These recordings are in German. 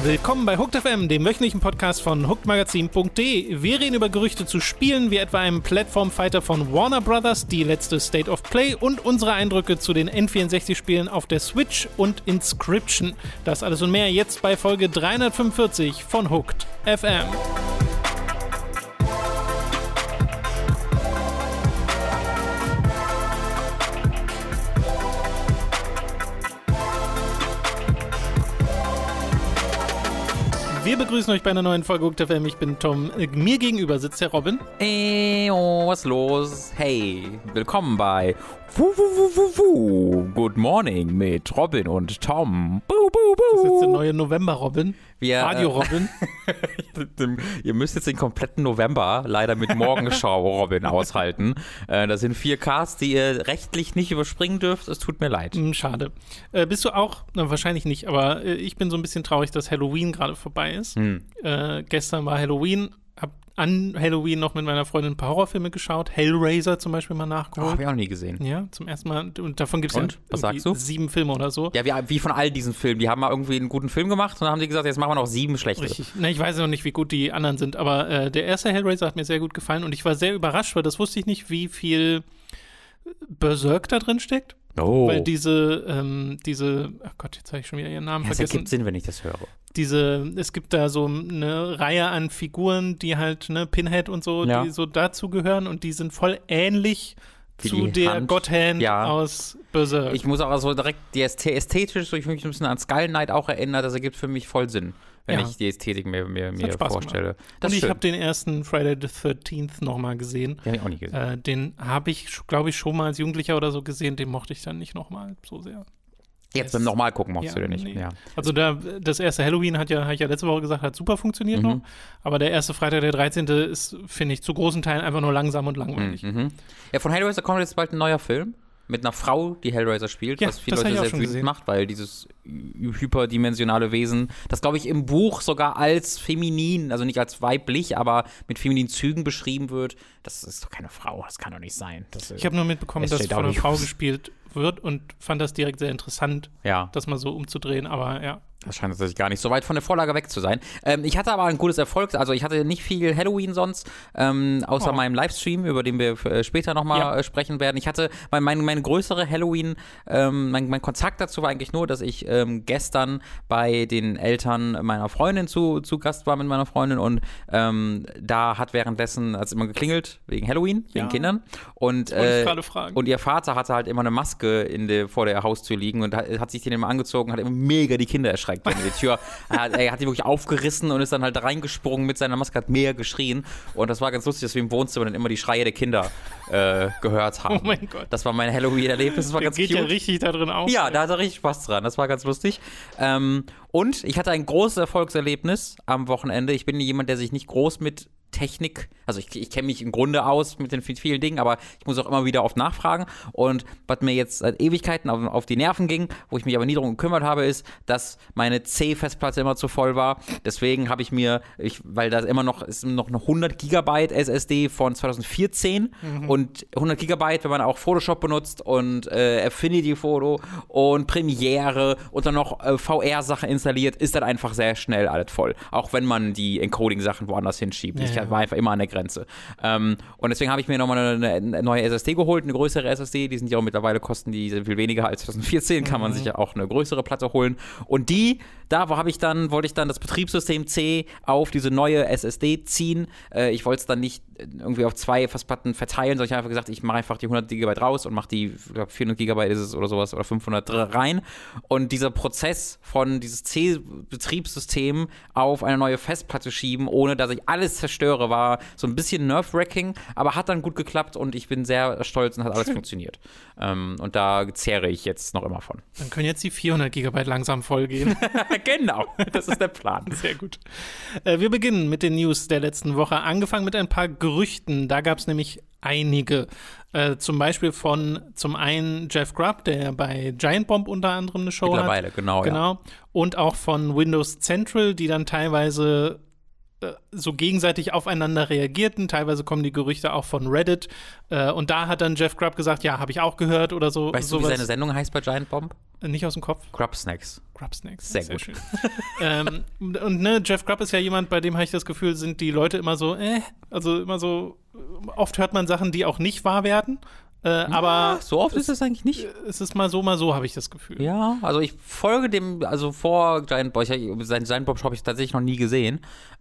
Willkommen bei Hooked FM, dem wöchentlichen Podcast von hookedmagazin.de. Wir reden über Gerüchte zu Spielen, wie etwa einem Platform-Fighter von Warner Brothers, die letzte State of Play und unsere Eindrücke zu den N64-Spielen auf der Switch und Inscription. Das alles und mehr jetzt bei Folge 345 von Hooked FM. Wir begrüßen euch bei einer neuen Folge Hooked FM. Ich bin Tom. Mir gegenüber sitzt der Robin. Was ist los? Hey, willkommen bei Good Morning mit Robin und Tom. Das ist jetzt der neue November-Robin. Radio-Robin. Ihr müsst jetzt den kompletten November leider mit Morgenschau-Robin aushalten. Das sind 4 Casts, die ihr rechtlich nicht überspringen dürft. Es tut mir leid. Schade. Bist du auch? Na, wahrscheinlich nicht, aber ich bin so ein bisschen traurig, dass Halloween gerade vorbei ist. Gestern war Halloween. An Halloween noch mit meiner Freundin ein paar Horrorfilme geschaut. Hellraiser zum Beispiel mal nachgeholt. Hab ich auch noch nie gesehen. Ja, zum ersten Mal. Und davon gibt es ja 7 Filme oder so. Ja, wie von all diesen Filmen. Die haben mal irgendwie einen guten Film gemacht und dann haben die gesagt, jetzt machen wir noch 7 schlechte. Richtig. Na, ich weiß noch nicht, wie gut die anderen sind, aber der erste Hellraiser hat mir sehr gut gefallen und ich war sehr überrascht, weil das wusste ich nicht, wie viel Berserk da drin steckt. Oh. Weil diese, ach Gott, jetzt habe ich schon wieder ihren Namen vergessen. Das ergibt Sinn, wenn ich das höre. Es gibt da so eine Reihe an Figuren, die halt, Pinhead und so, die so dazu gehören und die sind voll ähnlich wie zu der Godhand aus Berserk. Ich muss auch so direkt ästhetisch, so ich mich ein bisschen an Skull Knight auch erinnert, das ergibt für mich voll Sinn, wenn ich die Ästhetik mir vorstelle. Und ich habe den ersten Friday the 13th nochmal gesehen. Den habe ich auch nicht gesehen. Den habe ich, glaube ich, schon mal als Jugendlicher oder so gesehen, den mochte ich dann nicht nochmal so sehr. Jetzt beim Nochmal gucken mochtest du den nicht. Nee. Ja. Also das erste Halloween habe ich ja letzte Woche gesagt, hat super funktioniert noch. Aber der erste Freitag der 13. ist, finde ich, zu großen Teilen einfach nur langsam und langweilig. Ja, von Hellraiser kommt jetzt bald ein neuer Film. Mit einer Frau, die Hellraiser spielt, was viele Leute sehr wütend macht, weil dieses hyperdimensionale Wesen, das glaube ich im Buch sogar als feminin, also nicht als weiblich, aber mit femininen Zügen beschrieben wird, das ist doch keine Frau, das kann doch nicht sein. Ich habe nur mitbekommen, dass von einer Frau gespielt wird und fand das direkt sehr interessant, das mal so umzudrehen, aber ja. Das scheint tatsächlich gar nicht so weit von der Vorlage weg zu sein. Ich hatte aber ein gutes Erfolg, also ich hatte nicht viel Halloween sonst, außer meinem Livestream, über den wir später nochmal sprechen werden. Ich hatte meine größere Halloween, mein Kontakt dazu war eigentlich nur, dass ich gestern bei den Eltern meiner Freundin zu Gast war mit meiner Freundin und da hat währenddessen, hat es immer geklingelt, wegen Halloween, wegen Kindern. Und, das wollte ich gerade fragen. Und ihr Vater hatte halt immer eine Maske vor der Haustür liegen und hat sich den immer angezogen, hat immer mega die Kinder erschreckt. Die Tür, er hat die wirklich aufgerissen und ist dann halt reingesprungen mit seiner Maske, hat mehr geschrien und das war ganz lustig, dass wir im Wohnzimmer dann immer die Schreie der Kinder gehört haben. Oh mein Gott. Das war mein Halloween-Erlebnis, das war ganz cute. Geht ja richtig da drin auf. Ja, da hat er richtig Spaß dran, das war ganz lustig. Und ich hatte ein großes Erfolgserlebnis am Wochenende. Ich bin jemand, der sich nicht groß mit Technik, also ich kenne mich im Grunde aus mit den vielen Dingen, aber ich muss auch immer wieder oft nachfragen und was mir jetzt seit Ewigkeiten auf die Nerven ging, wo ich mich aber nie darum gekümmert habe, ist, dass meine C-Festplatte immer zu voll war. Deswegen habe ich weil da immer noch eine 100 Gigabyte SSD von 2014 und 100 Gigabyte, wenn man auch Photoshop benutzt und Affinity Photo und Premiere und dann noch VR-Sachen installiert, ist dann einfach sehr schnell alles voll. Auch wenn man die Encoding-Sachen woanders hinschiebt. Ich war einfach immer an der Grenze. Und deswegen habe ich mir nochmal eine neue SSD geholt, eine größere SSD. Die sind ja auch mittlerweile, kosten die viel weniger als 2014, kann man sich ja auch eine größere Platte holen. Und wollte ich dann das Betriebssystem C auf diese neue SSD ziehen. Ich wollte es dann nicht irgendwie auf 2 Festplatten verteilen, sondern ich habe einfach gesagt, ich mache einfach die 100 GB raus und mache die, ich glaube 400 GB ist es oder sowas, oder 500 rein. Und dieser Prozess von dieses C-Betriebssystem auf eine neue Festplatte schieben, ohne dass ich alles zerstöre, war so ein bisschen nerve-wracking, aber hat dann gut geklappt und ich bin sehr stolz und hat alles funktioniert. Und da zehre ich jetzt noch immer von. Dann können jetzt die 400 GB langsam vollgehen. Genau, das ist der Plan. Sehr gut. Wir beginnen mit den News der letzten Woche. Angefangen mit ein paar Gerüchten. Da gab es nämlich einige. Zum Beispiel zum einen Jeff Grubb, der bei Giant Bomb unter anderem eine Show Mittlerweile, hat. Genau. Und auch von Windows Central, die dann teilweise so gegenseitig aufeinander reagierten. Teilweise kommen die Gerüchte auch von Reddit. Und da hat dann Jeff Grubb gesagt, ja, habe ich auch gehört oder so. Weißt du, wie seine Sendung heißt bei Giant Bomb? Nicht aus dem Kopf. Grubb Snacks. Grubb Snacks. Sehr gut. Schön. Und Jeff Grubb ist ja jemand, bei dem habe ich das Gefühl, sind die Leute immer so, also immer so, oft hört man Sachen, die auch nicht wahr werden. Aber so oft ist es eigentlich nicht. Es ist mal so, habe ich das Gefühl. Ja, also ich folge dem, also vor Giant Bomb, seinen Giant Bomb habe ich tatsächlich noch nie gesehen.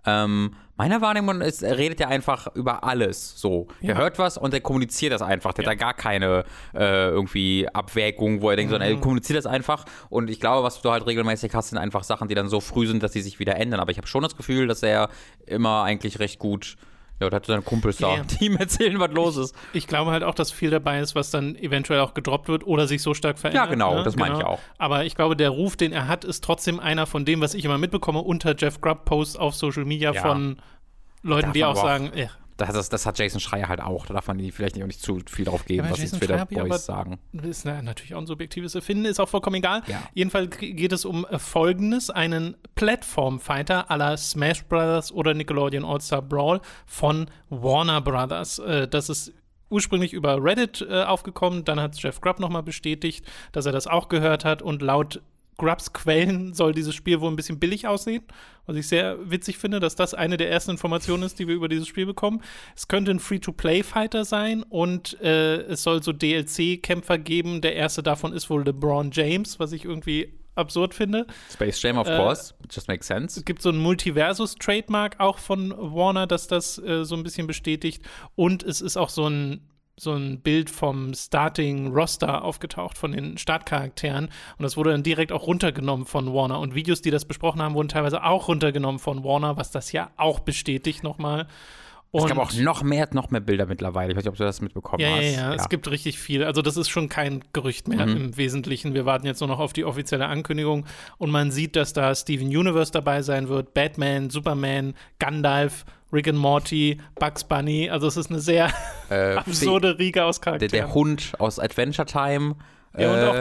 Meiner Wahrnehmung ist, er redet ja einfach über alles. So, er hört was und er kommuniziert das einfach. Der hat da gar keine irgendwie Abwägung, wo er denkt, sondern er kommuniziert das einfach. Und ich glaube, was du halt regelmäßig hast, sind einfach Sachen, die dann so früh sind, dass sie sich wieder ändern. Aber ich habe schon das Gefühl, dass er immer eigentlich recht gut. Ja, da hat seine Kumpels da, die ihm erzählen, was los ist. Ich glaube halt auch, dass viel dabei ist, was dann eventuell auch gedroppt wird oder sich so stark verändert. Ja, genau, das meine ich auch. Aber ich glaube, der Ruf, den er hat, ist trotzdem einer von dem, was ich immer mitbekomme, unter Jeff Grubb-Posts auf Social Media von Leuten, die auch sagen, Das hat Jason Schreier halt auch. Da darf man vielleicht nicht zu viel drauf geben, was die Twitter-Boys sagen. Das ist natürlich auch ein subjektives Erfinden, ist auch vollkommen egal. Ja. Jedenfalls geht es um Folgendes: einen Platform-Fighter à la Smash Brothers oder Nickelodeon All-Star Brawl von Warner Brothers. Das ist ursprünglich über Reddit aufgekommen, dann hat Jeff Grubb nochmal bestätigt, dass er das auch gehört hat und laut Grubbs Quellen soll dieses Spiel wohl ein bisschen billig aussehen, was ich sehr witzig finde, dass das eine der ersten Informationen ist, die wir über dieses Spiel bekommen. Es könnte ein Free-to-Play-Fighter sein und es soll so DLC-Kämpfer geben. Der erste davon ist wohl LeBron James, was ich irgendwie absurd finde. Space Jam, of course. Just makes sense. Es gibt so ein Multiversus-Trademark auch von Warner, das das so ein bisschen bestätigt. Und es ist auch so ein Bild vom Starting-Roster aufgetaucht, von den Startcharakteren. Und das wurde dann direkt auch runtergenommen von Warner. Und Videos, die das besprochen haben, wurden teilweise auch runtergenommen von Warner, was das ja auch bestätigt nochmal. Es gab auch noch mehr Bilder mittlerweile. Ich weiß nicht, ob du das mitbekommen hast. Ja, es gibt richtig viel. Also das ist schon kein Gerücht mehr im Wesentlichen. Wir warten jetzt nur noch auf die offizielle Ankündigung. Und man sieht, dass da Steven Universe dabei sein wird, Batman, Superman, Gandalf, Rick and Morty, Bugs Bunny. Also es ist eine sehr absurde Riege aus Charakteren. Der Hund aus Adventure Time. Ja, und auch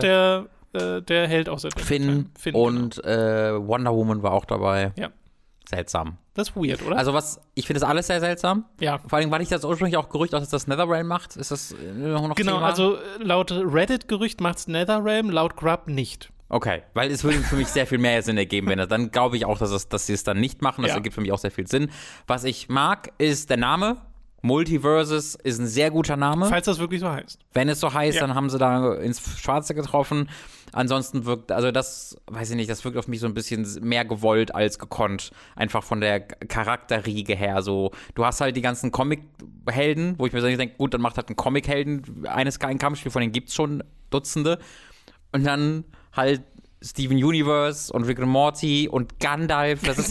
der Held aus Adventure Time. Und Wonder Woman war auch dabei. Ja. Seltsam. Das ist weird, oder? Also ich finde das alles sehr seltsam. Ja. Vor allem, weil ich das ursprünglich auch Gerücht aus, dass das NetherRealm macht. Ist das noch Genau, Thema? also laut Reddit-Gerücht macht's NetherRealm, laut Grubb nicht. Okay, weil es würde für mich sehr viel mehr Sinn ergeben, wenn das. Dann glaube ich auch, dass sie es dann nicht machen. Das ergibt für mich auch sehr viel Sinn. Was ich mag, ist der Name. Multiverses ist ein sehr guter Name. Falls das wirklich so heißt. Wenn es so heißt, dann haben sie da ins Schwarze getroffen. Ansonsten wirkt, also das, weiß ich nicht, das wirkt auf mich so ein bisschen mehr gewollt als gekonnt. Einfach von der Charakterriege her. So, du hast halt die ganzen Comic-Helden, wo ich mir denke, gut, dann macht halt ein Comic-Helden ein Kampfspiel, von denen gibt's schon Dutzende. Und dann halt Steven Universe und Rick and Morty und Gandalf, das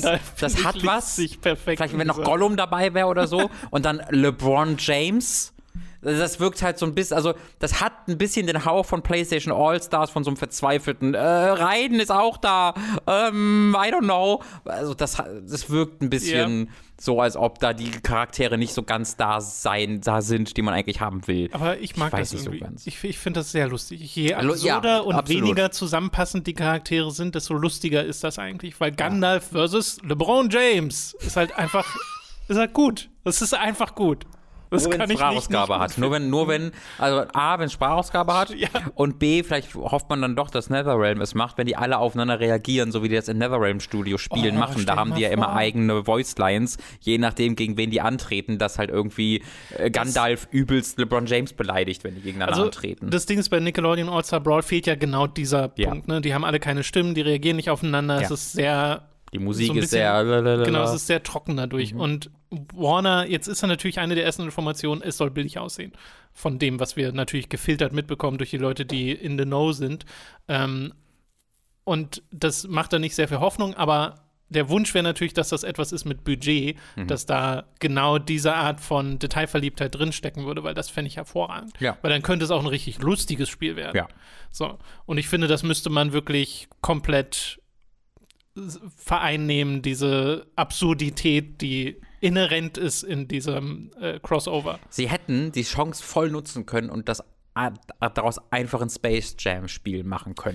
hat was. Vielleicht, wenn noch Gollum dabei wäre oder so. Und dann LeBron James. Das wirkt halt so ein bisschen, also das hat ein bisschen den Hauch von PlayStation All-Stars, von so einem verzweifelten Raiden ist auch da, I don't know. Also das wirkt ein bisschen so, als ob da die Charaktere nicht so ganz da sind, die man eigentlich haben will. Aber ich mag das irgendwie. So ganz. Ich finde das sehr lustig. Je absurder und absolut. Weniger zusammenpassend die Charaktere sind, desto lustiger ist das eigentlich, weil Gandalf versus LeBron James ist halt einfach, ist halt gut. Das ist einfach gut. Das nur wenn es Sprachausgabe hat. Nur wenn, also A, wenn es Sprachausgabe hat und B, vielleicht hofft man dann doch, dass NetherRealm es macht, wenn die alle aufeinander reagieren, so wie die das in NetherRealm-Studio-Spielen machen. Da haben die ja immer eigene Voice-Lines, je nachdem, gegen wen die antreten, dass halt irgendwie Gandalf übelst LeBron James beleidigt, wenn die gegeneinander antreten. Das Ding ist, bei Nickelodeon All-Star Brawl fehlt ja genau dieser Punkt. Ne? Die haben alle keine Stimmen, die reagieren nicht aufeinander. Es ist sehr... Die Musik so ein ist sehr... Genau, es ist sehr trocken dadurch. Und Warner, jetzt ist er natürlich eine der ersten Informationen, es soll billig aussehen. Von dem, was wir natürlich gefiltert mitbekommen durch die Leute, die in the know sind. Und das macht da nicht sehr viel Hoffnung, aber der Wunsch wäre natürlich, dass das etwas ist mit Budget, dass da genau diese Art von Detailverliebtheit drinstecken würde, weil das fände ich hervorragend. Ja. Weil dann könnte es auch ein richtig lustiges Spiel werden. Ja. So. Und ich finde, das müsste man wirklich komplett vereinnehmen, diese Absurdität, die inhärent ist in diesem Crossover. Sie hätten die Chance voll nutzen können und daraus einfach ein Space Jam-Spiel machen können.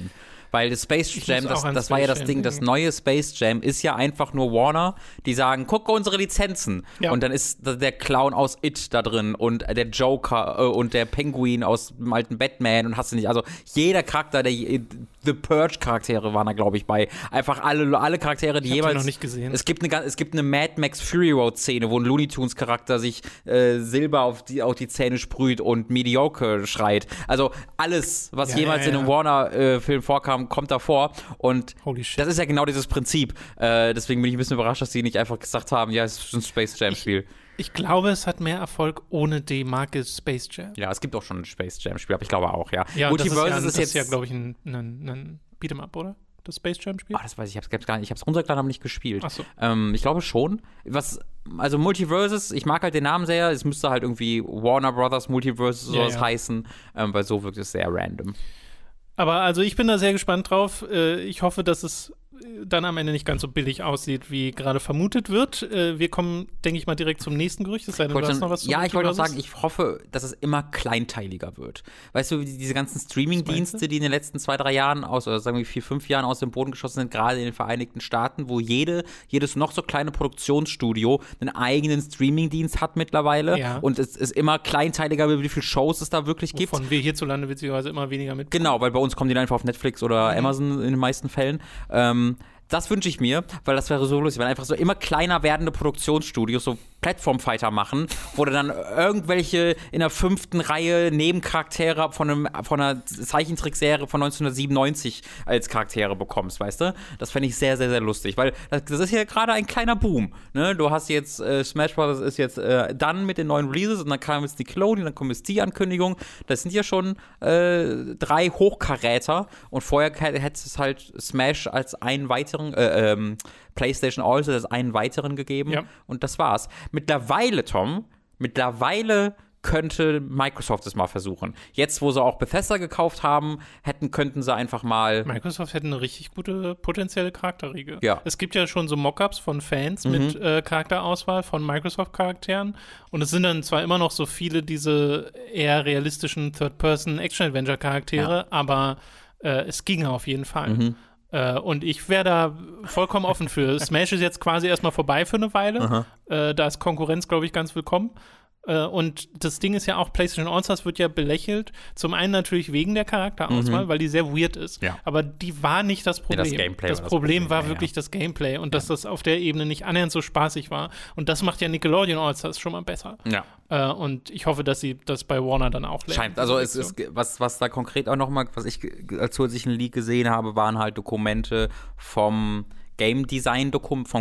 Weil das Space Jam, das war ja das Ding, das neue Space Jam ist ja einfach nur Warner, die sagen, guck unsere Lizenzen. Ja. Und dann ist der Clown aus It da drin und der Joker und der Penguin aus dem alten Batman und hast du nicht, also jeder Charakter, der The Purge-Charaktere waren da, glaube ich, bei. Einfach alle Charaktere, die jeweils. Ich noch nicht gesehen. Es gibt eine Mad Max Fury Road-Szene, wo ein Looney Tunes-Charakter sich Silber auf die Zähne sprüht und Mediocre schreit. Also alles, was jemals in einem Warner-Film vorkam, kommt davor. Und das ist ja genau dieses Prinzip. Deswegen bin ich ein bisschen überrascht, dass die nicht einfach gesagt haben, ja, es ist ein Space Jam-Spiel. Ich glaube, es hat mehr Erfolg ohne die Marke Space Jam. Ja, es gibt auch schon ein Space Jam-Spiel, aber ich glaube auch, ja. Multiverse ist jetzt ja, glaube ich, ein Beat'em-up, oder? Das Space Jam-Spiel? Das weiß ich, ich hab's runtergeladen, aber nicht gespielt. Ach so. Ich glaube schon. Also Multiverses, ich mag halt den Namen sehr. Es müsste halt irgendwie Warner Brothers Multiverses oder sowas heißen, weil so wirkt es sehr random. Aber also ich bin da sehr gespannt drauf. Ich hoffe, dass es dann am Ende nicht ganz so billig aussieht, wie gerade vermutet wird. Wir kommen, denke ich mal, direkt zum nächsten Gerücht. Es sei denn, du hast noch was zu ich wollte noch sagen, ich hoffe, dass es immer kleinteiliger wird. Weißt du, diese ganzen Streaming-Dienste, die in den letzten 2-3 Jahren oder sagen wir 4-5 Jahren aus dem Boden geschossen sind, gerade in den Vereinigten Staaten, wo jedes noch so kleine Produktionsstudio einen eigenen Streaming-Dienst hat mittlerweile und es ist immer kleinteiliger, wie viele Shows es da wirklich gibt. Wovon wir hierzulande witzigerweise immer weniger mitbekommen. Genau, weil bei uns kommen die dann einfach auf Netflix oder Amazon in den meisten Fällen. Das wünsche ich mir, weil das wäre so lustig, wenn einfach so immer kleiner werdende Produktionsstudios so Platform-Fighter machen, wo du dann irgendwelche in der 5. Reihe Nebencharaktere von einer Zeichentrickserie von 1997 als Charaktere bekommst, weißt du? Das fände ich sehr, sehr, sehr lustig, weil das ist ja gerade ein kleiner Boom, ne? Du hast jetzt, Smash Bros. Ist jetzt dann mit den neuen Releases und dann kam jetzt Nickelodeon, dann kommt jetzt die Ankündigung. Das sind ja schon 3 Hochkaräter und vorher hätte es halt Smash als einen weiteren PlayStation also als einen weiteren gegeben und das war's. Mittlerweile, Tom, könnte Microsoft es mal versuchen. Jetzt, wo sie auch Bethesda gekauft haben, könnten sie einfach mal. Microsoft hätte eine richtig gute potenzielle Charakterriege. Ja. Es gibt ja schon so Mockups von Fans mit Charakterauswahl von Microsoft-Charakteren und es sind dann zwar immer noch so viele diese eher realistischen Third-Person-Action-Adventure-Charaktere, aber es ging auf jeden Fall. Und ich wäre da vollkommen offen für. Smash ist jetzt quasi erstmal vorbei für eine Weile. Da ist Konkurrenz, glaube ich, ganz willkommen. Und das Ding ist ja auch, PlayStation All-Stars wird ja belächelt. Zum einen natürlich wegen der Charakterauswahl, weil die sehr weird ist. Ja. Aber die war nicht das Problem. Ja, das Gameplay das Problem war wirklich das Gameplay und dass das auf der Ebene nicht annähernd so spaßig war. Und das macht ja Nickelodeon All-Stars schon mal besser. Ja. Und ich hoffe, dass sie das bei Warner dann auch lernen. Scheint. Also es ist, was da konkret auch nochmal, was ich als zusätzlichen Leak gesehen habe, waren halt Dokumente vom Game Design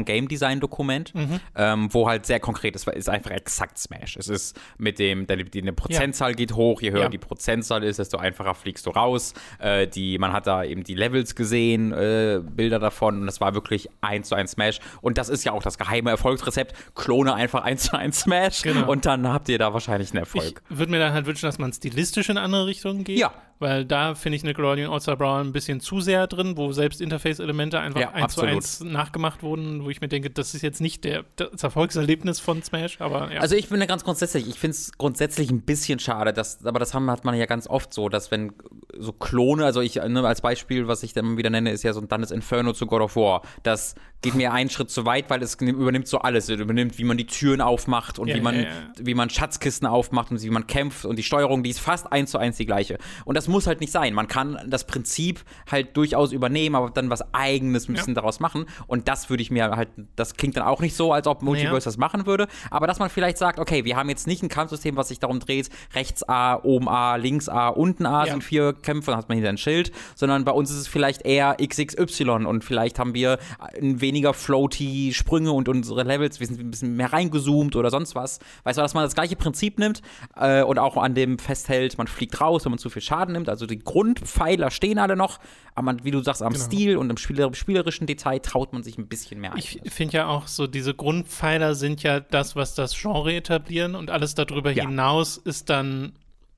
Dokument, wo halt sehr konkret ist einfach exakt Smash. Es ist mit dem, die Prozentzahl geht hoch, je höher die Prozentzahl ist, desto einfacher fliegst du raus. Man hat da eben die Levels gesehen, Bilder davon und das war wirklich 1:1 Smash. Und das ist ja auch das geheime Erfolgsrezept. Klone einfach 1:1 Smash und dann habt ihr da wahrscheinlich einen Erfolg. Ich würde mir dann halt wünschen, dass man stilistisch in andere Richtungen geht. Ja. Weil da finde ich Nickelodeon All-Star Brawl ein bisschen zu sehr drin, wo selbst Interface-Elemente einfach 1:1 nachgemacht wurden, wo ich mir denke, das ist jetzt nicht das Erfolgserlebnis von Smash, aber ja. Also ich finde ganz grundsätzlich, ich finde es grundsätzlich ein bisschen schade, aber das hat man ja ganz oft so, dass wenn so Klone, also als Beispiel, was ich dann immer wieder nenne, ist ja so ein Dantes Inferno zu God of War. Das geht mir einen Schritt zu weit, weil es übernimmt so alles. Es übernimmt, wie man die Türen aufmacht und wie man Schatzkisten aufmacht und wie man kämpft und die Steuerung, die ist fast 1:1 die gleiche. Und das muss halt nicht sein. Man kann das Prinzip halt durchaus übernehmen, aber dann was Eigenes ein bisschen daraus machen. Und das würde ich mir halt, das klingt dann auch nicht so, als ob Multiverse das machen würde. Aber dass man vielleicht sagt, okay, wir haben jetzt nicht ein Kampfsystem, was sich darum dreht, rechts A, oben A, links A, unten A sind 4 Kämpfe, dann hat man hinter ein Schild, sondern bei uns ist es vielleicht eher XXY und vielleicht haben wir weniger floaty Sprünge und unsere Levels, wir sind ein bisschen mehr reingezoomt oder sonst was. Weißt du, dass man das gleiche Prinzip nimmt und auch an dem festhält, man fliegt raus, wenn man zu viel Schaden nimmt. Also die Grundpfeiler stehen alle noch, aber wie du sagst, am Stil und im spielerischen Detail traut man sich ein bisschen mehr ein. Ich finde ja auch so, diese Grundpfeiler sind ja das, was das Genre etablieren und alles darüber hinaus ist dann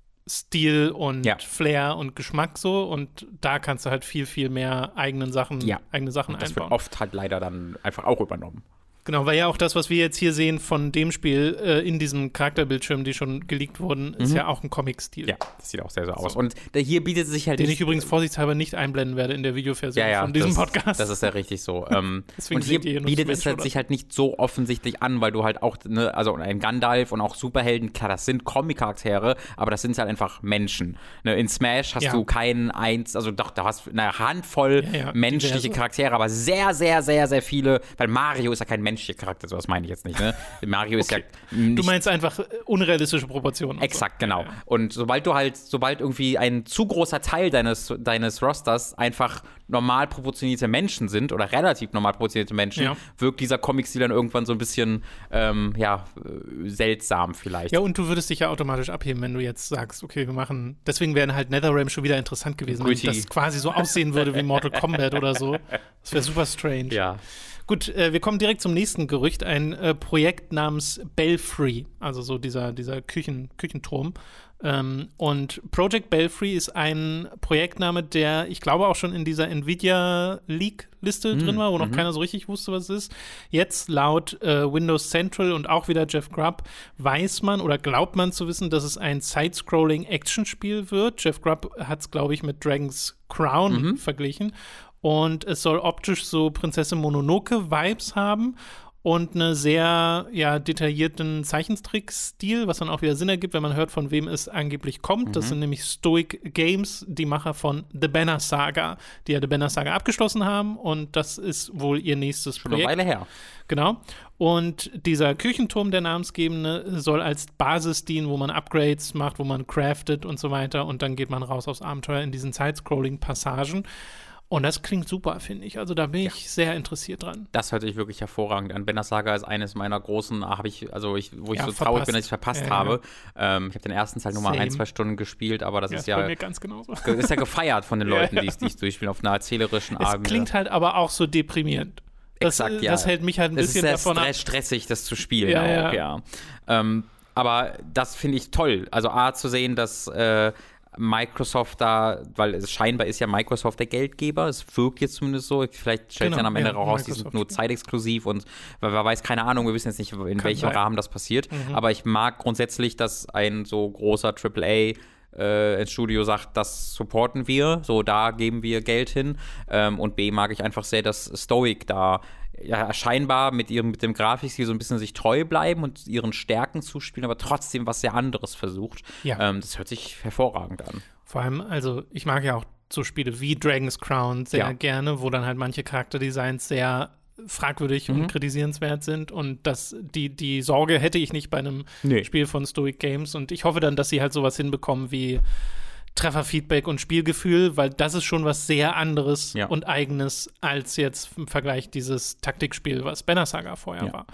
Stil und Flair und Geschmack so und da kannst du halt viel, viel mehr eigene Sachen das einbauen. Das wird oft halt leider dann einfach auch übernommen. Genau, weil ja auch das, was wir jetzt hier sehen von dem Spiel in diesem Charakterbildschirm, die schon geleakt wurden, ist ja auch ein Comic-Stil. Ja, das sieht auch sehr, sehr aus. Und hier bietet sich halt den ich übrigens vorsichtshalber nicht einblenden werde in der Videoversion von diesem Podcast. Das ist ja richtig so. Und hier bietet es sich halt nicht so offensichtlich an, weil du halt auch, ne, also ein Gandalf und auch Superhelden, klar, das sind Comic-Charaktere, aber das sind halt einfach Menschen. Ne, in Smash hast du also doch, da hast du eine Handvoll menschliche Charaktere, aber sehr, sehr, sehr, sehr viele, weil Mario ist ja kein menschlicher Charakter, so das meine ich jetzt nicht, ne? Mario ist ja nicht, du meinst einfach unrealistische Proportionen. Exakt, genau. Und sobald irgendwie ein zu großer Teil deines Rosters einfach normal proportionierte Menschen sind oder relativ normal proportionierte Menschen, wirkt dieser Comic-Stil dann irgendwann so ein bisschen seltsam vielleicht. Ja, und du würdest dich ja automatisch abheben, wenn du jetzt sagst, okay, deswegen wäre halt NetherRealm schon wieder interessant gewesen, wenn das quasi so aussehen würde wie Mortal Kombat oder so. Das wäre super strange. Ja. Gut, wir kommen direkt zum nächsten Gerücht. Ein Projekt namens Belfry, also so dieser Küchenturm. Und Project Belfry ist ein Projektname, der, ich glaube, auch schon in dieser Nvidia-Leak-Liste drin war, wo noch keiner so richtig wusste, was es ist. Jetzt laut Windows Central und auch wieder Jeff Grubb weiß man oder glaubt man zu wissen, dass es ein Side-Scrolling-Action-Spiel wird. Jeff Grubb hat es, glaube ich, mit Dragon's Crown verglichen. Und es soll optisch so Prinzessin Mononoke-Vibes haben und einen sehr detaillierten Zeichentrick-Stil, was dann auch wieder Sinn ergibt, wenn man hört, von wem es angeblich kommt. Das sind nämlich Stoic Games, die Macher von The Banner Saga, die ja The Banner Saga abgeschlossen haben, und das ist wohl ihr nächstes Projekt. Schon eine Weile her. Genau. Und dieser Küchenturm, der namensgebende, soll als Basis dienen, wo man Upgrades macht, wo man craftet und so weiter, und dann geht man raus aufs Abenteuer in diesen Side-Scrolling-Passagen. Und das klingt super, finde ich. Also da bin ich sehr interessiert dran. Das hört sich wirklich hervorragend an. Banner Saga ist eines meiner großen, wo ich so traurig bin, dass ich es verpasst habe. Ich habe den ersten Teil nur mal 1-2 Stunden gespielt, aber das ist ja bei mir ganz genauso. Ist ja gefeiert von den Leuten, die es durchspielen, auf einer erzählerischen Art. Es klingt halt aber auch so deprimierend. Das hält mich halt ein bisschen davon ab. Es ist sehr stressig, das zu spielen. Aber das finde ich toll. Also zu sehen, dass Microsoft da, weil es scheinbar ist ja Microsoft der Geldgeber, es wirkt jetzt zumindest so, vielleicht stellt es dann am Ende auch raus, die sind nur zeitexklusiv und wer weiß, keine Ahnung, wir wissen jetzt nicht, in welchem Rahmen das passiert, aber ich mag grundsätzlich, dass ein so großer AAA ins Studio sagt, das supporten wir, so da geben wir Geld hin, und B mag ich einfach sehr, dass Stoic da scheinbar mit dem Grafikstil so ein bisschen sich treu bleiben und ihren Stärken zuspielen, aber trotzdem was sehr anderes versucht. Ja. Das hört sich hervorragend an. Vor allem, also ich mag ja auch so Spiele wie Dragon's Crown sehr gerne, wo dann halt manche Charakterdesigns sehr fragwürdig und kritisierenswert sind, und die Sorge hätte ich nicht bei einem Spiel von Stoic Games, und ich hoffe dann, dass sie halt sowas hinbekommen wie Trefferfeedback und Spielgefühl, weil das ist schon was sehr anderes und Eigenes als jetzt im Vergleich dieses Taktikspiel, was Banner Saga vorher war.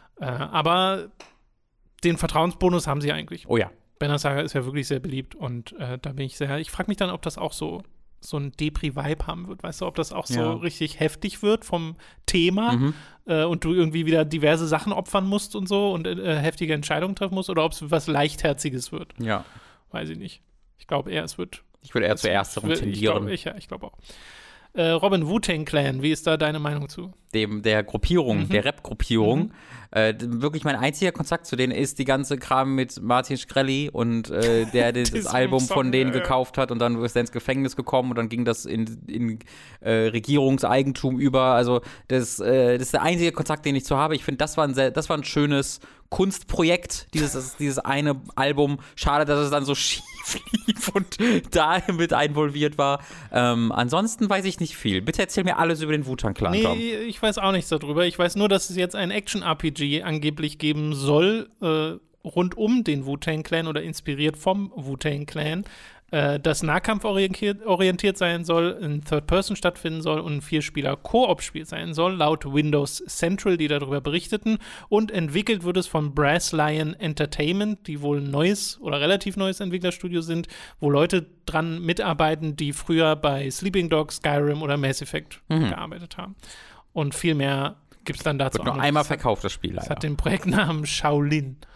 Aber den Vertrauensbonus haben sie eigentlich. Oh ja. Banner Saga ist ja wirklich sehr beliebt, und da bin ich ich frage mich dann, ob das auch so ein Depri-Vibe haben wird, weißt du, ob das auch so richtig heftig wird vom Thema und du irgendwie wieder diverse Sachen opfern musst und so und heftige Entscheidungen treffen musst, oder ob es was Leichtherziges wird. Ja. Weiß ich nicht. Ich glaube eher, ich würde eher zu ersterem tendieren. Ich glaube auch. Robin, Wu-Tang Clan, wie ist da deine Meinung zu? Der Gruppierung, der Rap-Gruppierung. Wirklich mein einziger Kontakt zu denen ist die ganze Kram mit Martin Shkreli und der das Album von denen gekauft hat, und dann ist er ins Gefängnis gekommen und dann ging das in Regierungseigentum über. Also das ist der einzige Kontakt, den ich zu habe. Ich finde, das war ein schönes Kunstprojekt, dieses eine Album. Schade, dass es dann so schief lief und da mit involviert war. Ansonsten weiß ich nicht viel. Bitte erzähl mir alles über den Wu-Tang Clan. Nee, ich weiß auch nichts darüber. Ich weiß nur, dass es jetzt ein Action-RPG angeblich geben soll, rund um den Wu-Tang Clan oder inspiriert vom Wu-Tang Clan, das nahkampforientiert sein soll, in Third Person stattfinden soll und ein 4-Spieler-Koop-Spiel sein soll, laut Windows Central, die darüber berichteten. Und entwickelt wird es von Brass Lion Entertainment, die wohl ein neues oder relativ neues Entwicklerstudio sind, wo Leute dran mitarbeiten, die früher bei Sleeping Dogs, Skyrim oder Mass Effect gearbeitet haben. Und viel mehr gibt es dann dazu wird auch noch einmal verkauft, das Spiel leider. Es hat den Projektnamen Shaolin.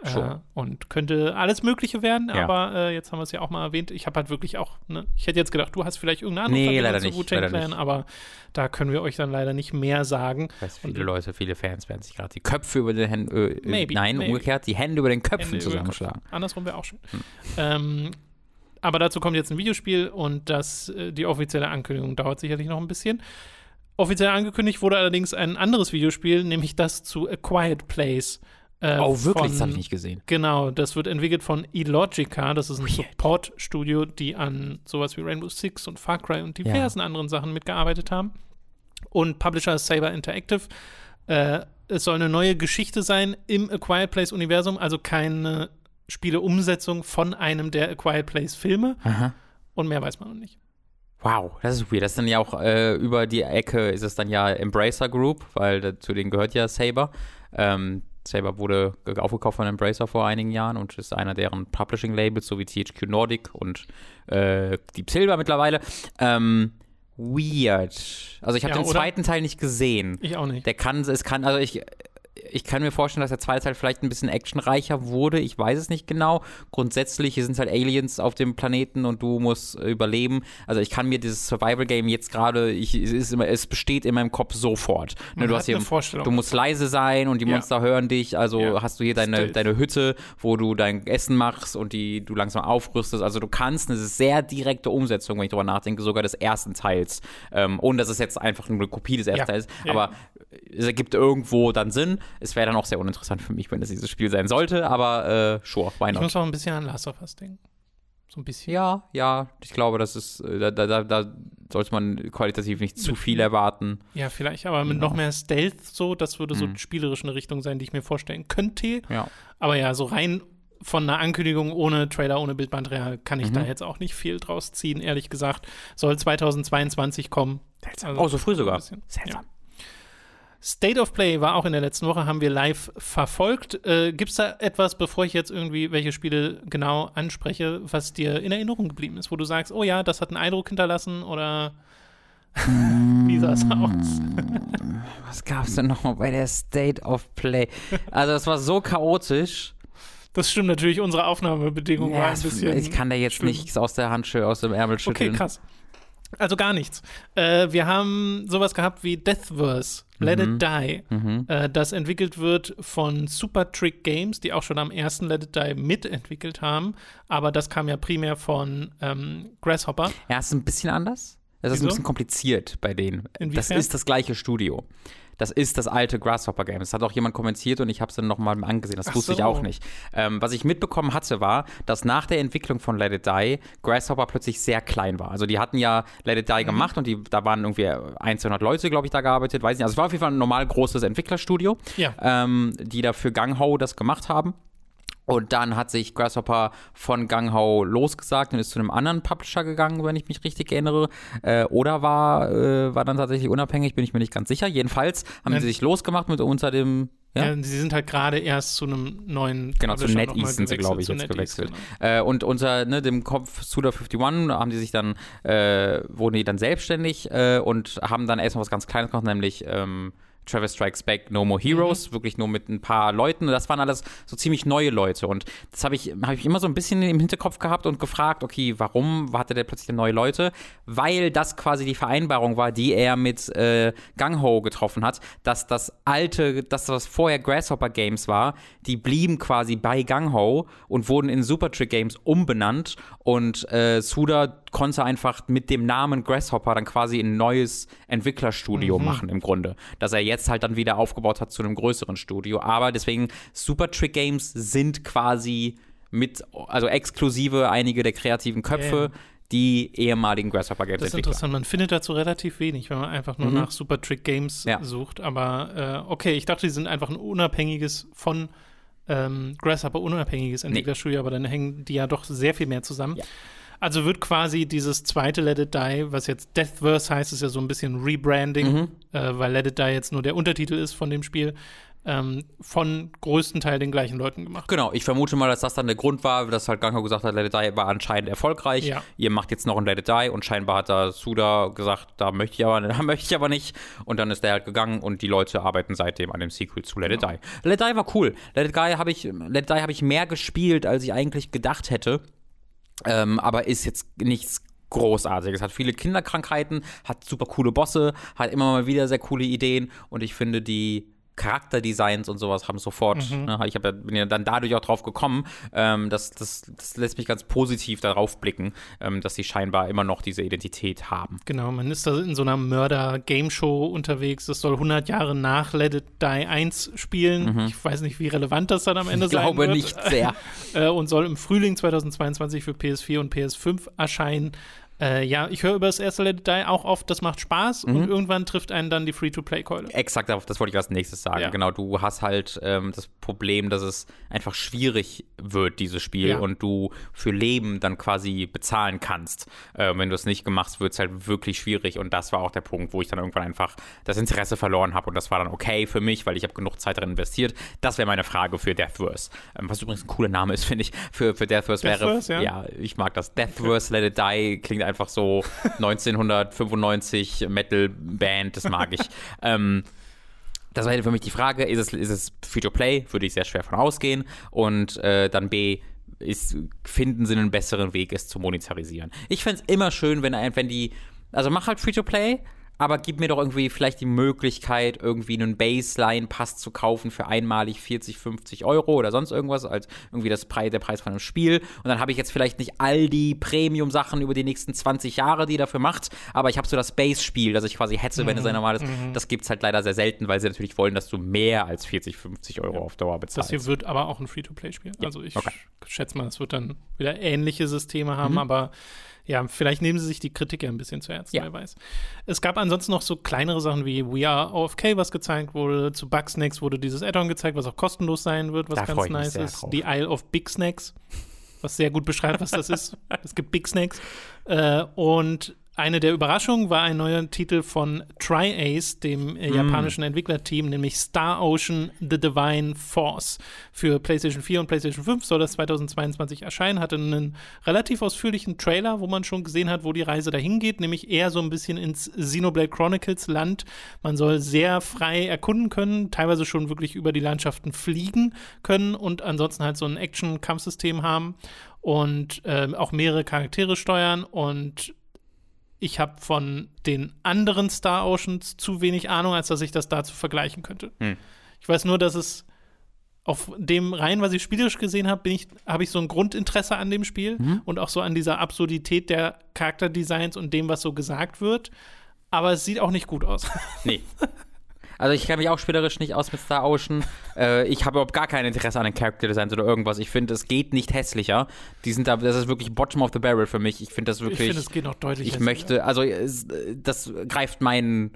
Und könnte alles Mögliche werden, Ja. aber jetzt haben wir es ja auch mal erwähnt. Ich habe halt wirklich auch, ich hätte jetzt gedacht, du hast vielleicht irgendeine andere Nee, Verbindung leider zu nicht, Wu-Tang leider Clan, nicht. aber da können wir euch dann leider nicht mehr sagen. Ich weiß, viele Fans werden sich gerade die Köpfe über den Händen, Maybe. Umgekehrt, die Hände über den Köpfen Hände über den Kopf. zusammenschlagen. Andersrum wäre auch schön. Aber dazu kommt jetzt ein Videospiel und die offizielle Ankündigung dauert sicherlich noch ein bisschen. Offiziell angekündigt wurde allerdings ein anderes Videospiel, nämlich das zu A Quiet Place. Wirklich? Das habe ich nicht gesehen. Genau, das wird entwickelt von Elogica. Das ist ein Support-Studio, die an sowas wie Rainbow Six und Far Cry und diversen anderen Sachen mitgearbeitet haben. Und Publisher ist Saber Interactive. Es soll eine neue Geschichte sein im A Quiet Place-Universum, also keine Spieleumsetzung von einem der A Quiet Place-Filme. Aha. Und mehr weiß man noch nicht. Wow, das ist weird. Das ist dann ja auch über die Ecke ist es dann ja Embracer Group, weil zu denen gehört ja Saber. Saber wurde aufgekauft von Embracer vor einigen Jahren und ist einer deren Publishing-Labels, so wie THQ Nordic und Deep Silver mittlerweile. Weird. Also ich habe den zweiten Teil nicht gesehen. Ich auch nicht. Ich kann mir vorstellen, dass der zweite Teil vielleicht ein bisschen actionreicher wurde. Ich weiß es nicht genau. Grundsätzlich sind es halt Aliens auf dem Planeten und du musst überleben. Also ich kann mir dieses Survival-Game jetzt gerade, es besteht in meinem Kopf sofort. Ne, du hast hier, eine Vorstellung. du musst leise sein und die Monster hören dich. Also hast du hier deine Hütte, wo du dein Essen machst und die du langsam aufrüstest. Also du kannst eine sehr direkte Umsetzung, wenn ich drüber nachdenke, sogar des ersten Teils. Ohne dass es jetzt einfach eine Kopie des ersten Teils ist. Aber es ergibt irgendwo dann Sinn. Es wäre dann auch sehr uninteressant für mich, wenn das dieses Spiel sein sollte, aber sure, why not? Ich muss auch ein bisschen an Last of Us denken. So ein bisschen. Ja, ich glaube, das ist, da sollte man qualitativ nicht zu viel erwarten. Ja, vielleicht, aber mit noch mehr Stealth so, das würde so spielerisch eine Richtung sein, die ich mir vorstellen könnte. Ja. Aber ja, so rein von einer Ankündigung ohne Trailer, ohne Bildmaterial kann ich da jetzt auch nicht viel draus ziehen, ehrlich gesagt. Soll 2022 kommen. Also, so früh sogar. Seltsam. Ja. State of Play war auch in der letzten Woche, haben wir live verfolgt. Gibt es da etwas, bevor ich jetzt irgendwie welche Spiele genau anspreche, was dir in Erinnerung geblieben ist, wo du sagst, oh ja, das hat einen Eindruck hinterlassen oder wie sah es aus? Was gab es denn nochmal bei der State of Play? Also es war so chaotisch. Das stimmt natürlich, unsere Aufnahmebedingungen waren ein bisschen ich kann da jetzt nichts aus dem Ärmel schütteln. Okay, krass. Also gar nichts. Wir haben sowas gehabt wie Deathverse, Let It Die, das entwickelt wird von Super Trick Games, die auch schon am ersten Let It Die mitentwickelt haben. Aber das kam ja primär von Grasshopper. Ja, ist ein bisschen anders. Das ist ein bisschen kompliziert bei denen. Inwiefern? Das ist das gleiche Studio. Das ist das alte Grasshopper-Game. Das hat auch jemand kommentiert und ich habe es dann nochmal angesehen. Das wusste ich auch nicht. Was ich mitbekommen hatte, war, dass nach der Entwicklung von Let It Die Grasshopper plötzlich sehr klein war. Also die hatten ja Let It Die gemacht und da waren irgendwie 100 Leute, glaube ich, da gearbeitet. Weiß nicht. Also es war auf jeden Fall ein normal großes Entwicklerstudio, die da für Gung Ho das gemacht haben. Und dann hat sich Grasshopper von Gung Ho losgesagt und ist zu einem anderen Publisher gegangen, wenn ich mich richtig erinnere. Oder war dann tatsächlich unabhängig, bin ich mir nicht ganz sicher. Jedenfalls haben sie sich losgemacht unter dem. Ja, sie sind halt gerade erst zu einem neuen Genau, zu Publisher NetEase sind sie, glaube ich, jetzt gewechselt. Genau. Und unter dem Kopf Suda51 haben die sich dann, wurden die dann selbstständig und haben dann erstmal was ganz Kleines gemacht, nämlich Travis Strikes Back, No More Heroes, wirklich nur mit ein paar Leuten. Das waren alles so ziemlich neue Leute. Und das habe ich immer so ein bisschen im Hinterkopf gehabt und gefragt, okay, warum hatte der plötzlich neue Leute? Weil das quasi die Vereinbarung war, die er mit Gung Ho getroffen hat, dass das was vorher Grasshopper Games war, die blieben quasi bei Gung Ho und wurden in Super Trick Games umbenannt und Suda konnte einfach mit dem Namen Grasshopper dann quasi ein neues Entwicklerstudio machen im Grunde. Dass er jetzt halt dann wieder aufgebaut hat zu einem größeren Studio. Aber deswegen, Super Trick Games sind quasi also exklusive einige der kreativen Köpfe, die ehemaligen Grasshopper Games Das ist Entwickler. interessant, man findet dazu relativ wenig, wenn man einfach nur nach Super Trick Games sucht. Aber okay, ich dachte, die sind einfach ein unabhängiges von Grasshopper unabhängiges Entwicklerstudio, aber dann hängen die ja doch sehr viel mehr zusammen. Ja. Also wird quasi dieses zweite Let It Die, was jetzt Deathverse heißt, ist ja so ein bisschen Rebranding, weil Let It Die jetzt nur der Untertitel ist von dem Spiel, von größten Teil den gleichen Leuten gemacht. Genau, ich vermute mal, dass das dann der Grund war, dass halt Ganko gesagt hat, Let It Die war anscheinend erfolgreich. Ja. Ihr macht jetzt noch ein Let It Die und scheinbar hat da Suda gesagt, da möchte ich aber nicht. Und dann ist der halt gegangen und die Leute arbeiten seitdem an dem Sequel zu Let It Die. Let It Die war cool. Let It Die habe ich mehr gespielt, als ich eigentlich gedacht hätte. Aber ist jetzt nichts Großartiges. Hat viele Kinderkrankheiten, hat super coole Bosse, hat immer mal wieder sehr coole Ideen und ich finde die Charakterdesigns und sowas haben sofort, ich bin ja dann dadurch auch drauf gekommen, das lässt mich ganz positiv darauf blicken, dass sie scheinbar immer noch diese Identität haben. Genau, man ist da in so einer Mörder-Game-Show unterwegs, das soll 100 Jahre nach Let It Die 1 spielen. Ich weiß nicht, wie relevant das dann am Ende sein wird. Ich glaube nicht sehr. Und soll im Frühling 2022 für PS4 und PS5 erscheinen. Ich höre über das erste Let It Die auch oft, das macht Spaß und irgendwann trifft einen dann die Free-to-Play-Keule. Exakt, das wollte ich als nächstes sagen. Ja. Genau, du hast halt das Problem, dass es einfach schwierig wird, dieses Spiel, und du für Leben dann quasi bezahlen kannst. Wenn du es nicht machst, wird es halt wirklich schwierig und das war auch der Punkt, wo ich dann irgendwann einfach das Interesse verloren habe und das war dann okay für mich, weil ich habe genug Zeit darin investiert. Das wäre meine Frage für Deathverse. Was übrigens ein cooler Name ist, finde ich, für Deathverse wäre. Ja, ich mag das. Deathverse, Let It Die klingt einfach so 1995 Metal-Band, das mag ich. Das wäre für mich die Frage, ist es Free-to-Play? Würde ich sehr schwer von ausgehen. Und dann B, finden sie einen besseren Weg, es zu monetarisieren. Ich fände es immer schön, also mach halt Free-to-Play, aber gib mir doch irgendwie vielleicht die Möglichkeit, irgendwie einen Baseline-Pass zu kaufen für einmalig 40, 50 Euro oder sonst irgendwas, als irgendwie der Preis von einem Spiel. Und dann habe ich jetzt vielleicht nicht all die Premium-Sachen über die nächsten 20 Jahre, die ihr dafür macht, aber ich habe so das Base-Spiel, das ich quasi hätte, wenn es ein normales. Das gibt es halt leider sehr selten, weil sie natürlich wollen, dass du mehr als 40, 50 Euro auf Dauer bezahlst. Das hier wird aber auch ein Free-to-Play-Spiel. Ja. Also ich schätze mal, es wird dann wieder ähnliche Systeme haben, aber ja, vielleicht nehmen sie sich die Kritik ja ein bisschen zu Herzen, wer weiß. Es gab ansonsten noch so kleinere Sachen wie We Are OFK, was gezeigt wurde. Zu Bugsnax wurde dieses Add-on gezeigt, was auch kostenlos sein wird, was da ganz nice ist. Die Isle of Big Snacks, was sehr gut beschreibt, was das ist. Es gibt Big Snacks. Und eine der Überraschungen war ein neuer Titel von Tri-Ace, dem japanischen Entwicklerteam, nämlich Star Ocean The Divine Force. Für PlayStation 4 und PlayStation 5 soll das 2022 erscheinen, hatte einen relativ ausführlichen Trailer, wo man schon gesehen hat, wo die Reise dahin geht, nämlich eher so ein bisschen ins Xenoblade Chronicles Land. Man soll sehr frei erkunden können, teilweise schon wirklich über die Landschaften fliegen können und ansonsten halt so ein Action-Kampfsystem haben und auch mehrere Charaktere steuern und ich habe von den anderen Star Oceans zu wenig Ahnung, als dass ich das dazu vergleichen könnte. Ich weiß nur, dass es auf dem rein, was ich spielerisch gesehen habe, habe ich so ein Grundinteresse an dem Spiel und auch so an dieser Absurdität der Charakterdesigns und dem, was so gesagt wird. Aber es sieht auch nicht gut aus. Nee. Also ich kenne mich auch spielerisch nicht aus mit Star Ocean. Ich habe überhaupt gar kein Interesse an den Character Designs oder irgendwas. Ich finde, es geht nicht hässlicher. Das ist wirklich bottom of the barrel für mich. Ich finde das wirklich. Ich finde, es geht noch deutlich hässlicher. Ich möchte, also das greift es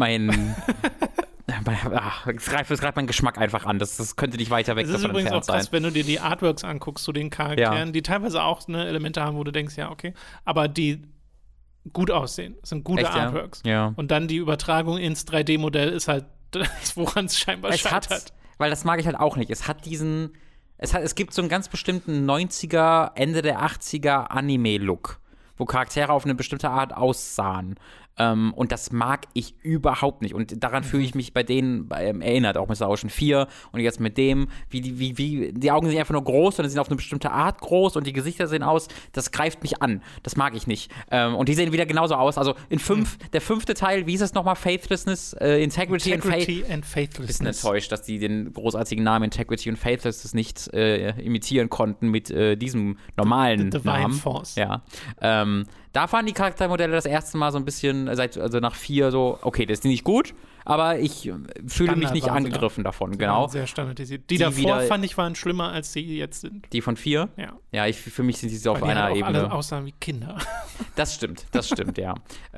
greift meinen Geschmack einfach an. Das könnte nicht weiter weg davon entfernt sein. Es ist übrigens auch krass, wenn du dir die Artworks anguckst zu den Charakteren, die teilweise auch Elemente haben, wo du denkst, ja, okay, aber die gut aussehen. Das sind gute Artworks. Ja. Und dann die Übertragung ins 3D-Modell ist halt das, woran es scheinbar scheitert. Weil das mag ich halt auch nicht. Es gibt so einen ganz bestimmten 90er, Ende der 80er Anime-Look, wo Charaktere auf eine bestimmte Art aussahen. Und das mag ich überhaupt nicht. Und daran fühle ich mich bei denen erinnert, auch mit Star Ocean 4 und jetzt mit dem, wie die Augen sind einfach nur groß und die sind auf eine bestimmte Art groß und die Gesichter sehen aus, das greift mich an. Das mag ich nicht. Und die sehen wieder genauso aus. Also in 5, der 5. Teil, wie ist es nochmal? Faithlessness, Integrity and Faithlessness. Bisschen enttäuscht, dass die den großartigen Namen Integrity und Faithlessness nicht imitieren konnten mit diesem normalen The Divine Namen. Force. Ja. Da waren die Charaktermodelle das erste Mal so ein bisschen, also nach 4 so, okay, das ist nicht gut, aber ich fühle mich nicht angegriffen davon, genau. Sehr standardisiert. Die davor, fand ich, waren schlimmer, als die jetzt sind. Die von 4? Ja. Ja, für mich sind die so auf einer Ebene. Alle aussahen wie Kinder. Das stimmt, ja.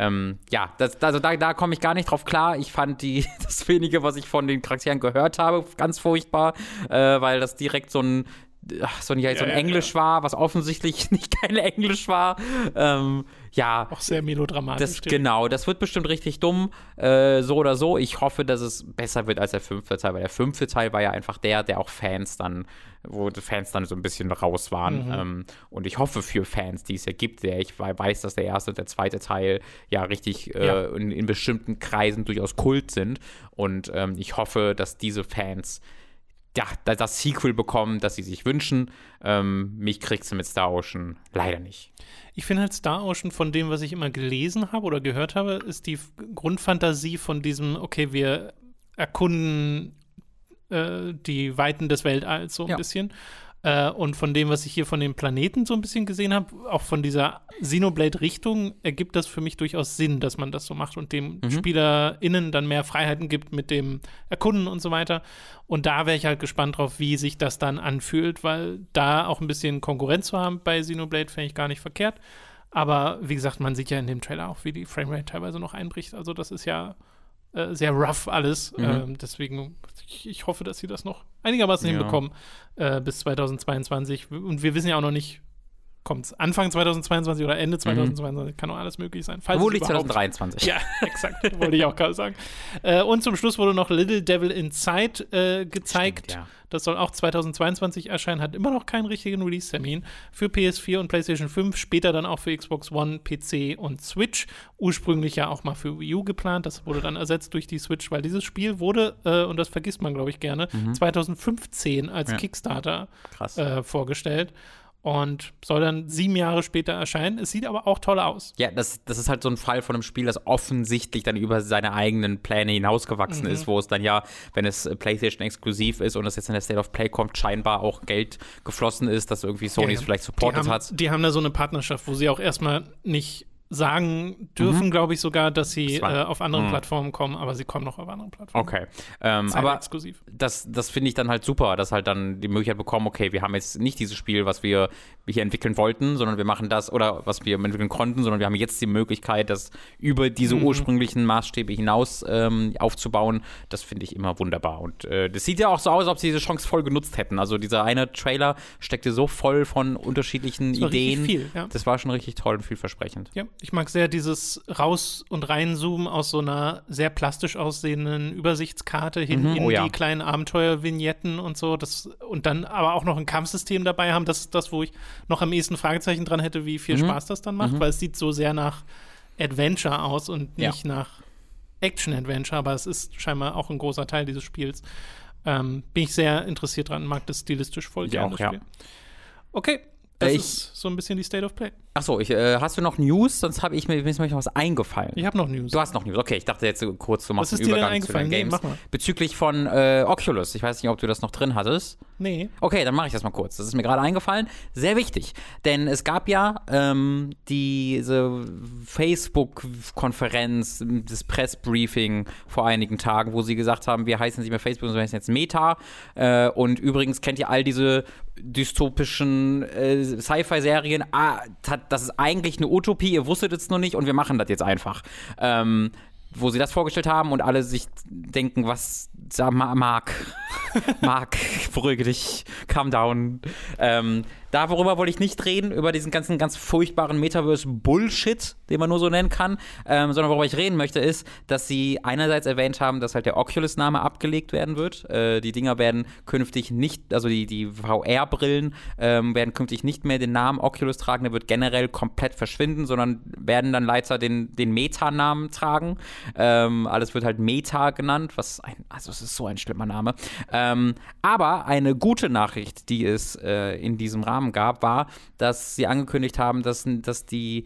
Da komme ich gar nicht drauf klar. Ich fand das wenige, was ich von den Charakteren gehört habe, ganz furchtbar, weil das direkt so ein so ein Englisch war, was offensichtlich nicht kein Englisch war. Auch sehr melodramatisch. Genau, das wird bestimmt richtig dumm, so oder so. Ich hoffe, dass es besser wird als der 5. Teil, weil der 5. Teil war ja einfach der auch wo die Fans dann so ein bisschen raus waren. Und ich hoffe für Fans, die es ja gibt, ich weiß, dass der 1. und der 2. Teil ja richtig in bestimmten Kreisen durchaus Kult sind. Und ich hoffe, dass diese Fans das Sequel bekommen, das sie sich wünschen. Mich kriegst du mit Star Ocean leider nicht. Ich finde halt Star Ocean, von dem, was ich immer gelesen habe oder gehört habe, ist die Grundfantasie von diesem, okay, wir erkunden die Weiten des Weltalls so ein bisschen. Und von dem, was ich hier von den Planeten so ein bisschen gesehen habe, auch von dieser Xenoblade-Richtung, ergibt das für mich durchaus Sinn, dass man das so macht und dem SpielerInnen dann mehr Freiheiten gibt mit dem Erkunden und so weiter. Und da wäre ich halt gespannt drauf, wie sich das dann anfühlt, weil da auch ein bisschen Konkurrenz zu haben bei Xenoblade, fände ich gar nicht verkehrt. Aber wie gesagt, man sieht ja in dem Trailer auch, wie die Framerate teilweise noch einbricht. Also das ist ja sehr rough alles. Deswegen, ich hoffe, dass sie das noch einigermaßen hinbekommen bis 2022. Und wir wissen ja auch noch nicht, kommt es Anfang 2022 oder Ende 2022, kann auch alles möglich sein. Wo liegt 2023? Ja, exakt, wollte ich auch gerade sagen. Und zum Schluss wurde noch Little Devil Inside gezeigt. Stimmt, ja. Das soll auch 2022 erscheinen, hat immer noch keinen richtigen Release-Termin für PS4 und PlayStation 5, später dann auch für Xbox One, PC und Switch. Ursprünglich ja auch mal für Wii U geplant, das wurde dann ersetzt durch die Switch, weil dieses Spiel wurde, und das vergisst man, glaube ich, gerne, 2015 als Kickstarter vorgestellt. Und soll dann 7 Jahre später erscheinen. Es sieht aber auch toll aus. Ja, das ist halt so ein Fall von einem Spiel, das offensichtlich dann über seine eigenen Pläne hinausgewachsen ist, wo es dann ja, wenn es PlayStation exklusiv ist und es jetzt in der State of Play kommt, scheinbar auch Geld geflossen ist, dass irgendwie Sony es vielleicht supportet hat. Die haben da so eine Partnerschaft, wo sie auch erstmal nicht sagen dürfen, glaube ich sogar, dass sie auf anderen Plattformen kommen, aber sie kommen noch auf anderen Plattformen. Okay. Aber exklusiv. Das finde ich dann halt super, dass halt dann die Möglichkeit bekommen, okay, wir haben jetzt nicht dieses Spiel, was wir hier entwickeln wollten, sondern wir machen das, oder was wir entwickeln konnten, sondern wir haben jetzt die Möglichkeit, das über diese ursprünglichen Maßstäbe hinaus aufzubauen. Das finde ich immer wunderbar. Und das sieht ja auch so aus, als ob sie diese Chance voll genutzt hätten. Also dieser eine Trailer steckte so voll von unterschiedlichen Ideen. Viel, ja. Das war schon richtig toll und vielversprechend. Ja. Ich mag sehr dieses Raus- und Reinzoomen aus so einer sehr plastisch aussehenden Übersichtskarte hin in die kleinen Abenteuer-Vignetten und so. Und dann aber auch noch ein Kampfsystem dabei haben. Das ist das, wo ich noch am ehesten Fragezeichen dran hätte, wie viel Spaß das dann macht, weil es sieht so sehr nach Adventure aus und nicht nach Action-Adventure, aber es ist scheinbar auch ein großer Teil dieses Spiels. Bin ich sehr interessiert dran, mag das stilistisch voll gerne. Das Spiel. Okay. Das ist so ein bisschen die State of Play. Achso, hast du noch News? Sonst ist mir noch was eingefallen. Ich habe noch News. Du hast noch News. Okay, ich dachte jetzt kurz, du machst einen Übergang zu den Games. Mach mal. Bezüglich von Oculus. Ich weiß nicht, ob du das noch drin hattest. Nee. Okay, dann mache ich das mal kurz. Das ist mir gerade eingefallen. Sehr wichtig. Denn es gab ja diese Facebook-Konferenz, das Pressbriefing vor einigen Tagen, wo sie gesagt haben, wir heißen nicht mehr Facebook, sondern wir heißen jetzt Meta. Und übrigens kennt ihr all diese dystopischen Sci-Fi-Serien, das ist eigentlich eine Utopie, ihr wusstet es nur nicht und wir machen das jetzt einfach. Wo sie das vorgestellt haben und alle sich denken, was, Marc, beruhige dich, calm down. Worüber wollte ich nicht reden, über diesen ganzen ganz furchtbaren Metaverse-Bullshit, den man nur so nennen kann, sondern worüber ich reden möchte, ist, dass sie einerseits erwähnt haben, dass halt der Oculus-Name abgelegt werden wird. Die Dinger werden künftig nicht, also die VR-Brillen werden künftig nicht mehr den Namen Oculus tragen, der wird generell komplett verschwinden, sondern werden dann leider den Meta-Namen tragen. Alles wird halt Meta genannt, es ist so ein schlimmer Name. Aber eine gute Nachricht, die es in diesem Rahmen gab, war, dass sie angekündigt haben, dass die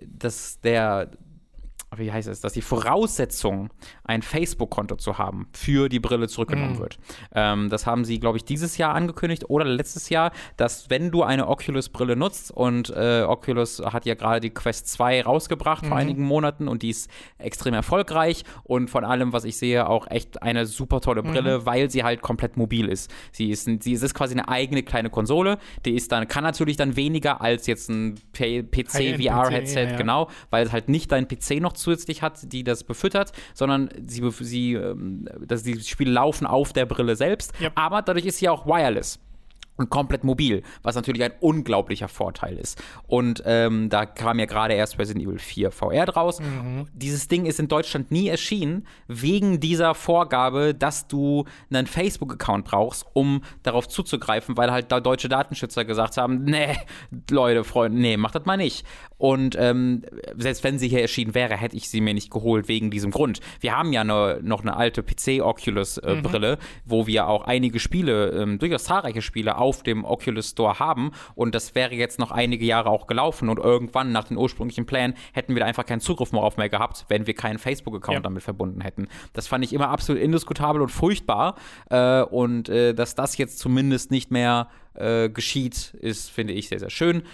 Voraussetzung, ein Facebook-Konto zu haben, für die Brille zurückgenommen wird. Das haben sie, glaube ich, dieses Jahr angekündigt oder letztes Jahr, dass wenn du eine Oculus-Brille nutzt und Oculus hat ja gerade die Quest 2 rausgebracht vor einigen Monaten und die ist extrem erfolgreich und von allem, was ich sehe, auch echt eine super tolle Brille, weil sie halt komplett mobil ist. Sie ist quasi eine eigene kleine Konsole, kann natürlich dann weniger als jetzt ein PC-VR-Headset, genau, weil es halt nicht dein PC noch zusätzlich hat, die das befüttert, sondern die Spiele laufen auf der Brille selbst, aber dadurch ist sie auch wireless. und komplett mobil, was natürlich ein unglaublicher Vorteil ist. Und da kam ja gerade erst Resident Evil 4 VR draus. Dieses Ding ist in Deutschland nie erschienen, wegen dieser Vorgabe, dass du einen Facebook-Account brauchst, um darauf zuzugreifen, weil halt da deutsche Datenschützer gesagt haben, nee, Leute, Freunde, nee, macht das mal nicht. Und selbst wenn sie hier erschienen wäre, hätte ich sie mir nicht geholt wegen diesem Grund. Wir haben ja noch eine alte PC-Oculus-Brille, wo wir auch einige Spiele, durchaus zahlreiche Spiele auf dem Oculus Store haben, und das wäre jetzt noch einige Jahre auch gelaufen, und irgendwann nach den ursprünglichen Plänen hätten wir da einfach keinen Zugriff darauf mehr gehabt, wenn wir keinen Facebook-Account damit verbunden hätten. Das fand ich immer absolut indiskutabel und furchtbar, und dass das jetzt zumindest nicht mehr geschieht, ist, finde ich, sehr, sehr schön.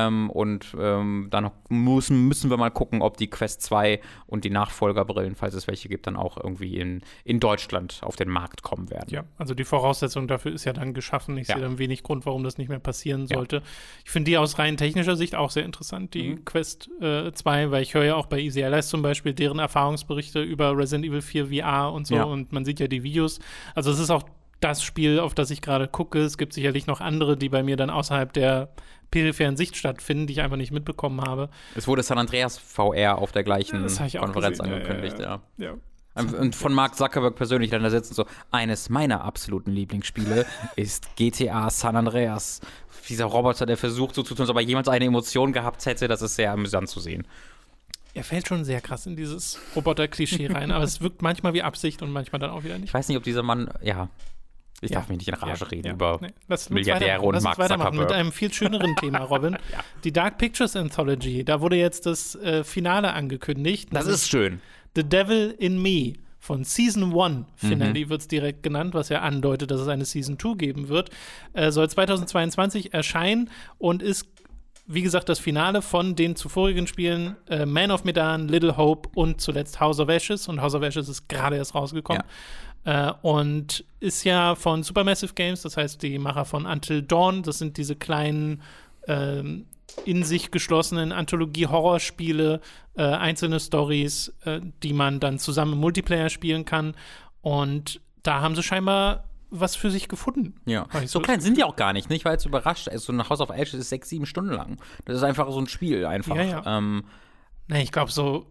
Dann müssen wir mal gucken, ob die Quest 2 und die Nachfolgerbrillen, falls es welche gibt, dann auch irgendwie in Deutschland auf den Markt kommen werden. Ja, also die Voraussetzung dafür ist ja dann geschaffen. Ich sehe dann wenig Grund, warum das nicht mehr passieren sollte. Ich finde die aus rein technischer Sicht auch sehr interessant, die Quest 2, weil ich höre ja auch bei Easy Allies zum Beispiel deren Erfahrungsberichte über Resident Evil 4 VR und so, und man sieht ja die Videos. Also es ist auch das Spiel, auf das ich gerade gucke. Es gibt sicherlich noch andere, die bei mir dann außerhalb der peripheren Sicht stattfinden, die ich einfach nicht mitbekommen habe. Es wurde San Andreas VR auf der gleichen Konferenz angekündigt, ja. Und von Mark Zuckerberg persönlich dann da sitzen so, eines meiner absoluten Lieblingsspiele ist GTA San Andreas. Dieser Roboter, der versucht so zu tun, als ob er jemals eine Emotion gehabt hätte, das ist sehr amüsant zu sehen. Er fällt schon sehr krass in dieses Roboter-Klischee rein, aber es wirkt manchmal wie Absicht und manchmal dann auch wieder nicht. Ich weiß nicht, ob dieser Mann, ich darf mich nicht in Rage reden über Milliardäre und Mark Zuckerberg. Mit einem viel schöneren Thema, Robin. Die Dark Pictures Anthology, da wurde jetzt das Finale angekündigt. Das ist schön. The Devil in Me von Season 1 Finale wird es direkt genannt, was ja andeutet, dass es eine Season 2 geben wird. Soll 2022 erscheinen und ist, wie gesagt, das Finale von den zuvorigen Spielen Man of Medan, Little Hope und zuletzt House of Ashes. Und House of Ashes ist gerade erst rausgekommen. Und ist ja von Supermassive Games, das heißt die Macher von Until Dawn. Das sind diese kleinen in sich geschlossenen Anthologie-Horrorspiele, einzelne Stories, die man dann zusammen im Multiplayer spielen kann. Und da haben sie scheinbar was für sich gefunden. Ja, so klein sind die auch gar nicht. Ich war jetzt überrascht. Also so ein House of Ashes ist 6-7 Stunden lang. Das ist einfach so ein Spiel einfach. Ich glaube so,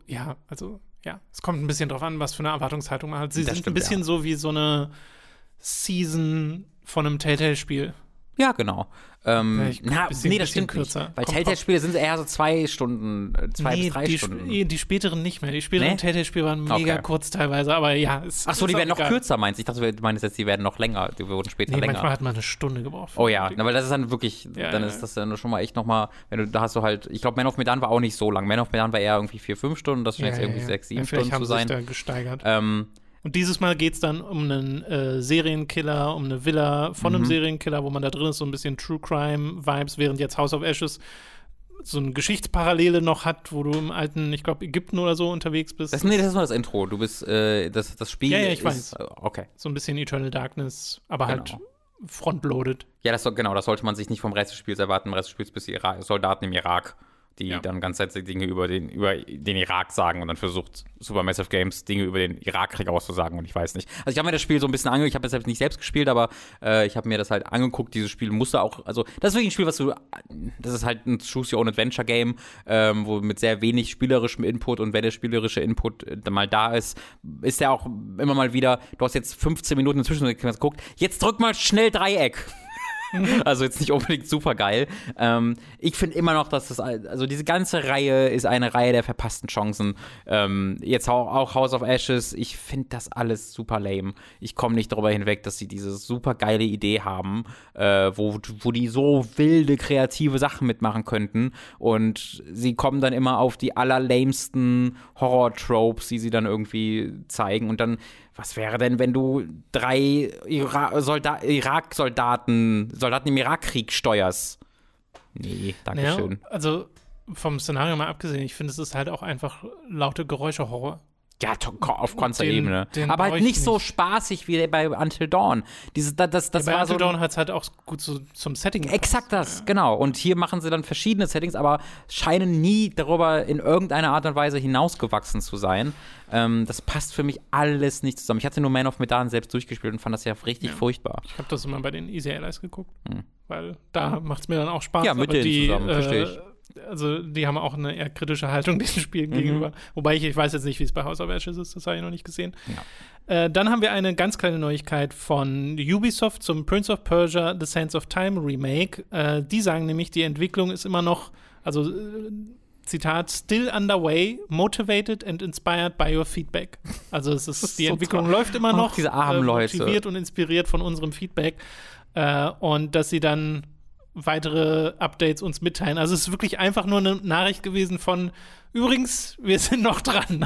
es kommt ein bisschen drauf an, was für eine Erwartungshaltung man hat. Sie sind ein bisschen so wie so eine Season von einem Telltale-Spiel. Ja, genau. Das stimmt kürzer. Nicht. Weil Telltale-Spiele sind eher so 2 Stunden, 2 bis 3 Stunden. Die späteren nicht mehr. Die späteren Telltale-Spiele waren mega kurz teilweise, aber ja. Achso, die werden noch kürzer, meinst du? Ich dachte, du meinst jetzt, die werden noch länger. Die wurden später länger. Manchmal hat man eine Stunde gebraucht. Oh ja, weil das ist dann wirklich, dann ist das dann schon mal echt nochmal, da hast du halt, ich glaube, Man of Medan war auch nicht so lang. Man of Medan war eher irgendwie 4-5 Stunden, das scheint jetzt irgendwie 6-7 Stunden zu sein. Vielleicht haben sich da gesteigert. Und dieses Mal geht es dann um einen Serienkiller, um eine Villa von einem Serienkiller, wo man da drin ist, so ein bisschen True Crime-Vibes, während jetzt House of Ashes so eine Geschichtsparallele noch hat, wo du im alten, ich glaube, Ägypten oder so unterwegs bist. Das ist nur das Intro. Du bist, das Spiel ich weiß. Okay. So ein bisschen Eternal Darkness, aber halt frontloaded. Ja, das sollte man sich nicht vom Rest des Spiels erwarten. Im Rest des Spiels bist du Soldaten im Irak, die dann ganz Zeit Dinge über den Irak sagen, und dann versucht Supermassive Games Dinge über den Irakkrieg auszusagen, und ich weiß nicht. Also ich habe mir das Spiel so ein bisschen angeguckt, ich habe es nicht selbst gespielt, aber ich habe mir das halt angeguckt, dieses Spiel musste auch, also das ist wirklich ein Spiel, das ist halt ein Choose-Your-Own-Adventure-Game, wo mit sehr wenig spielerischem Input, und wenn der spielerische Input mal da ist der auch immer mal wieder, du hast jetzt 15 Minuten inzwischen geguckt, jetzt drück mal schnell Dreieck. Also jetzt nicht unbedingt super geil. Ich finde immer noch, dass diese ganze Reihe ist eine Reihe der verpassten Chancen. Jetzt auch House of Ashes, ich finde das alles super lame. Ich komme nicht darüber hinweg, dass sie diese super geile Idee haben, wo die so wilde, kreative Sachen mitmachen könnten, und sie kommen dann immer auf die allerlamesten Horror-Tropes, die sie dann irgendwie zeigen, und dann was wäre denn, wenn du 3 Soldaten im Irakkrieg steuerst? Nee, dankeschön. Also vom Szenario mal abgesehen, ich finde, es ist halt auch einfach laute Geräusche-Horror. Ja, auf ganzer Den- Ebene. den Aber brauch halt ich nicht so nicht. spaßig wie bei Until Dawn. Das Bei war Until so. Dawn hat es halt auch gut zum Setting gepasst. Exakt das, genau. Und hier machen sie dann verschiedene Settings, aber scheinen nie darüber in irgendeiner Art und Weise hinausgewachsen zu sein. Das passt für mich alles nicht zusammen. Ich hatte nur Man of Medan selbst durchgespielt und fand das ja richtig furchtbar. Ich habe das immer bei den Easy Allies geguckt, weil da macht es mir dann auch Spaß. Ja, mit aber denen zusammen, verstehe ich. Also die haben auch eine eher kritische Haltung diesen Spielen gegenüber. Wobei ich weiß jetzt nicht, wie es bei House of Ashes ist, das habe ich noch nicht gesehen. Ja. Dann haben wir eine ganz kleine Neuigkeit von Ubisoft zum Prince of Persia The Sands of Time Remake. Die sagen nämlich, die Entwicklung ist immer noch, also Zitat, still underway, motivated and inspired by your feedback. Also es ist die so Entwicklung toll. läuft immer noch, diese armen Leute. motiviert und inspiriert von unserem Feedback. Und dass sie dann weitere Updates uns mitteilen. Also es ist wirklich einfach nur eine Nachricht gewesen von, übrigens, wir sind noch dran.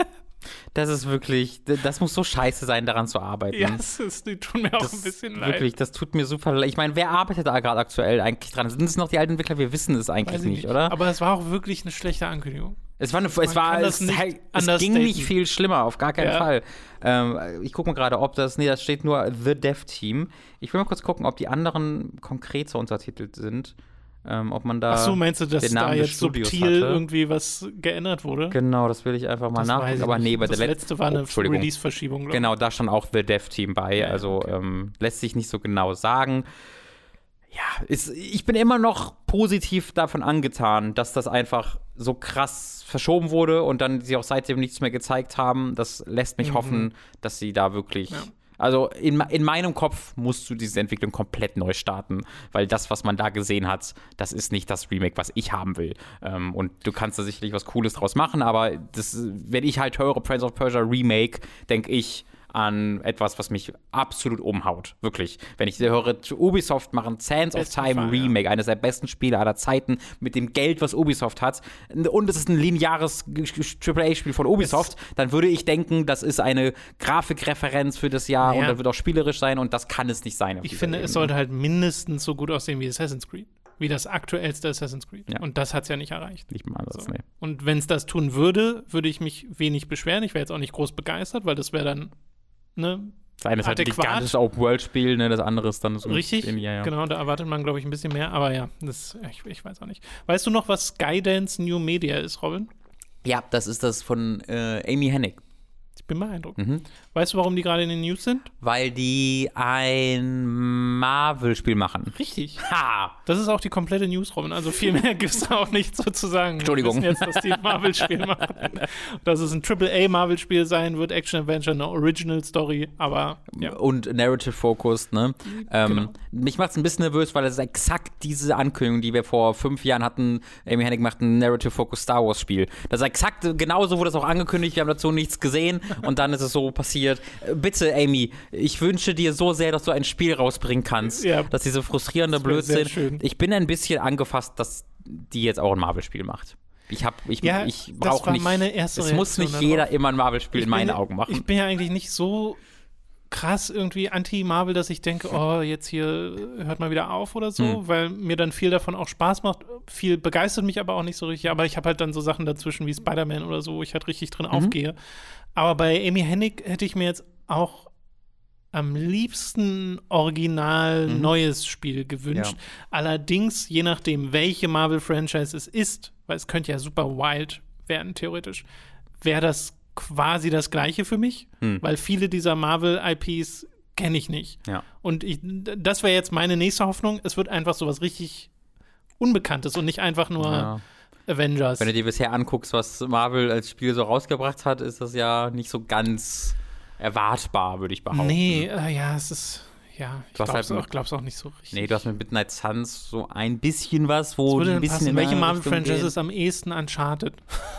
Das ist wirklich, das muss so scheiße sein, daran zu arbeiten. Ja, die tun mir auch ein bisschen leid. Wirklich, das tut mir super leid. Ich meine, wer arbeitet da gerade aktuell eigentlich dran? Sind es noch die alten Entwickler? Wir wissen es eigentlich Weiß ich nicht, oder? Aber es war auch wirklich eine schlechte Ankündigung. Es kann das nicht ging understaten. nicht viel schlimmer, auf gar keinen Fall. Ich gucke mal gerade, ob das steht nur The Dev Team. Ich will mal kurz gucken, ob die anderen konkret so untertitelt sind. Ob man da Ach so, meinst du, dass den Namen da des jetzt Studios subtil hatte? irgendwie was geändert wurde? Genau, das will ich einfach mal Das weiß nachgucken. ich Aber nicht. nee, bei das der letzte war eine Entschuldigung. Release-Verschiebung, glaube ich. Genau, da stand auch The Dev Team bei. Ja, also okay. Lässt sich nicht so genau sagen. Ja, ich bin immer noch positiv davon angetan, dass das einfach so krass verschoben wurde und dann sie auch seitdem nichts mehr gezeigt haben. Das lässt mich hoffen, dass sie da wirklich. Ja. Also in meinem Kopf musst du diese Entwicklung komplett neu starten, weil das, was man da gesehen hat, das ist nicht das Remake, was ich haben will. Und du kannst da sicherlich was Cooles draus machen, aber wenn ich halt höre Prince of Persia Remake, denke ich an etwas, was mich absolut umhaut. Wirklich. Wenn ich höre, Ubisoft machen Sands of Besten Time Fall, Remake, eines der besten Spiele aller Zeiten, mit dem Geld, was Ubisoft hat, und es ist ein lineares AAA-Spiel von Ubisoft, dann würde ich denken, das ist eine Grafikreferenz für das Jahr und das wird auch spielerisch sein und das kann es nicht sein. Ich finde, es sollte halt mindestens so gut aussehen wie Assassin's Creed. Wie das aktuellste Assassin's Creed. Ja. Und das hat es ja nicht erreicht. Nicht mal Ansatz, So. nee. Und wenn es das tun würde, würde ich mich wenig beschweren. Ich wäre jetzt auch nicht groß begeistert, weil das wäre dann Das eine ist halt ein adäquat. gigantisches Open-World-Spiel, ne? Das andere ist dann so Richtig, ja. genau, da erwartet man, glaube ich, ein bisschen mehr. Aber ja, ich weiß auch nicht. Weißt du noch, was Skydance New Media ist, Robin? Ja, das ist das von Amy Hennig. Ich bin beeindruckt. Mhm. Weißt du, warum die gerade in den News sind? Weil die ein Marvel-Spiel machen. Richtig. Ha! Das ist auch die komplette News, Robin. Also viel mehr gibt es auch nicht sozusagen. Entschuldigung. Wir wissen jetzt, dass die ein Marvel-Spiel machen. Dass es ein AAA-Marvel-Spiel sein wird, Action-Adventure, eine Original-Story, aber ja. Und Narrative-Focused, ne? Genau. Mich macht es ein bisschen nervös, weil es ist exakt diese Ankündigung, die wir vor 5 Jahren hatten. Amy Hennig macht ein Narrative-Focused Star Wars-Spiel. Das ist exakt, genauso wurde es auch angekündigt, wir haben dazu nichts gesehen und dann ist es so passiert. Bitte, Amy, ich wünsche dir so sehr, dass du ein Spiel rausbringen kannst, Ja. dass diese frustrierende Das wär sehr Blödsinn. schön. Ich bin ein bisschen angefasst, dass die jetzt auch ein Marvel-Spiel macht. Ich Das brauche war nicht. meine erste Es muss Reaktion nicht jeder darauf. immer ein Marvel-Spiel in meinen Augen machen. Ich bin ja eigentlich nicht so krass irgendwie anti-Marvel, dass ich denke, oh, jetzt hier hört mal wieder auf oder so, weil mir dann viel davon auch Spaß macht. Viel begeistert mich aber auch nicht so richtig. Aber ich habe halt dann so Sachen dazwischen wie Spider-Man oder so, wo ich halt richtig drin aufgehe. Aber bei Amy Hennig hätte ich mir jetzt auch am liebsten original neues Spiel gewünscht. Ja. Allerdings, je nachdem, welche Marvel-Franchise es ist, weil es könnte ja super wild werden, theoretisch, wäre das quasi das Gleiche für mich, weil viele dieser Marvel-IPs kenne ich nicht. Ja. Und das wäre jetzt meine nächste Hoffnung. Es wird einfach sowas richtig Unbekanntes und nicht einfach nur Ja. Avengers. Wenn du dir bisher anguckst, was Marvel als Spiel so rausgebracht hat, ist das ja nicht so ganz erwartbar, würde ich behaupten. Nee, ja, es ist, ja, ich Du hast glaub's auch nicht so richtig. Nee, du hast mit Midnight Suns so ein bisschen was, wo Was würde die ein denn bisschen passen? in Welche eine Marvel-Franchise Richtung ist am ehesten Uncharted?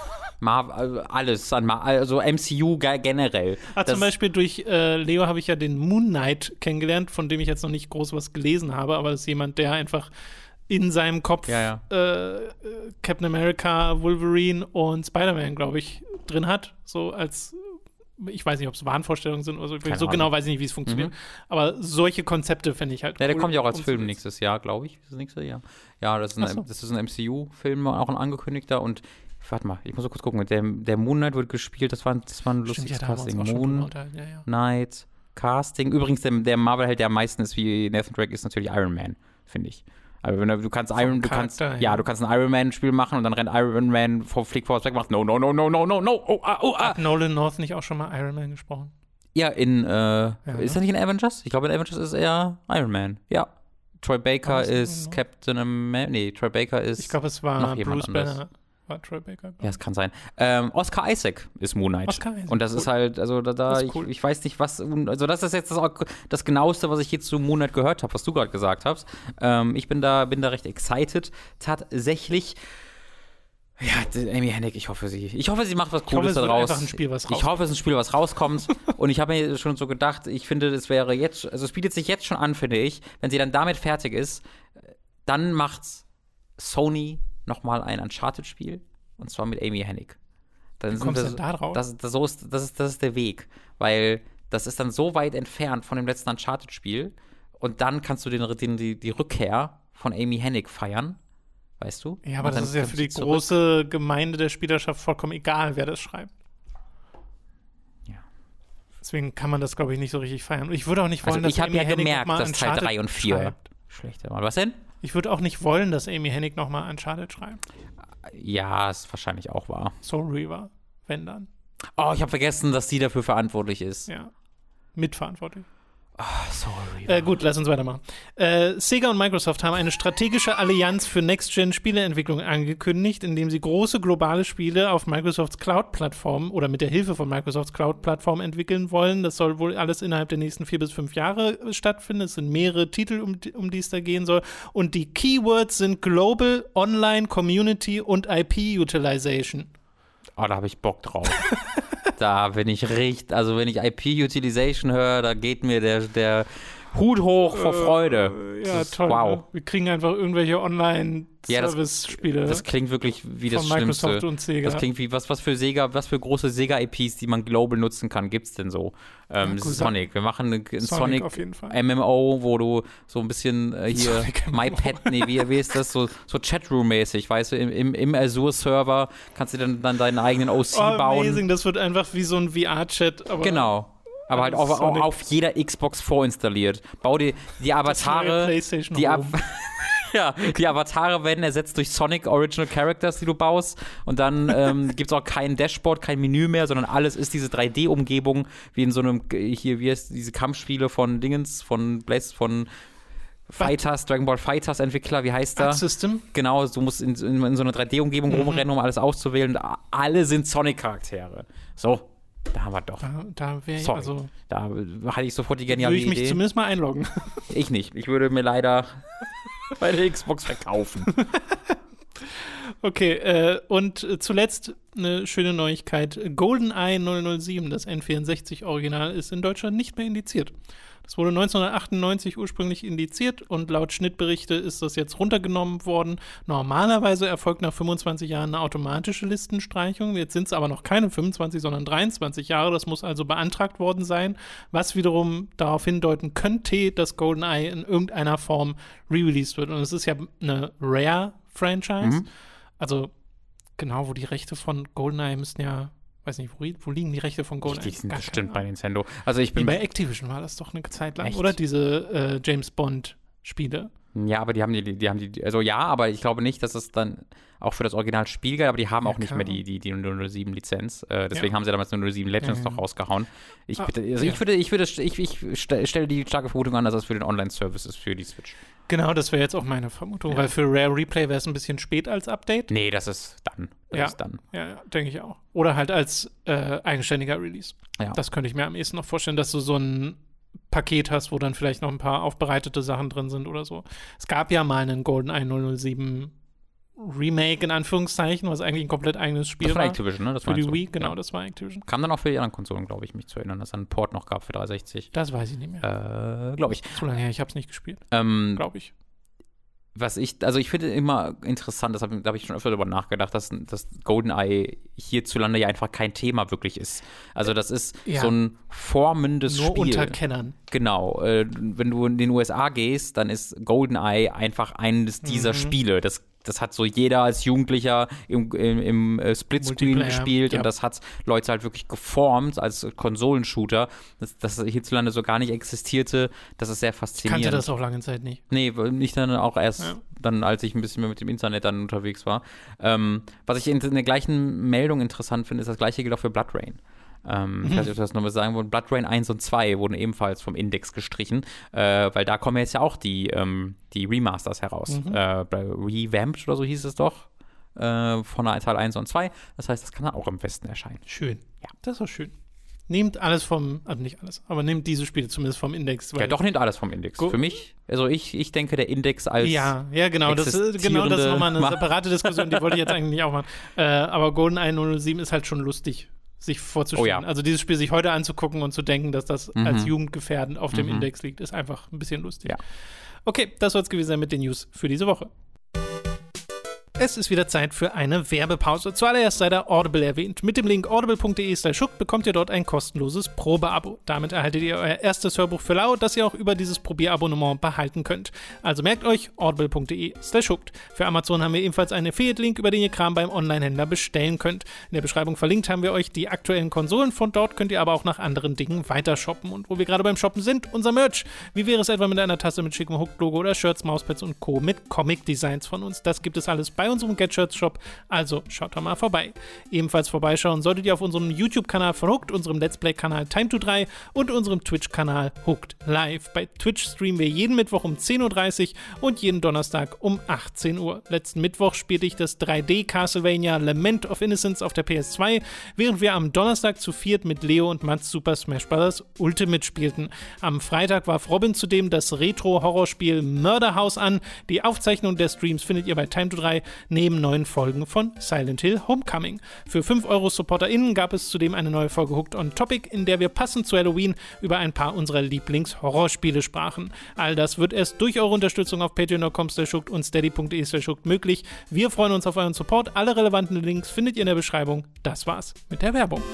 alles, also MCU generell. Zum Beispiel durch Leo habe ich ja den Moon Knight kennengelernt, von dem ich jetzt noch nicht groß was gelesen habe, aber das ist jemand, der einfach in seinem Kopf Ja. Captain America, Wolverine und Spider-Man, glaube ich, drin hat. So als, ich weiß nicht, ob es Wahnvorstellungen sind oder so. Keine So Ahnung. genau weiß ich nicht, wie es funktioniert. Aber solche Konzepte finde ich halt Ja, der cool kommt ja auch als Film umzusetzen. nächstes Jahr, glaube ich. Das nächste Jahr. Ja, das Ach so. ist ein MCU-Film, auch ein angekündigter. Und Warte mal, ich muss so kurz gucken. Der Moon Knight wird gespielt, das war ein lustiges Casting. Moon Knight Casting. Übrigens, der Marvel-Held, der am meisten ist wie Nathan Drake, ist natürlich Iron Man, finde ich. Also du kannst ein Iron Man-Spiel machen und dann rennt Iron Man vom Flick Force weg und macht no. Hat Nolan North nicht auch schon mal Iron Man gesprochen? Ja, ist er nicht in Avengers? Ich glaube, in Avengers ist er Iron Man. Ja. Troy Baker ist Captain America. Nee, Troy Baker ist. Ich glaube, es war Bruce Banner. War Troy Baker. Ja, es kann sein. Oscar Isaac ist Moon Knight. Und das ist halt, also cool. ich weiß nicht, was, also das ist jetzt das Genaueste, was ich jetzt zu Moon Knight gehört habe, was du gerade gesagt hast. Ich bin da recht excited. Tatsächlich. Ja, Amy Hennig, ich hoffe, sie macht was Cooles daraus. Ich hoffe, es ist ein Spiel, was rauskommt. Und ich habe mir schon so gedacht, ich finde, es bietet sich jetzt schon an, finde ich, wenn sie dann damit fertig ist, dann macht Sony nochmal ein Uncharted-Spiel, und zwar mit Amy Hennig. Wie kommst du denn da drauf? Das ist der Weg, weil das ist dann so weit entfernt von dem letzten Uncharted-Spiel, und dann kannst du die Rückkehr von Amy Hennig feiern, weißt du? Ja, aber das ist ja für die große Gemeinde der Spielerschaft vollkommen egal, wer das schreibt. Ja. Deswegen kann man das, glaube ich, nicht so richtig feiern. Und ich würde auch nicht wollen, dass Amy Hennig Ich habe ja gemerkt, dass Teil 3 und 4 schlechter waren. Was denn? Ich würde auch nicht wollen, dass Amy Hennig nochmal Uncharted schreibt. Ja, ist wahrscheinlich auch wahr. Soul Reaver, wenn dann. Oh, ich habe vergessen, dass sie dafür verantwortlich ist. Ja, mitverantwortlich. Sorry. Gut, lass uns weitermachen. Sega und Microsoft haben eine strategische Allianz für Next-Gen-Spieleentwicklung angekündigt, indem sie große globale Spiele auf Microsofts Cloud-Plattform oder mit der Hilfe von Microsofts Cloud-Plattform entwickeln wollen. Das soll wohl alles innerhalb der nächsten 4 bis 5 Jahre stattfinden. Es sind mehrere Titel, um die es da gehen soll. Und die Keywords sind Global, Online, Community und IP-Utilization. Oh, da habe ich Bock drauf. Da bin ich richtig, also wenn ich IP-Utilization höre, da geht mir der Hut hoch vor Freude. Ja, toll. Wow. Ne? Wir kriegen einfach irgendwelche Online-Service-Spiele. Ja, das klingt wirklich wie das von Schlimmste. Microsoft und Sega. Das klingt wie was für große Sega-IPs, die man global nutzen kann, gibt's denn so? Sonic. Wir machen ein Sonic MMO, wo du so ein bisschen hier MyPet, wie ist das? So Chatroom-mäßig, weißt du, im Azure-Server kannst du dann deinen eigenen OC bauen. Amazing, das wird einfach wie so ein VR-Chat. Genau. Aber halt auch auf jeder Xbox vorinstalliert. Bau dir die Avatare. Die Avatare werden ersetzt durch Sonic Original Characters, die du baust. Und dann gibt es auch kein Dashboard, kein Menü mehr, sondern alles ist diese 3D-Umgebung, wie in so einem, wie heißt diese Kampfspiele von Fighters, Dragon Ball Fighters Entwickler, wie heißt der? Arc System. Genau, du musst in so einer 3D-Umgebung rumrennen, um alles auszuwählen. Alle sind Sonic-Charaktere. So. Da haben wir doch. Da wäre ich, Sorry. Da hatte ich sofort die geniale Idee. Würde ich mich zumindest mal einloggen. Ich nicht. Ich würde mir leider meine Xbox verkaufen. Okay, und zuletzt eine schöne Neuigkeit. GoldenEye 007, das N64-Original, ist in Deutschland nicht mehr indiziert. Das wurde 1998 ursprünglich indiziert und laut Schnittberichte ist das jetzt runtergenommen worden. Normalerweise erfolgt nach 25 Jahren eine automatische Listenstreichung. Jetzt sind es aber noch keine 25, sondern 23 Jahre. Das muss also beantragt worden sein, was wiederum darauf hindeuten könnte, dass GoldenEye in irgendeiner Form re-released wird. Und es ist ja eine Rare-Franchise. Also genau, wo die Rechte von GoldenEye müssten ja, weiß nicht, wo liegen die Rechte von GoldenEye? Die sind bestimmt bei Nintendo. Also ich bin bei Activision war das doch eine Zeit lang, echt? Oder? Diese James Bond-Spiele. Ja, aber die haben also ja, aber ich glaube nicht, dass es dann auch für das Original-Spiel gilt, aber die haben auch nicht mehr die 007-Lizenz. Deswegen haben sie damals 007 Legends noch rausgehauen. Ich stelle die starke Vermutung an, dass das für den Online-Service ist für die Switch. Genau, das wäre jetzt auch meine Vermutung, weil für Rare Replay wäre es ein bisschen spät als Update. Nee, das ist dann. Ja, denke ich auch. Oder halt als eigenständiger Release. Ja. Das könnte ich mir am ehesten noch vorstellen, dass du so ein Paket hast, wo dann vielleicht noch ein paar aufbereitete Sachen drin sind oder so. Es gab ja mal einen GoldenEye 007 Remake in Anführungszeichen, was eigentlich ein komplett eigenes Spiel war. Das war Activision, ne? Das für die Wii, genau, das war Activision. Kam dann auch für die anderen Konsolen, glaube ich, mich zu erinnern, dass es einen Port noch gab für 360. Das weiß ich nicht mehr. Glaube ich. Zu lange her, ich habe es nicht gespielt. Glaube ich. Ich finde immer interessant, da habe ich schon öfter darüber nachgedacht, dass GoldenEye hierzulande ja einfach kein Thema wirklich ist. Also das ist so ein formendes Spiel. Nur unter Kennern. Genau. Wenn du in den USA gehst, dann ist GoldenEye einfach eines dieser Spiele. Das das hat so jeder als Jugendlicher im Splitscreen gespielt und das hat Leute halt wirklich geformt als Konsolenshooter, das hierzulande so gar nicht existierte. Das ist sehr faszinierend. Ich kannte das auch lange Zeit nicht. Nee, nicht dann auch erst dann, als ich ein bisschen mehr mit dem Internet dann unterwegs war. Was ich in der gleichen Meldung interessant finde, ist das gleiche gilt auch für Blood Rain. Ich weiß nicht, ob du das noch mal sagen wollen. Blood Rain 1 und 2 wurden ebenfalls vom Index gestrichen, weil da kommen jetzt ja auch die Remasters heraus. Revamped oder so hieß es doch, von Teil 1 und 2. Das heißt, das kann dann auch im Westen erscheinen. Schön. Ja, das ist auch schön. Nehmt alles nicht alles, aber nehmt diese Spiele zumindest vom Index. Ja, doch, nehmt alles vom Index. Für mich, also ich denke, der Index als Ja, genau, das ist nochmal eine separate Diskussion, die wollte ich jetzt eigentlich nicht aufmachen. Aber GoldenEye 007 ist halt schon lustig, sich vorzustellen. Oh ja. Also dieses Spiel sich heute anzugucken und zu denken, dass das als jugendgefährdend auf dem Index liegt, ist einfach ein bisschen lustig. Ja. Okay, das soll es gewesen sein mit den News für diese Woche. Es ist wieder Zeit für eine Werbepause. Zuallererst sei da Audible erwähnt. Mit dem Link audible.de/schuck bekommt ihr dort ein kostenloses Probeabo. Damit erhaltet ihr euer erstes Hörbuch für lau, das ihr auch über dieses Probierabonnement behalten könnt. Also merkt euch audible.de/schuck. Für Amazon haben wir ebenfalls einen Affiliate-Link, über den ihr Kram beim Online-Händler bestellen könnt. In der Beschreibung verlinkt haben wir euch die aktuellen Konsolen. Von dort könnt ihr aber auch nach anderen Dingen weiter shoppen. Und wo wir gerade beim Shoppen sind, unser Merch. Wie wäre es etwa mit einer Tasse mit schickem Hook-Logo oder Shirts, Mauspads und Co. mit Comic-Designs von uns? Das gibt es alles bei unserem Get-Shirts-Shop, also schaut da mal vorbei. Ebenfalls vorbeischauen solltet ihr auf unserem YouTube-Kanal von Hooked, unserem Let's Play-Kanal Time to 3 und unserem Twitch-Kanal Hooked Live. Bei Twitch streamen wir jeden Mittwoch um 10.30 Uhr und jeden Donnerstag um 18 Uhr. Letzten Mittwoch spielte ich das 3D Castlevania Lament of Innocence auf der PS2, während wir am Donnerstag zu viert mit Leo und Mats Super Smash Bros. Ultimate spielten. Am Freitag warf Robin zudem das Retro-Horrorspiel Murder House an. Die Aufzeichnung der Streams findet ihr bei Time to 3 neben neuen Folgen von Silent Hill Homecoming. Für 5 € SupporterInnen gab es zudem eine neue Folge Hooked on Topic, in der wir passend zu Halloween über ein paar unserer Lieblings-Horrorspiele sprachen. All das wird erst durch eure Unterstützung auf patreon.com/hooked und steady.de/hooked möglich. Wir freuen uns auf euren Support. Alle relevanten Links findet ihr in der Beschreibung. Das war's mit der Werbung.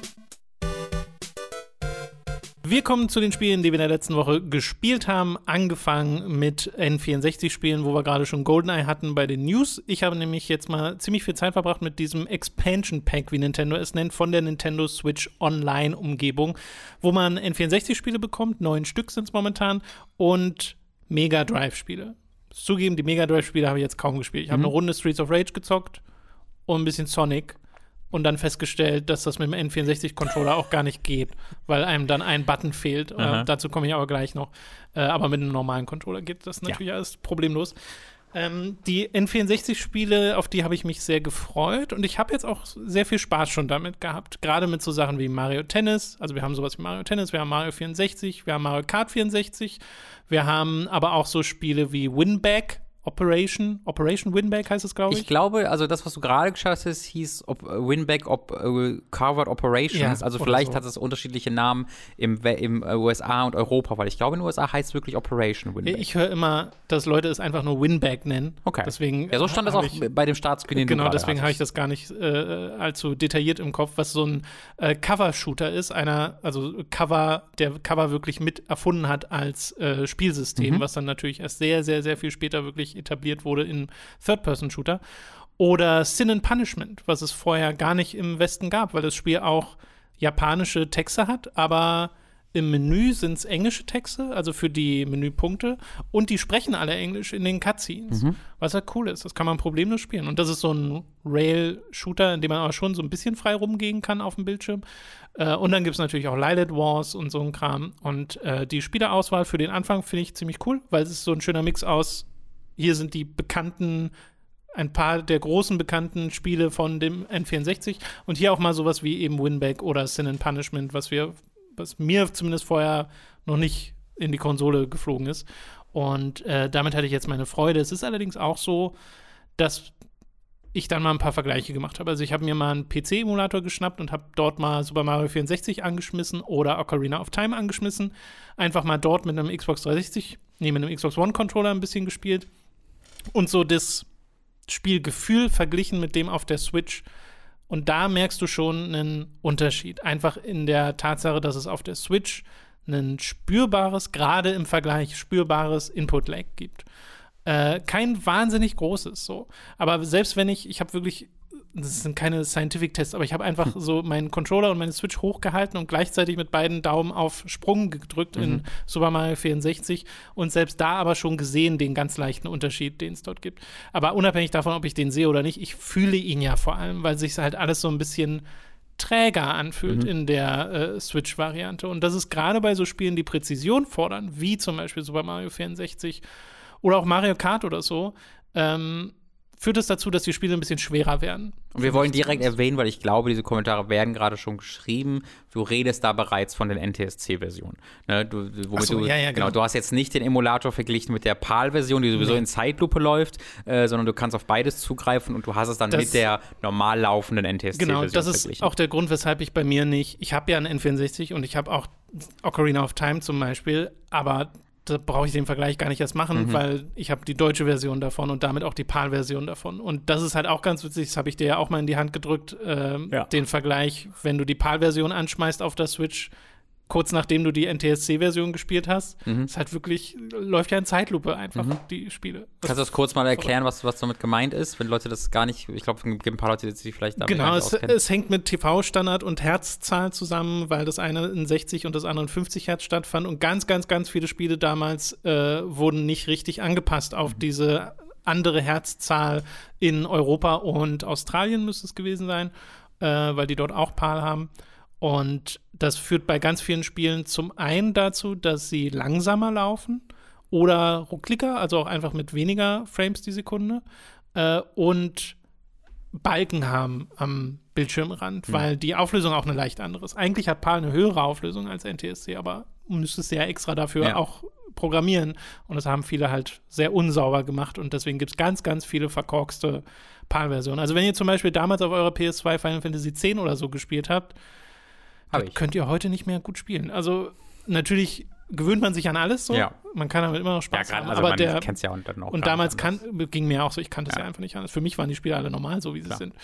Wir kommen zu den Spielen, die wir in der letzten Woche gespielt haben. Angefangen mit N64-Spielen, wo wir gerade schon GoldenEye hatten bei den News. Ich habe nämlich jetzt mal ziemlich viel Zeit verbracht mit diesem Expansion Pack, wie Nintendo es nennt, von der Nintendo Switch Online-Umgebung, wo man N64-Spiele bekommt, 9 Stück sind es momentan, und Mega Drive-Spiele. Zugeben, die Mega Drive-Spiele habe ich jetzt kaum gespielt. Ich habe eine Runde Streets of Rage gezockt und ein bisschen Sonic. Und dann festgestellt, dass das mit dem N64-Controller auch gar nicht geht, weil einem dann ein Button fehlt. Dazu komme ich aber gleich noch. Aber mit einem normalen Controller geht das natürlich alles problemlos. Die N64-Spiele, auf die habe ich mich sehr gefreut. Und ich habe jetzt auch sehr viel Spaß schon damit gehabt. Gerade mit so Sachen wie Mario Tennis. Also wir haben sowas wie Mario Tennis, wir haben Mario 64, wir haben Mario Kart 64. Wir haben aber auch so Spiele wie Winback. Operation Winback heißt es, glaube ich. Ich glaube, also das, was du gerade geschaut hast, hieß Winback Covert Operations. Ja, also vielleicht hat es unterschiedliche Namen im USA und Europa, weil ich glaube, in den USA heißt es wirklich Operation Winback. Ich höre immer, dass Leute es einfach nur Winback nennen. Okay. Deswegen ja, so stand das auch bei dem Staatskönigin. Genau, deswegen habe ich das gar nicht allzu detailliert im Kopf, was so ein Cover-Shooter ist. Der Cover wirklich mit erfunden hat als Spielsystem, was dann natürlich erst sehr, sehr, sehr viel später wirklich etabliert wurde in Third-Person-Shooter. Oder Sin and Punishment, was es vorher gar nicht im Westen gab, weil das Spiel auch japanische Texte hat, aber im Menü sind es englische Texte, also für die Menüpunkte, und die sprechen alle Englisch in den Cutscenes, was halt cool ist. Das kann man problemlos spielen. Und das ist so ein Rail-Shooter, in dem man aber schon so ein bisschen frei rumgehen kann auf dem Bildschirm. Und dann gibt es natürlich auch Lilith Wars und so ein Kram. Und die Spielerauswahl für den Anfang finde ich ziemlich cool, weil es ist so ein schöner Mix aus, hier sind die bekannten, ein paar der großen bekannten Spiele von dem N64 und hier auch mal sowas wie eben Winback oder Sin and Punishment, was mir zumindest vorher noch nicht in die Konsole geflogen ist. Und damit hatte ich jetzt meine Freude. Es ist allerdings auch so, dass ich dann mal ein paar Vergleiche gemacht habe. Also ich habe mir mal einen PC-Emulator geschnappt und habe dort mal Super Mario 64 angeschmissen oder Ocarina of Time angeschmissen. Einfach mal dort mit einem Xbox One-Controller ein bisschen gespielt. Und so das Spielgefühl verglichen mit dem auf der Switch. Und da merkst du schon einen Unterschied. Einfach in der Tatsache, dass es auf der Switch ein spürbares, gerade im Vergleich spürbares Input-Lag gibt. kein wahnsinnig großes, so. Aber selbst wenn ich habe wirklich, das sind keine Scientific-Tests, aber ich habe einfach so meinen Controller und meine Switch hochgehalten und gleichzeitig mit beiden Daumen auf Sprung gedrückt in Super Mario 64 und selbst da aber schon gesehen den ganz leichten Unterschied, den es dort gibt. Aber unabhängig davon, ob ich den sehe oder nicht, ich fühle ihn ja vor allem, weil sich halt alles so ein bisschen träger anfühlt in der Switch-Variante. Und das ist gerade bei so Spielen, die Präzision fordern, wie zum Beispiel Super Mario 64 oder auch Mario Kart oder so, führt es dazu, dass die Spiele ein bisschen schwerer werden. Und wir wollen direkt erwähnen, weil ich glaube, diese Kommentare werden gerade schon geschrieben. Du redest da bereits von den NTSC-Versionen. Ne? Genau. Du hast jetzt nicht den Emulator verglichen mit der PAL-Version, die sowieso in Zeitlupe läuft, sondern du kannst auf beides zugreifen und du hast es dann mit der normal laufenden NTSC-Version verglichen. Genau, das ist auch der Grund, weshalb ich bei mir nicht, ich habe ja einen N64 und ich habe auch Ocarina of Time zum Beispiel, aber da brauche ich den Vergleich gar nicht erst machen, weil ich habe die deutsche Version davon und damit auch die PAL-Version davon. Und das ist halt auch ganz witzig, das habe ich dir ja auch mal in die Hand gedrückt, den Vergleich, wenn du die PAL-Version anschmeißt auf der Switch, kurz nachdem du die NTSC-Version gespielt hast, ist halt wirklich, läuft ja in Zeitlupe einfach, die Spiele. Kannst du das kurz mal erklären, was damit gemeint ist, wenn Leute das gar nicht, ich glaube, es gibt ein paar Leute, die sich vielleicht damit auskennen. Es hängt mit TV-Standard und Herzzahl zusammen, weil das eine in 60 und das andere in 50 Hertz stattfand und ganz, ganz, ganz viele Spiele damals wurden nicht richtig angepasst auf diese andere Herzzahl in Europa und Australien müsste es gewesen sein, weil die dort auch PAL haben. Und das führt bei ganz vielen Spielen zum einen dazu, dass sie langsamer laufen oder ruckliger, also auch einfach mit weniger Frames die Sekunde und Balken haben am Bildschirmrand, weil die Auflösung auch eine leicht andere ist. Eigentlich hat PAL eine höhere Auflösung als NTSC, aber müsstest du ja extra dafür auch programmieren. Und das haben viele halt sehr unsauber gemacht und deswegen gibt es ganz, ganz viele verkorkste PAL-Versionen. Also wenn ihr zum Beispiel damals auf eurer PS2 Final Fantasy X oder so gespielt habt, könnt ihr heute nicht mehr gut spielen. Also natürlich gewöhnt man sich an alles so. Ja. Man kann damit immer noch Spaß haben. Also aber man kennt es ja dann auch. Und damals ging mir auch so, ich kannte es ja einfach nicht anders. Für mich waren die Spiele alle normal, so wie sie sind.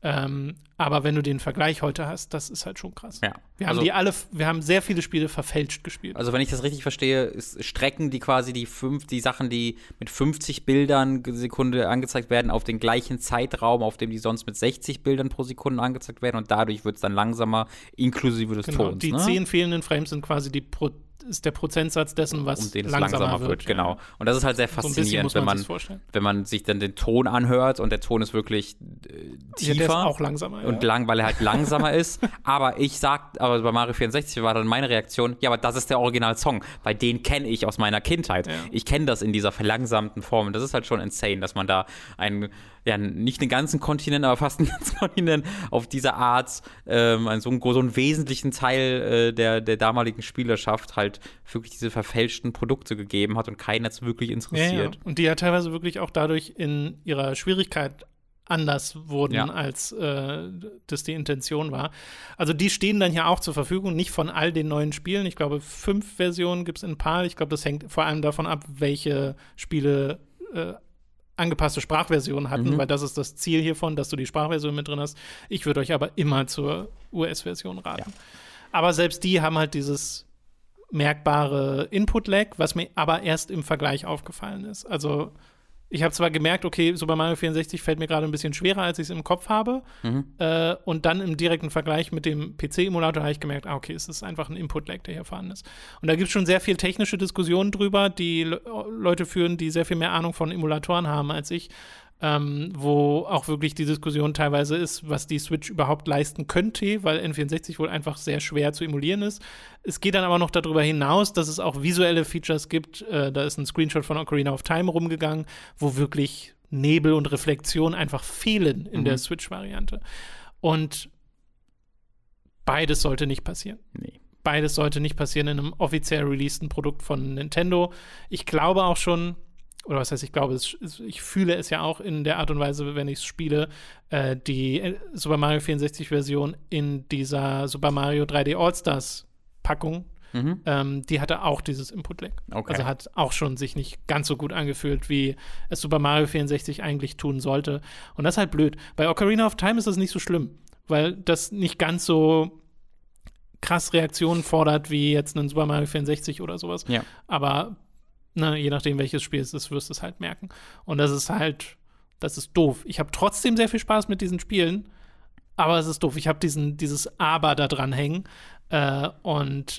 Aber wenn du den Vergleich heute hast, das ist halt schon krass. Ja. Wir haben sehr viele Spiele verfälscht gespielt. Also wenn ich das richtig verstehe, strecken die quasi die Sachen, die mit 50 Bildern pro Sekunde angezeigt werden, auf den gleichen Zeitraum, auf dem die sonst mit 60 Bildern pro Sekunde angezeigt werden und dadurch wird es dann langsamer, inklusive des Tons. Die 10 fehlenden Frames sind quasi ist der Prozentsatz dessen, was langsamer wird. Genau. Und das ist halt sehr faszinierend, wenn man sich dann den Ton anhört und der Ton ist wirklich tiefer. Der ist auch langsamer. Und weil er halt langsamer ist. Aber bei Mario 64 war dann meine Reaktion, ja, aber das ist der Original-Song, weil den kenne ich aus meiner Kindheit. Ja. Ich kenne das in dieser verlangsamten Form. Und das ist halt schon insane, dass man da nicht einen ganzen Kontinent, aber fast einen ganzen Kontinent auf diese Art so einen wesentlichen Teil der damaligen Spielerschaft halt wirklich diese verfälschten Produkte gegeben hat und keinen jetzt wirklich interessiert. Ja. Und die ja teilweise wirklich auch dadurch in ihrer Schwierigkeit anders wurden, als das die Intention war. Also die stehen dann ja auch zur Verfügung, nicht von all den neuen Spielen. Ich glaube, 5 Versionen gibt es in PAL. Ich glaube, das hängt vor allem davon ab, welche Spiele angepasste Sprachversionen hatten, weil das ist das Ziel hiervon, dass du die Sprachversion mit drin hast. Ich würde euch aber immer zur US-Version raten. Ja. Aber selbst die haben halt dieses merkbare Input-Lag, was mir aber erst im Vergleich aufgefallen ist. Also ich habe zwar gemerkt, okay, Super Mario 64 fällt mir gerade ein bisschen schwerer, als ich es im Kopf habe. Und dann im direkten Vergleich mit dem PC-Emulator habe ich gemerkt, okay, es ist einfach ein Input-Lag, der hier vorhanden ist. Und da gibt es schon sehr viel technische Diskussionen drüber, die Leute führen, die sehr viel mehr Ahnung von Emulatoren haben als ich. Wo auch wirklich die Diskussion teilweise ist, was die Switch überhaupt leisten könnte, weil N64 wohl einfach sehr schwer zu emulieren ist. Es geht dann aber noch darüber hinaus, dass es auch visuelle Features gibt. Da ist ein Screenshot von Ocarina of Time rumgegangen, wo wirklich Nebel und Reflexion einfach fehlen in der Switch-Variante. Und beides sollte nicht passieren. Nee. Beides sollte nicht passieren in einem offiziell releaseden Produkt von Nintendo. Ich glaube auch schon, oder was heißt, ich fühle es ja auch in der Art und Weise, wenn ich es spiele, die Super Mario 64-Version in dieser Super Mario 3D All-Stars-Packung, die hatte auch dieses Input-Lag. Okay. Also hat auch schon sich nicht ganz so gut angefühlt, wie es Super Mario 64 eigentlich tun sollte. Und das ist halt blöd. Bei Ocarina of Time ist das nicht so schlimm, weil das nicht ganz so krass Reaktionen fordert, wie jetzt ein Super Mario 64 oder sowas. Ja. Aber ne, je nachdem, welches Spiel es ist, wirst du es halt merken. Und das ist doof. Ich habe trotzdem sehr viel Spaß mit diesen Spielen, aber es ist doof. Ich habe dieses Aber da dran hängen und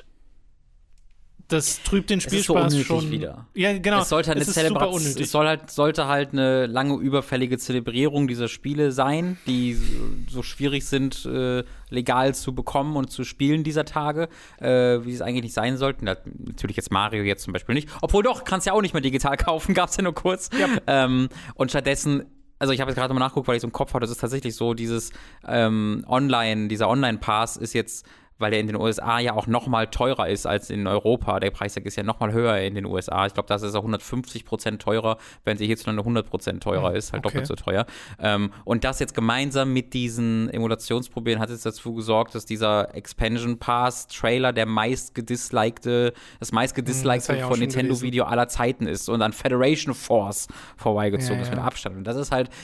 das trübt den Spielspaß so schon wieder. Ja, genau. Es sollte halt sollte halt eine lange überfällige Zelebrierung dieser Spiele sein, die so schwierig sind, legal zu bekommen und zu spielen dieser Tage, wie es eigentlich nicht sein sollten. Natürlich jetzt Mario jetzt zum Beispiel nicht. Obwohl doch, kannst ja auch nicht mehr digital kaufen, gab's ja nur kurz. Ja. Und stattdessen also ich habe jetzt gerade mal nachgeguckt, weil ich so im Kopf hatte, das ist tatsächlich so, dieser Online-Pass ist jetzt, weil der in den USA ja auch noch mal teurer ist als in Europa. Der Preis ist ja noch mal höher in den USA. Ich glaube, das ist auch 150% teurer, wenn sie hierzulande 100% teurer ist, halt doppelt so teuer. Und das jetzt gemeinsam mit diesen Emulationsproblemen hat jetzt dazu gesorgt, dass dieser Expansion Pass Trailer das meistgedislikte von Nintendo-Video aller Zeiten ist und an Federation Force vorbeigezogen ist mit Abstand. Und das ist halt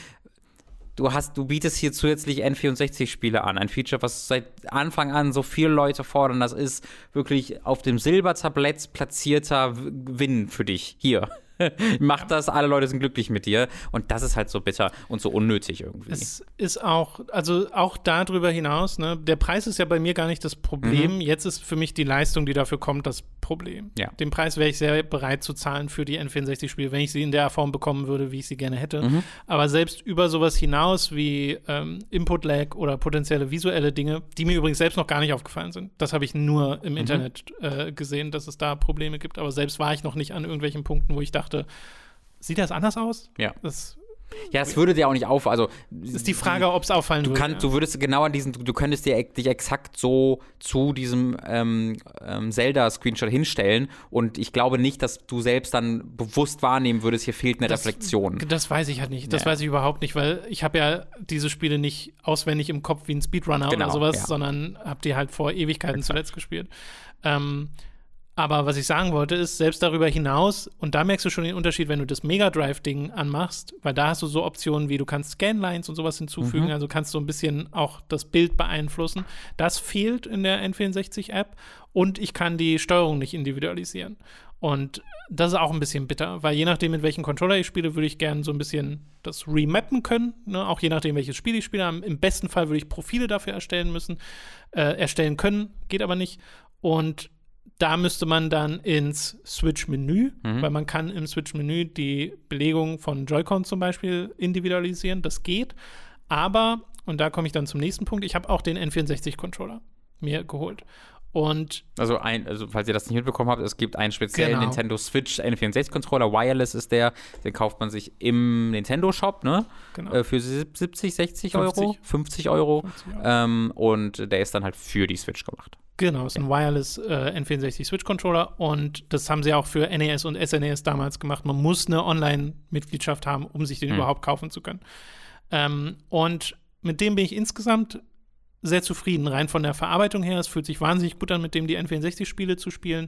Du bietest hier zusätzlich N64-Spiele an. Ein Feature, was seit Anfang an so viele Leute fordern. Das ist wirklich auf dem Silbertablett platzierter Win für dich. Hier. Mach das, alle Leute sind glücklich mit dir. Und das ist halt so bitter und so unnötig irgendwie. Es ist auch darüber hinaus, ne, der Preis ist ja bei mir gar nicht das Problem. Jetzt ist für mich die Leistung, die dafür kommt, das Problem. Ja. Den Preis wäre ich sehr bereit zu zahlen für die N64-Spiele, wenn ich sie in der Form bekommen würde, wie ich sie gerne hätte. Aber selbst über sowas hinaus wie Input-Lag oder potenzielle visuelle Dinge, die mir übrigens selbst noch gar nicht aufgefallen sind. Das habe ich nur im Internet gesehen, dass es da Probleme gibt. Aber selbst war ich noch nicht an irgendwelchen Punkten, wo ich dachte, sieht das anders aus? Ja. Es würde dir auch nicht auffallen. Also, ist die Frage, ob es auffallen würde. Du würdest genau du könntest dich exakt so zu diesem Zelda-Screenshot hinstellen und ich glaube nicht, dass du selbst dann bewusst wahrnehmen würdest, hier fehlt eine Reflexion. Das weiß ich halt nicht. Das weiß ich überhaupt nicht, weil ich habe ja diese Spiele nicht auswendig im Kopf wie ein Speedrunner oder sowas, sondern habe die halt vor Ewigkeiten zuletzt gespielt. Aber was ich sagen wollte, ist, selbst darüber hinaus, und da merkst du schon den Unterschied, wenn du das Mega Drive-Ding anmachst, weil da hast du so Optionen wie, du kannst Scanlines und sowas hinzufügen, also kannst du ein bisschen auch das Bild beeinflussen. Das fehlt in der N64-App und ich kann die Steuerung nicht individualisieren. Und das ist auch ein bisschen bitter, weil je nachdem, mit welchem Controller ich spiele, würde ich gerne so ein bisschen das remappen können, ne? Auch je nachdem, welches Spiel ich spiele. Im besten Fall würde ich Profile dafür erstellen können, geht aber nicht. Und da müsste man dann ins Switch-Menü, weil man kann im Switch-Menü die Belegung von Joy-Con zum Beispiel individualisieren. Das geht. Aber, und da komme ich dann zum nächsten Punkt, ich habe auch den N64-Controller mir geholt. Und also falls ihr das nicht mitbekommen habt, es gibt einen speziellen Nintendo Switch N64-Controller, Wireless ist den kauft man sich im Nintendo-Shop, ne? Genau. Für 70, 60 Euro, 50 Euro. Und der ist dann halt für die Switch gemacht. Genau, ist ein Wireless N64 Switch-Controller und das haben sie auch für NES und SNES damals gemacht. Man muss eine Online-Mitgliedschaft haben, um sich den überhaupt kaufen zu können. Und mit dem bin ich insgesamt sehr zufrieden, rein von der Verarbeitung her. Es fühlt sich wahnsinnig gut an, mit dem die N64-Spiele zu spielen.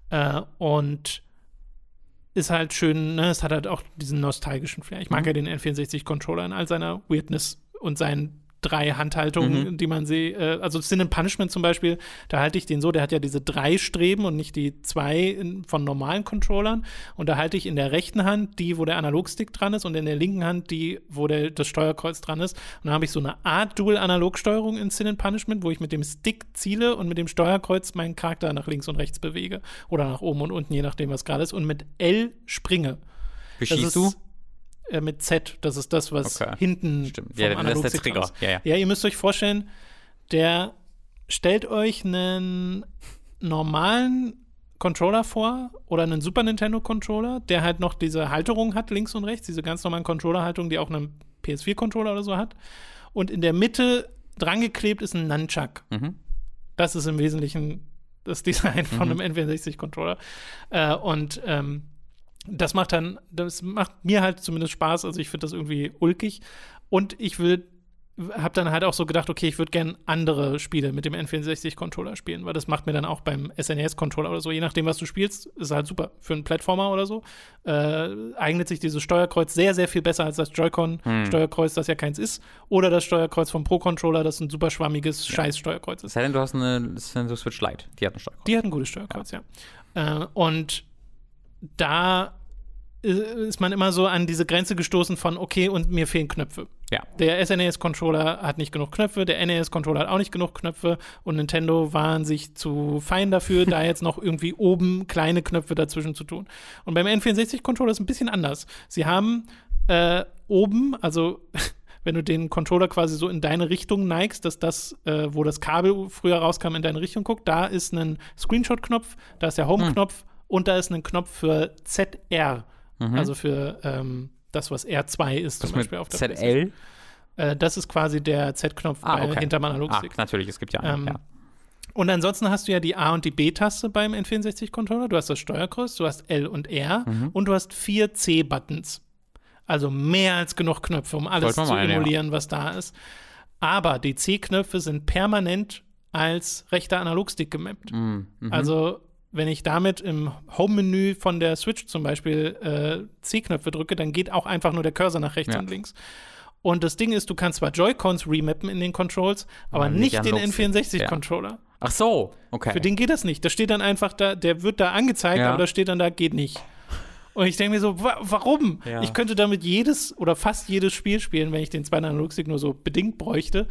Und ist halt schön, ne? Es hat halt auch diesen nostalgischen Flair. Ich mag ja den N64-Controller in all seiner Weirdness und seinen 3 Handhaltungen, die man also Sin and Punishment zum Beispiel, da halte ich den so, der hat ja diese 3 Streben und nicht die 2 von normalen Controllern und da halte ich in der rechten Hand die, wo der Analogstick dran ist und in der linken Hand die, wo das Steuerkreuz dran ist und dann habe ich so eine Art Dual-Analog-Steuerung in Sin and Punishment, wo ich mit dem Stick ziele und mit dem Steuerkreuz meinen Charakter nach links und rechts bewege oder nach oben und unten, je nachdem, was gerade ist und mit L springe. Wie schießt du? Mit Z, das ist das, was hinten vom das ist der Trigger. Ja, ihr müsst euch vorstellen, der stellt euch einen normalen Controller vor oder einen Super Nintendo Controller, der halt noch diese Halterung hat, links und rechts, diese ganz normalen Controller-Haltung, die auch einen PS4-Controller oder so hat. Und in der Mitte drangeklebt ist ein Nunchuck. Das ist im Wesentlichen das Design von einem N64-Controller. Das macht mir halt zumindest Spaß, also ich finde das irgendwie ulkig und ich habe dann halt auch so gedacht, okay, ich würde gerne andere Spiele mit dem N64-Controller spielen, weil das macht mir dann auch beim SNES-Controller oder so, je nachdem, was du spielst, ist halt super. Für einen Plattformer oder so eignet sich dieses Steuerkreuz sehr, sehr viel besser als das Joy-Con-Steuerkreuz, das ja keins ist, oder das Steuerkreuz vom Pro-Controller, das ein super schwammiges Scheiß-Steuerkreuz ist. Sei denn, du hast eine Switch Lite, die hat ein Steuerkreuz. Die hat ein gutes Steuerkreuz, ja. Und da ist man immer so an diese Grenze gestoßen von, okay, und mir fehlen Knöpfe. Ja. Der SNES-Controller hat nicht genug Knöpfe, der NES-Controller hat auch nicht genug Knöpfe und Nintendo waren sich zu fein dafür, da jetzt noch irgendwie oben kleine Knöpfe dazwischen zu tun. Und beim N64-Controller ist es ein bisschen anders. Sie haben oben, also wenn du den Controller quasi so in deine Richtung neigst, dass das, wo das Kabel früher rauskam, in deine Richtung guckt, da ist ein Screenshot-Knopf, da ist der Home-Knopf und da ist ein Knopf für ZR. Also für das, was R2 ist, zum Beispiel auf der ZL? Das ist quasi der Z-Knopf hinterm Analogstick. Natürlich, es gibt ja einen, ja. Und ansonsten hast du ja die A- und die B-Taste beim N64-Controller. Du hast das Steuerkreuz, du hast L und R und du hast 4 C-Buttons. Also mehr als genug Knöpfe, um alles zu emulieren, was da ist. Aber die C-Knöpfe sind permanent als rechter Analogstick gemappt. Also wenn ich damit im Home-Menü von der Switch zum Beispiel C-Knöpfe drücke, dann geht auch einfach nur der Cursor nach rechts und links. Und das Ding ist, du kannst zwar Joy-Cons remappen in den Controls, aber nicht den N64-Controller. Ja. Ach so, okay. Für den geht das nicht. Da steht dann einfach da, der wird da angezeigt, aber da steht dann da, geht nicht. Und ich denke mir so, warum? Ja. Ich könnte damit jedes oder fast jedes Spiel spielen, wenn ich den zweiten Analogstick nur so bedingt bräuchte.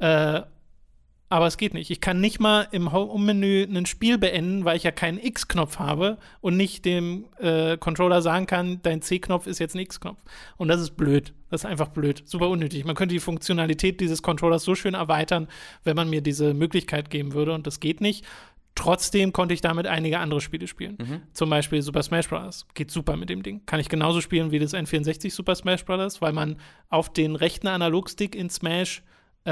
Aber es geht nicht. Ich kann nicht mal im Home-Menü ein Spiel beenden, weil ich ja keinen X-Knopf habe und nicht dem Controller sagen kann, dein C-Knopf ist jetzt ein X-Knopf. Und das ist blöd. Das ist einfach blöd. Super unnötig. Man könnte die Funktionalität dieses Controllers so schön erweitern, wenn man mir diese Möglichkeit geben würde. Und das geht nicht. Trotzdem konnte ich damit einige andere Spiele spielen. Zum Beispiel Super Smash Bros. Geht super mit dem Ding. Kann ich genauso spielen wie das N64 Super Smash Bros., weil man auf den rechten Analogstick in Smash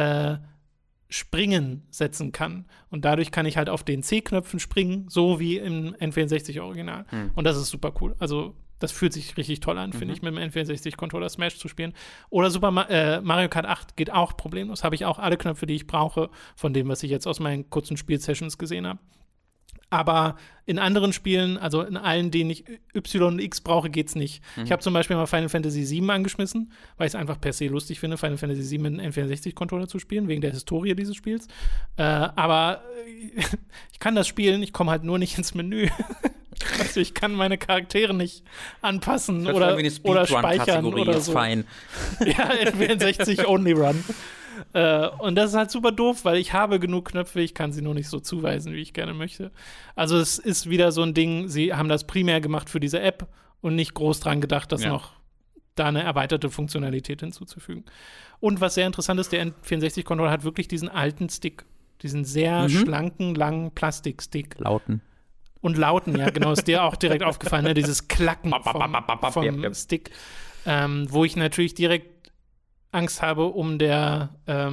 Springen setzen kann. Und dadurch kann ich halt auf den C-Knöpfen springen, so wie im N64-Original. Und das ist super cool. Also das fühlt sich richtig toll an, finde ich, mit dem N64-Controller Smash zu spielen. Oder Mario Kart 8 geht auch problemlos. Habe ich auch alle Knöpfe, die ich brauche, von dem, was ich jetzt aus meinen kurzen Spielsessions gesehen habe. Aber in anderen Spielen, also in allen, denen ich Y und X brauche, geht's nicht. Ich habe zum Beispiel mal Final Fantasy VII angeschmissen, weil ich es einfach per se lustig finde, Final Fantasy VII mit einem N64-Controller zu spielen, wegen der Historie dieses Spiels. Aber ich kann das spielen, ich komme halt nur nicht ins Menü. Also ich kann meine Charaktere nicht anpassen oder speichern oder so. Fein. Ja, N64 Only Run. Und das ist halt super doof, weil ich habe genug Knöpfe, ich kann sie nur nicht so zuweisen, wie ich gerne möchte. Also es ist wieder so ein Ding, sie haben das primär gemacht für diese App und nicht groß dran gedacht, dass noch da eine erweiterte Funktionalität hinzuzufügen. Und was sehr interessant ist, der N64-Controller hat wirklich diesen alten Stick, diesen sehr schlanken, langen Plastikstick. Lauten, ja, genau, ist dir auch direkt aufgefallen, ne? Dieses Klacken vom Stick, wo ich natürlich direkt Angst habe um der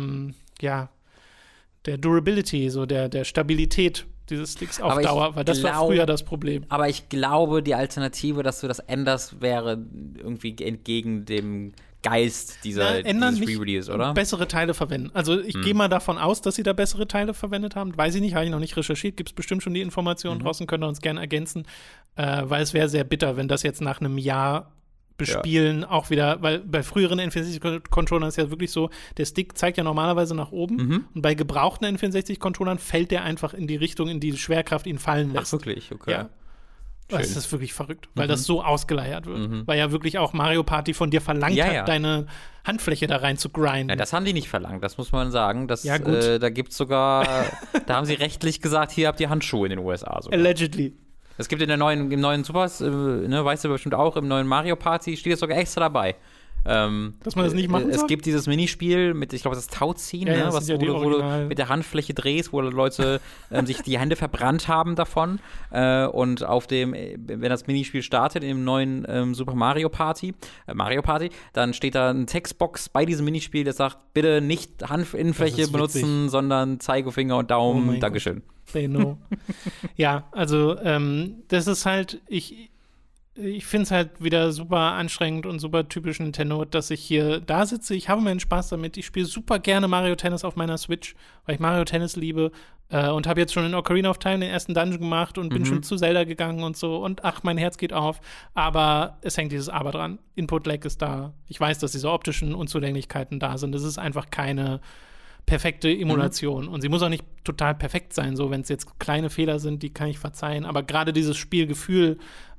Durability, so der Stabilität dieses Sticks auf Dauer, weil das war früher das Problem. Aber ich glaube, die Alternative, dass du das änderst, wäre irgendwie entgegen dem Geist dieses Re-Release, oder? Bessere Teile verwenden. Also ich gehe mal davon aus, dass sie da bessere Teile verwendet haben. Weiß ich nicht, habe ich noch nicht recherchiert. Gibt es bestimmt schon die Informationen draußen, könnt ihr uns gerne ergänzen. Weil es wäre sehr bitter, wenn das jetzt nach einem Jahr bespielen auch wieder, weil bei früheren N64-Controllern ist ja wirklich so, der Stick zeigt ja normalerweise nach oben und bei gebrauchten N64-Controllern fällt der einfach in die Richtung, in die die Schwerkraft ihn fallen lässt. Ach, wirklich? Okay. Ja. Das ist wirklich verrückt, weil das so ausgeleiert wird. Weil ja wirklich auch Mario Party von dir verlangt hat, deine Handfläche da rein zu grinden. Ja, das haben die nicht verlangt, das muss man sagen. Da gibt's sogar, da haben sie rechtlich gesagt, hier habt ihr Handschuhe in den USA. Sogar. Allegedly. Es gibt im neuen Super, weißt du bestimmt auch, im neuen Mario Party steht es sogar extra dabei. Dass man das nicht machen soll? Es gibt dieses Minispiel mit, ich glaube, das Tauziehen, was wo du mit der Handfläche drehst, wo Leute sich die Hände verbrannt haben davon. Und wenn das Minispiel startet im neuen Super Mario Party, dann steht da eine Textbox bei diesem Minispiel, das sagt, bitte nicht Handinnenfläche benutzen, sondern Zeigefinger und Daumen. Dankeschön. They know. Ja, also das ist halt, ich finde es halt wieder super anstrengend und super typisch Nintendo, dass ich hier da sitze. Ich habe meinen Spaß damit. Ich spiele super gerne Mario Tennis auf meiner Switch, weil ich Mario Tennis liebe und habe jetzt schon in Ocarina of Time den ersten Dungeon gemacht und bin schon zu Zelda gegangen und so. Und ach, mein Herz geht auf. Aber es hängt dieses Aber dran. Input-Lag ist da. Ich weiß, dass diese optischen Unzulänglichkeiten da sind. Das ist einfach keine perfekte Emulation. Und sie muss auch nicht total perfekt sein. So, wenn es jetzt kleine Fehler sind, die kann ich verzeihen. Aber gerade dieses Spielgefühl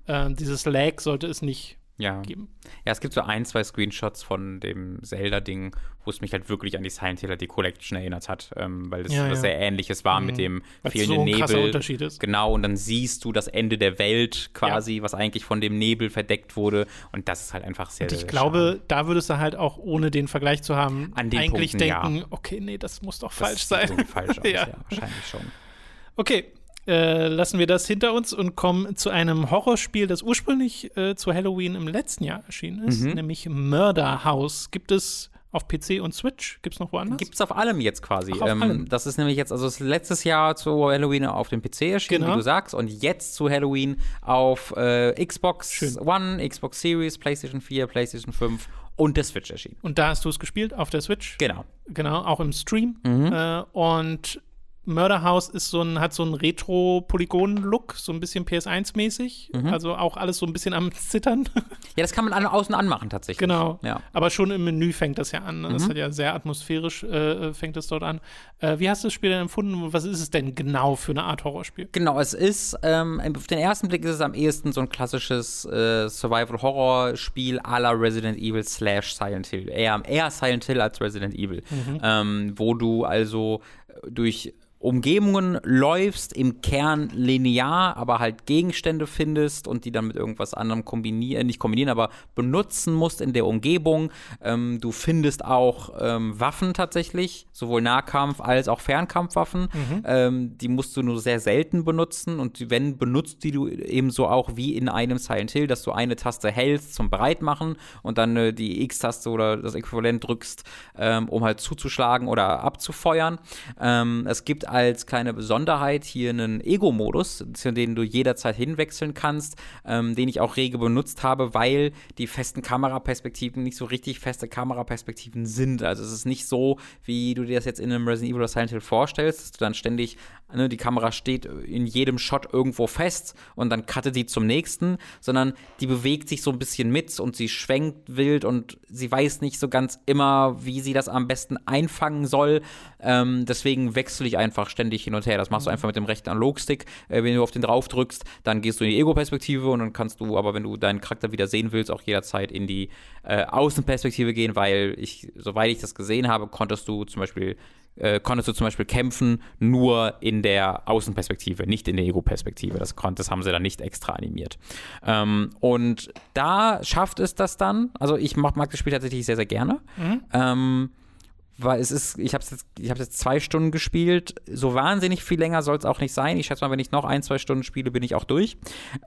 dieses Lag sollte es nicht geben. Ja, es gibt so 2 Screenshots von dem Zelda-Ding, wo es mich halt wirklich an die Silent Hill die Collection erinnert hat, weil das was sehr Ähnliches war mit dem fehlenden Nebel. Krasser Unterschied ist. Genau, und dann siehst du das Ende der Welt quasi, was eigentlich von dem Nebel verdeckt wurde, und das ist halt einfach sehr, sehr ich glaube, da würdest du halt auch, ohne den Vergleich zu haben, an den eigentlich Punkten, denken, okay, nee, das muss doch falsch sein. Das sieht falsch aus, ja, wahrscheinlich schon. Okay, lassen wir das hinter uns und kommen zu einem Horrorspiel, das ursprünglich zu Halloween im letzten Jahr erschienen ist, nämlich Murder House. Gibt es auf PC und Switch? Gibt es noch woanders? Gibt es auf allem jetzt quasi. Ach, auf allem. Das ist nämlich jetzt, also ist letztes Jahr zu Halloween auf dem PC erschienen, wie du sagst, und jetzt zu Halloween auf Xbox One, Xbox Series, PlayStation 4, PlayStation 5 und der Switch erschienen. Und da hast du es gespielt, auf der Switch? Genau. Genau, auch im Stream. Und Murder House hat so einen Retro-Polygon-Look, so ein bisschen PS1-mäßig. Also auch alles so ein bisschen am Zittern. Ja, das kann man außen anmachen tatsächlich. Genau. Ja. Aber schon im Menü fängt das ja an. Ne? Das hat ja sehr atmosphärisch, fängt es dort an. Wie hast du das Spiel denn empfunden? Was ist es denn genau für eine Art Horrorspiel? Genau, es ist, auf den ersten Blick ist es am ehesten so ein klassisches Survival-Horror-Spiel à la Resident Evil / Silent Hill. Eher Silent Hill als Resident Evil. Wo du also durch Umgebungen läufst, im Kern linear, aber halt Gegenstände findest und die dann mit irgendwas anderem nicht kombinieren, aber benutzen musst in der Umgebung. Du findest auch Waffen tatsächlich, sowohl Nahkampf- als auch Fernkampfwaffen. Die musst du nur sehr selten benutzen, und wenn, benutzt die du ebenso auch wie in einem Silent Hill, dass du eine Taste hältst zum Bereitmachen und dann die X-Taste oder das Äquivalent drückst, um halt zuzuschlagen oder abzufeuern. Es gibt als kleine Besonderheit hier einen Ego-Modus, zu dem du jederzeit hinwechseln kannst, den ich auch rege benutzt habe, weil die festen Kameraperspektiven nicht so richtig feste Kameraperspektiven sind. Also es ist nicht so, wie du dir das jetzt in einem Resident Evil oder Silent Hill vorstellst, dass du dann ständig, die Kamera steht in jedem Shot irgendwo fest und dann cuttet die zum nächsten, sondern die bewegt sich so ein bisschen mit und sie schwenkt wild und sie weiß nicht so ganz immer, wie sie das am besten einfangen soll. Deswegen wechsle ich einfach ständig hin und her. Das machst du einfach mit dem rechten Analogstick. Wenn du auf den drauf drückst, dann gehst du in die Ego-Perspektive und dann kannst du, aber wenn du deinen Charakter wieder sehen willst, auch jederzeit in die Außenperspektive gehen, weil soweit ich das gesehen habe, konntest du zum Beispiel kämpfen nur in der Außenperspektive, nicht in der Ego-Perspektive. Das haben sie dann nicht extra animiert. Und da schafft es das dann. Also ich mag das Spiel tatsächlich sehr, sehr gerne. Weil ich habe jetzt 2 Stunden gespielt. So wahnsinnig viel länger soll es auch nicht sein. Ich schätze mal, wenn ich noch 1-2 Stunden spiele, bin ich auch durch.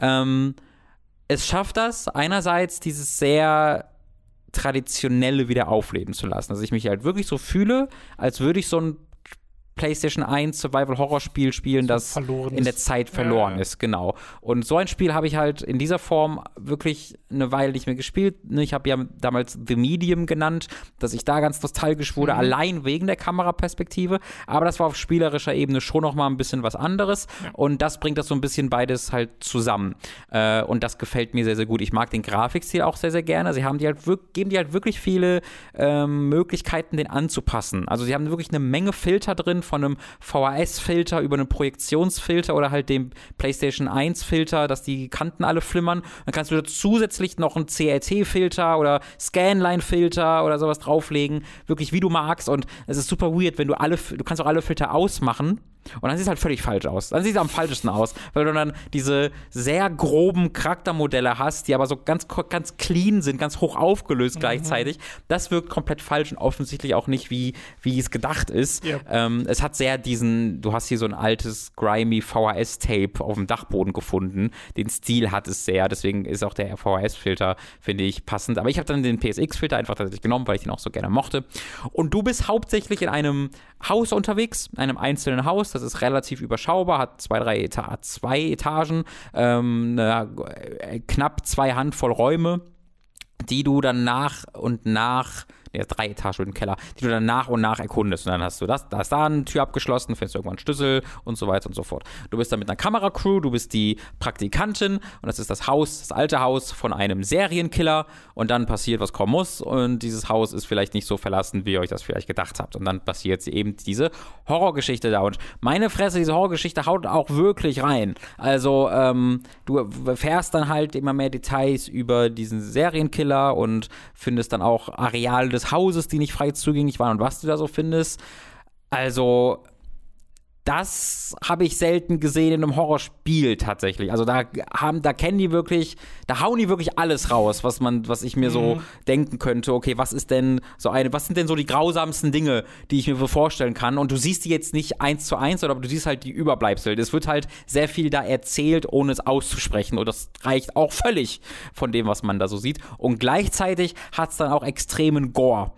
Es schafft das, einerseits dieses sehr Traditionelle wieder aufleben zu lassen. Dass ich mich halt wirklich so fühle, als würde ich so ein PlayStation 1 Survival-Horror-Spiel spielen, das in der Zeit verloren ist, genau. Und so ein Spiel habe ich halt in dieser Form wirklich eine Weile nicht mehr gespielt. Ich habe ja damals The Medium genannt, dass ich da ganz nostalgisch wurde, allein wegen der Kameraperspektive. Aber das war auf spielerischer Ebene schon noch mal ein bisschen was anderes. Ja. Und das bringt das so ein bisschen beides halt zusammen. Und das gefällt mir sehr, sehr gut. Ich mag den Grafikstil auch sehr, sehr gerne. Sie geben die halt wirklich viele Möglichkeiten, den anzupassen. Also sie haben wirklich eine Menge Filter drin, von einem VHS-Filter über einen Projektionsfilter oder halt dem PlayStation 1-Filter, dass die Kanten alle flimmern. Dann kannst du zusätzlich noch einen CRT-Filter oder Scanline-Filter oder sowas drauflegen, wirklich wie du magst. Und es ist super weird, wenn du kannst auch alle Filter ausmachen. Und dann sieht es halt völlig falsch aus. Dann sieht es am falschesten aus, weil du dann diese sehr groben Charaktermodelle hast, die aber so ganz, ganz clean sind, ganz hoch aufgelöst gleichzeitig. Das wirkt komplett falsch und offensichtlich auch nicht, wie es gedacht ist. Yep. Es hat du hast hier so ein altes, grimy VHS-Tape auf dem Dachboden gefunden. Den Stil hat es sehr, deswegen ist auch der VHS-Filter, finde ich, passend. Aber ich habe dann den PSX-Filter einfach tatsächlich genommen, weil ich den auch so gerne mochte. Und du bist hauptsächlich in einem Haus unterwegs, einem einzelnen Haus. Das ist relativ überschaubar, hat 2 Etagen, knapp 2 Handvoll Räume, die du dann nach und nach der 3 Etagen im Keller, die du dann nach und nach erkundest. Und dann hast du da ist da eine Tür abgeschlossen, findest du irgendwann einen Schlüssel und so weiter und so fort. Du bist dann mit einer Kameracrew, du bist die Praktikantin und das ist das alte Haus von einem Serienkiller und dann passiert, was kommen muss und dieses Haus ist vielleicht nicht so verlassen, wie ihr euch das vielleicht gedacht habt. Und dann passiert eben diese Horrorgeschichte da. Und meine Fresse, diese Horrorgeschichte haut auch wirklich rein. Also, du erfährst dann halt immer mehr Details über diesen Serienkiller und findest dann auch Areale des Hauses, die nicht frei zugänglich waren und was du da so findest. Also, das habe ich selten gesehen in einem Horrorspiel tatsächlich. Also da hauen die wirklich alles raus, was ich mir so denken könnte. Okay, was sind denn so die grausamsten Dinge, die ich mir so vorstellen kann? Und du siehst die jetzt nicht 1:1, aber du siehst halt die Überbleibsel. Es wird halt sehr viel da erzählt, ohne es auszusprechen. Und das reicht auch völlig von dem, was man da so sieht. Und gleichzeitig hat es dann auch extremen Gore,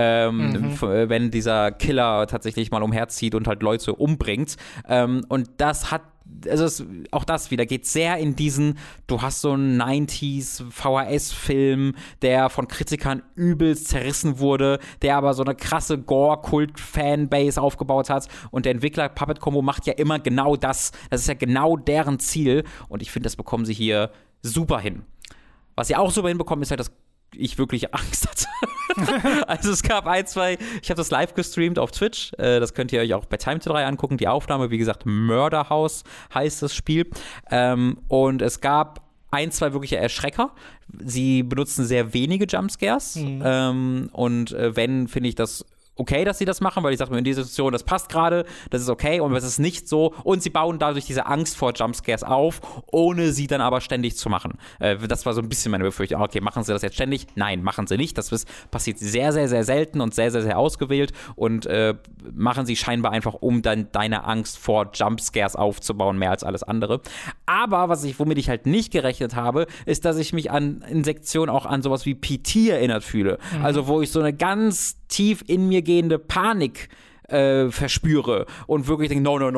wenn dieser Killer tatsächlich mal umherzieht und halt Leute umbringt. Und das hat, auch das wieder geht sehr in diesen, du hast so einen 90s VHS-Film, der von Kritikern übelst zerrissen wurde, der aber so eine krasse Gore-Kult-Fanbase aufgebaut hat und der Entwickler Puppet Combo macht ja immer genau das. Das ist ja genau deren Ziel und ich finde, das bekommen sie hier super hin. Was sie auch super hinbekommen, ist halt, dass ich wirklich Angst hatte. Also es gab ich habe das live gestreamt auf Twitch, das könnt ihr euch auch bei Time to 3 angucken, die Aufnahme, wie gesagt, Murder House heißt das Spiel, und es gab 2 wirkliche Erschrecker. Sie benutzen sehr wenige Jumpscares, und wenn, finde ich das okay, dass sie das machen, weil ich sage mir in dieser Situation, das passt gerade, das ist okay und es ist nicht so und sie bauen dadurch diese Angst vor Jumpscares auf, ohne sie dann aber ständig zu machen. Das war so ein bisschen meine Befürchtung. Okay, machen sie das jetzt ständig? Nein, machen sie nicht. Das passiert sehr, sehr, sehr selten und sehr, sehr, sehr ausgewählt und machen sie scheinbar einfach, um dann deine Angst vor Jumpscares aufzubauen, mehr als alles andere. Aber womit ich halt nicht gerechnet habe, ist, dass ich mich in Sektionen auch an sowas wie PT erinnert fühle. Also wo ich so eine ganz tief in mir gehende Panik verspüre und wirklich denke, no.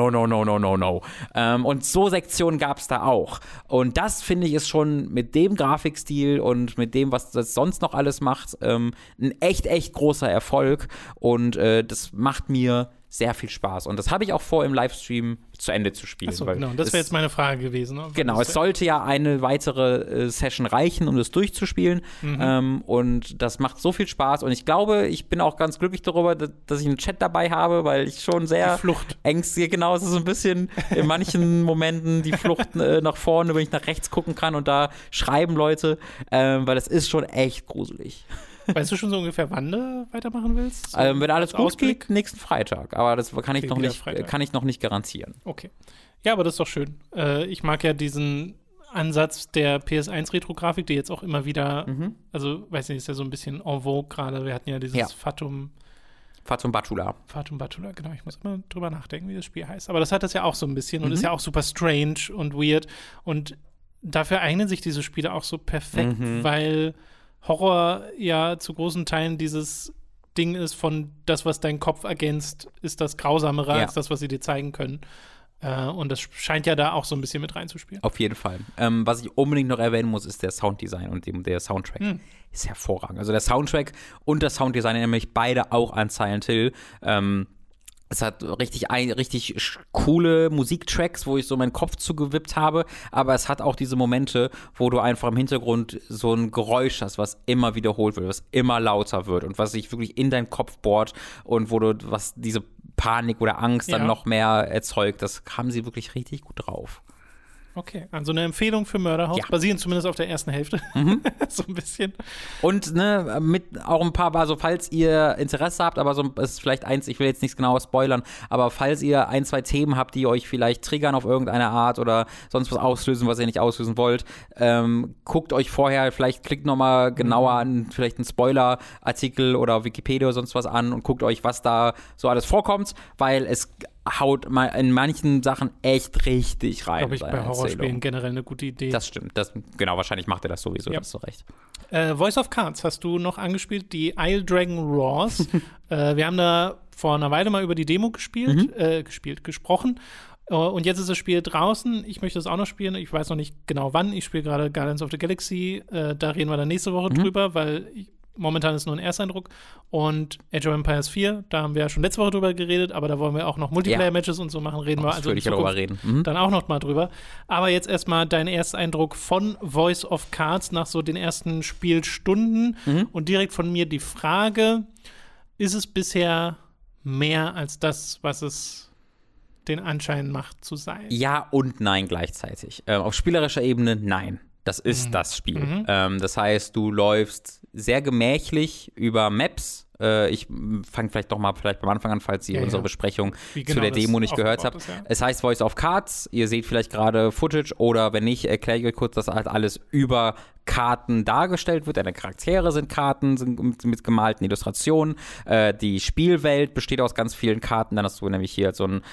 Und so Sektionen gab es da auch. Und das, finde ich, ist schon mit dem Grafikstil und mit dem, was das sonst noch alles macht, ein echt, echt großer Erfolg. Und das macht mir sehr viel Spaß. Und das habe ich auch vor, im Livestream zu Ende zu spielen. Achso, genau. Das wäre jetzt meine Frage gewesen. Ne? Genau, es sollte ja eine weitere Session reichen, um das durchzuspielen. Und das macht so viel Spaß. Und ich glaube, ich bin auch ganz glücklich darüber, dass ich einen Chat dabei habe, weil ich schon sehr ängstlich, genau, es ist so ein bisschen in manchen Momenten die Flucht nach vorne, wenn ich nach rechts gucken kann und da schreiben Leute, weil es ist schon echt gruselig. Weißt du schon so ungefähr, wann du weitermachen willst? So wenn alles gut geht, nächsten Freitag. Aber das kann ich noch nicht garantieren. Okay. Ja, aber das ist doch schön. Ich mag ja diesen Ansatz der PS1-Retro-Grafik, die jetzt auch immer wieder, also, weiß nicht, ist ja so ein bisschen en vogue gerade. Wir hatten ja dieses Fatum Batula, genau. Ich muss immer drüber nachdenken, wie das Spiel heißt. Aber das hat das ja auch so ein bisschen und ist ja auch super strange und weird. Und dafür eignen sich diese Spiele auch so perfekt, weil Horror ja zu großen Teilen dieses Ding ist von das, was dein Kopf ergänzt, ist das Grausamere als das, was sie dir zeigen können. Und das scheint ja da auch so ein bisschen mit reinzuspielen. Auf jeden Fall. Was ich unbedingt noch erwähnen muss, ist der Sounddesign und der Soundtrack. Ist hervorragend. Also der Soundtrack und das Sounddesign, nämlich beide auch an Silent Hill. Es hat richtig coole Musiktracks, wo ich so meinen Kopf zugewippt habe, aber es hat auch diese Momente, wo du einfach im Hintergrund so ein Geräusch hast, was immer wiederholt wird, was immer lauter wird und was sich wirklich in deinen Kopf bohrt und was diese Panik oder Angst dann noch mehr erzeugt. Das haben sie wirklich richtig gut drauf. Okay, also eine Empfehlung für Murder House, basierend zumindest auf der ersten Hälfte. So ein bisschen. Und mit auch ein paar, also falls ihr Interesse habt, aber so ist vielleicht ich will jetzt nichts genauer spoilern, aber falls ihr 2 Themen habt, die euch vielleicht triggern auf irgendeine Art oder sonst was auslösen, was ihr nicht auslösen wollt, guckt euch vorher, vielleicht klickt nochmal genauer an, vielleicht einen Spoiler-Artikel oder Wikipedia oder sonst was an und guckt euch, was da so alles vorkommt, weil es haut mal in manchen Sachen echt richtig rein. Glaube ich, bei Horrorspielen generell eine gute Idee. Das stimmt. Genau, wahrscheinlich macht er das sowieso, da hast du recht. Voice of Cards hast du noch angespielt, die Isle Dragon Roars. Wir haben da vor einer Weile mal über die Demo gesprochen. Und jetzt ist das Spiel draußen. Ich möchte es auch noch spielen. Ich weiß noch nicht genau wann. Ich spiele gerade Guardians of the Galaxy. Da reden wir dann nächste Woche drüber, weil momentan ist nur ein Ersteindruck. Und Age of Empires 4, da haben wir ja schon letzte Woche drüber geredet, aber da wollen wir auch noch Multiplayer-Matches und so machen, reden wir also in Zukunft dann auch noch mal drüber. Aber jetzt erstmal dein Ersteindruck von Voice of Cards nach so den ersten Spielstunden und direkt von mir die Frage, ist es bisher mehr als das, was es den Anschein macht zu sein? Ja und nein gleichzeitig. Auf spielerischer Ebene nein. Das ist das Spiel. Das heißt, du läufst sehr gemächlich über Maps. Ich fange vielleicht doch mal beim Anfang an, falls ihr unsere Besprechung zu der Demo nicht gehört habt. Es heißt Voice of Cards. Ihr seht vielleicht gerade Footage oder wenn nicht, erkläre ich euch kurz, dass halt alles über Karten dargestellt wird. Deine Charaktere sind Karten, sind mit gemalten Illustrationen. Die Spielwelt besteht aus ganz vielen Karten. Dann hast du nämlich hier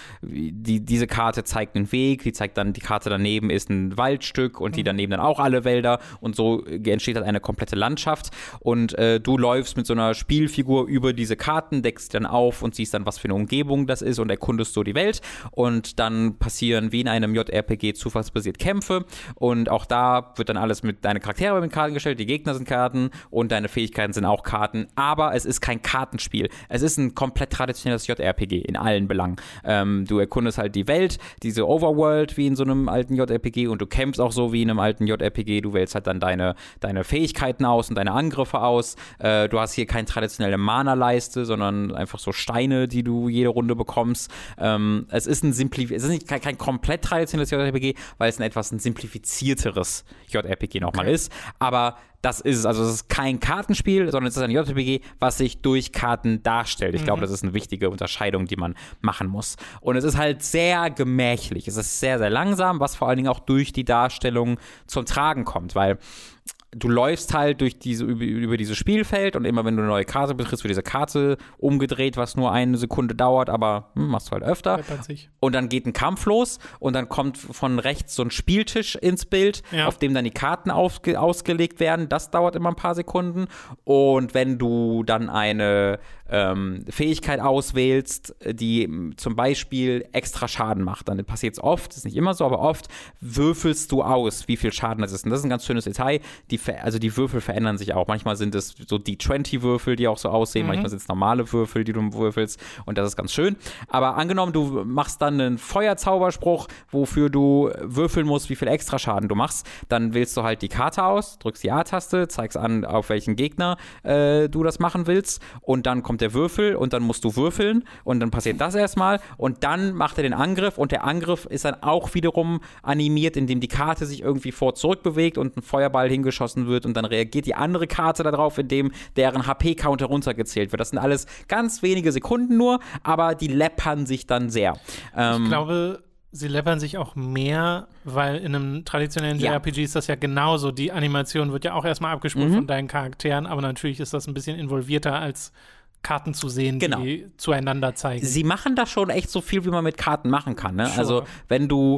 diese Karte zeigt einen Weg, die Karte daneben ist ein Waldstück und die daneben dann auch alle Wälder und so entsteht halt eine komplette Landschaft und du läufst mit so einer Spielfigur über diese Karten, deckst dann auf und siehst dann, was für eine Umgebung das ist und erkundest so die Welt und dann passieren wie in einem JRPG zufallsbasiert Kämpfe und auch da wird dann alles mit deinen Charakteren mit Karten gestellt, die Gegner sind Karten und deine Fähigkeiten sind auch Karten, aber es ist kein Kartenspiel. Es ist ein komplett traditionelles JRPG in allen Belangen. Du erkundest halt die Welt, diese Overworld wie in so einem alten JRPG und du kämpfst auch so wie in einem alten JRPG. Du wählst halt dann deine Fähigkeiten aus und deine Angriffe aus. Du hast hier keine traditionelle Mana-Leiste, sondern einfach so Steine, die du jede Runde bekommst. Es ist nicht kein komplett traditionelles JRPG, weil es ein simplifizierteres JRPG nochmal ist. Aber das ist es. Also es ist kein Kartenspiel, sondern es ist ein JRPG, was sich durch Karten darstellt. Ich glaube, das ist eine wichtige Unterscheidung, die man machen muss. Und es ist halt sehr gemächlich. Es ist sehr, sehr langsam, was vor allen Dingen auch durch die Darstellung zum Tragen kommt, weil du läufst halt über dieses Spielfeld und immer wenn du eine neue Karte betrittst, wird diese Karte umgedreht, was nur eine Sekunde dauert, aber machst du halt öfter. Und dann geht ein Kampf los und dann kommt von rechts so ein Spieltisch ins Bild, auf dem dann die Karten ausgelegt werden. Das dauert immer ein paar Sekunden. Und wenn du dann eine Fähigkeit auswählst, die zum Beispiel extra Schaden macht, dann passiert es oft, ist nicht immer so, aber oft würfelst du aus, wie viel Schaden das ist. Und das ist ein ganz schönes Detail. Die Würfel verändern sich auch. Manchmal sind es so die 20-Würfel, die auch so aussehen. Manchmal sind es normale Würfel, die du würfelst. Und das ist ganz schön. Aber angenommen, du machst dann einen Feuerzauberspruch, wofür du würfeln musst, wie viel extra Schaden du machst. Dann wählst du halt die Karte aus, drückst die A-Taste, zeigst an, auf welchen Gegner du das machen willst. Und dann kommt der Würfel und dann musst du würfeln. Und dann passiert das erstmal. Und dann macht er den Angriff. Und der Angriff ist dann auch wiederum animiert, indem die Karte sich irgendwie vor-zurück bewegt und ein Feuerball hingeschossen wird und dann reagiert die andere Karte darauf, indem deren HP-Counter runtergezählt wird. Das sind alles ganz wenige Sekunden nur, aber die läppern sich dann sehr. Ich glaube, sie läppern sich auch mehr, weil in einem traditionellen JRPG ist das ja genauso. Die Animation wird ja auch erstmal abgespult von deinen Charakteren, aber natürlich ist das ein bisschen involvierter als Karten zu sehen, die zueinander zeigen. Sie machen da schon echt so viel, wie man mit Karten machen kann. Ne? Sure. Also wenn du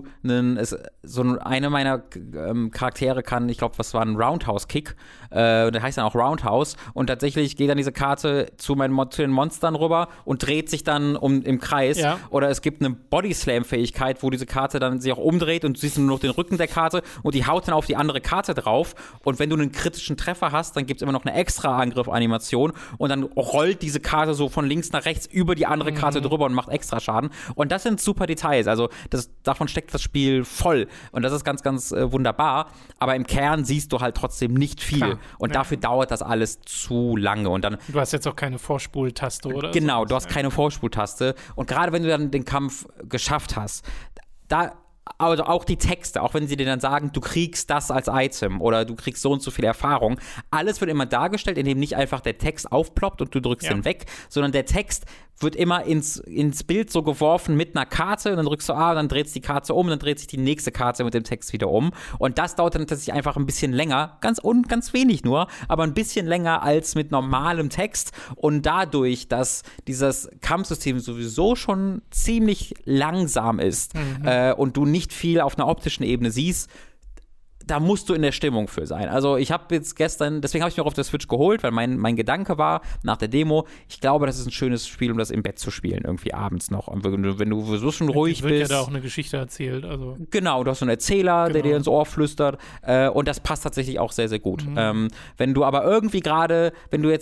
eine meiner Charaktere kann, ich glaube, was war ein Roundhouse-Kick, der heißt dann auch Roundhouse und tatsächlich geht dann diese Karte zu den Monstern rüber und dreht sich dann im Kreis. Ja. Oder es gibt eine Body-Slam-Fähigkeit, wo diese Karte dann sich auch umdreht und du siehst nur noch den Rücken der Karte und die haut dann auf die andere Karte drauf und wenn du einen kritischen Treffer hast, dann gibt es immer noch eine extra Angriff-Animation und dann rollt diese Karte so von links nach rechts über die andere Karte drüber und macht extra Schaden. Und das sind super Details. Also davon steckt das Spiel voll. Und das ist ganz, ganz wunderbar. Aber im Kern siehst du halt trotzdem nicht viel. Klar. Und dafür dauert das alles zu lange. Und dann, du hast jetzt auch keine Vorspultaste, oder? Genau, du hast keine Vorspultaste. Und gerade wenn du dann den Kampf geschafft hast, also auch die Texte, auch wenn sie dir dann sagen, du kriegst das als Item oder du kriegst so und so viel Erfahrung, alles wird immer dargestellt, indem nicht einfach der Text aufploppt und du drückst den weg, sondern der Text wird immer ins Bild so geworfen mit einer Karte und dann drückst du dann dreht sich die Karte um und dann dreht sich die nächste Karte mit dem Text wieder um und das dauert dann tatsächlich einfach ein bisschen länger, ganz wenig nur, aber ein bisschen länger als mit normalem Text und dadurch, dass dieses Kampfsystem sowieso schon ziemlich langsam ist und du nicht viel auf einer optischen Ebene siehst, da musst du in der Stimmung für sein. Also ich habe jetzt gestern, deswegen habe ich mir auch auf der Switch geholt, weil mein Gedanke war nach der Demo, ich glaube, das ist ein schönes Spiel, um das im Bett zu spielen, irgendwie abends noch. Und wenn du so schon ruhig bist. Wird ja da auch eine Geschichte erzählt. Also. Genau, du hast so einen Erzähler, der dir ins Ohr flüstert und das passt tatsächlich auch sehr, sehr gut. Wenn du aber irgendwie gerade, wenn du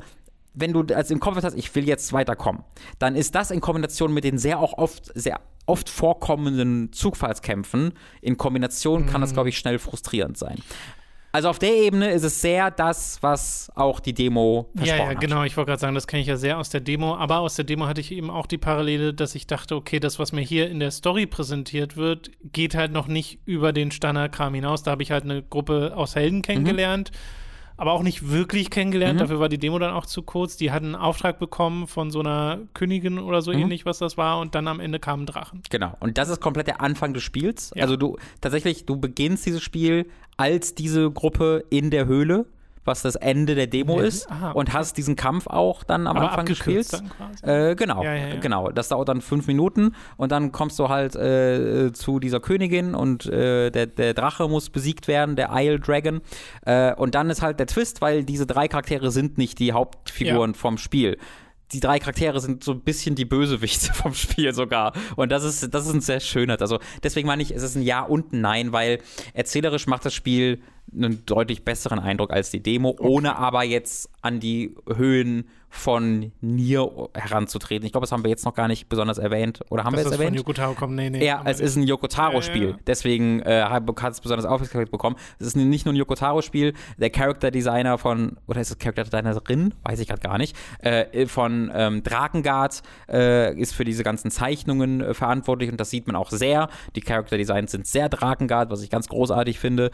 im Kopf hast, ich will jetzt weiterkommen, dann ist das in Kombination mit den sehr oft vorkommenden Zugfallskämpfen, in Kombination kann das, glaube ich, schnell frustrierend sein. Also auf der Ebene ist es sehr das, was auch die Demo versprochen hat. Ja, genau. Ich wollte gerade sagen, das kenne ich ja sehr aus der Demo. Aber aus der Demo hatte ich eben auch die Parallele, dass ich dachte, okay, das, was mir hier in der Story präsentiert wird, geht halt noch nicht über den Standardkram hinaus. Da habe ich halt eine Gruppe aus Helden kennengelernt. Aber auch nicht wirklich kennengelernt. Dafür war die Demo dann auch zu kurz. Die hatten einen Auftrag bekommen von so einer Königin oder so ähnlich, was das war. Und dann am Ende kamen Drachen. Genau. Und das ist komplett der Anfang des Spiels. Ja. Also du beginnst dieses Spiel als diese Gruppe in der Höhle, was das Ende der Demo ist. Aha, okay. Und hast diesen Kampf auch dann am Anfang gespielt. Dann quasi. Genau, Ja. genau. Das dauert dann 5 Minuten und dann kommst du halt zu dieser Königin und der Drache muss besiegt werden, der Isle Dragon. Und dann ist halt der Twist, weil diese 3 Charaktere sind nicht die Hauptfiguren vom Spiel. Die 3 Charaktere sind so ein bisschen die Bösewichte vom Spiel sogar. Und das ist ein sehr schöner. Also deswegen meine ich, es ist ein Ja und ein Nein, weil erzählerisch macht das Spiel einen deutlich besseren Eindruck als die Demo, ohne aber jetzt an die Höhen von Nier heranzutreten. Ich glaube, das haben wir jetzt noch gar nicht besonders erwähnt. Oder haben wir es erwähnt? Von Yoko Taro kommt. Nee. Ja, es ist ein Yoko Taro-Spiel. Ja. Deswegen hat es besonders Aufmerksamkeit bekommen. Es ist nicht nur ein Yoko Taro-Spiel. Der Character-Designer oder ist es Character-Designerin? Weiß ich gerade gar nicht. Von Drakengard ist für diese ganzen Zeichnungen verantwortlich und das sieht man auch sehr. Die Character-Designs sind sehr Drakengard, was ich ganz großartig finde.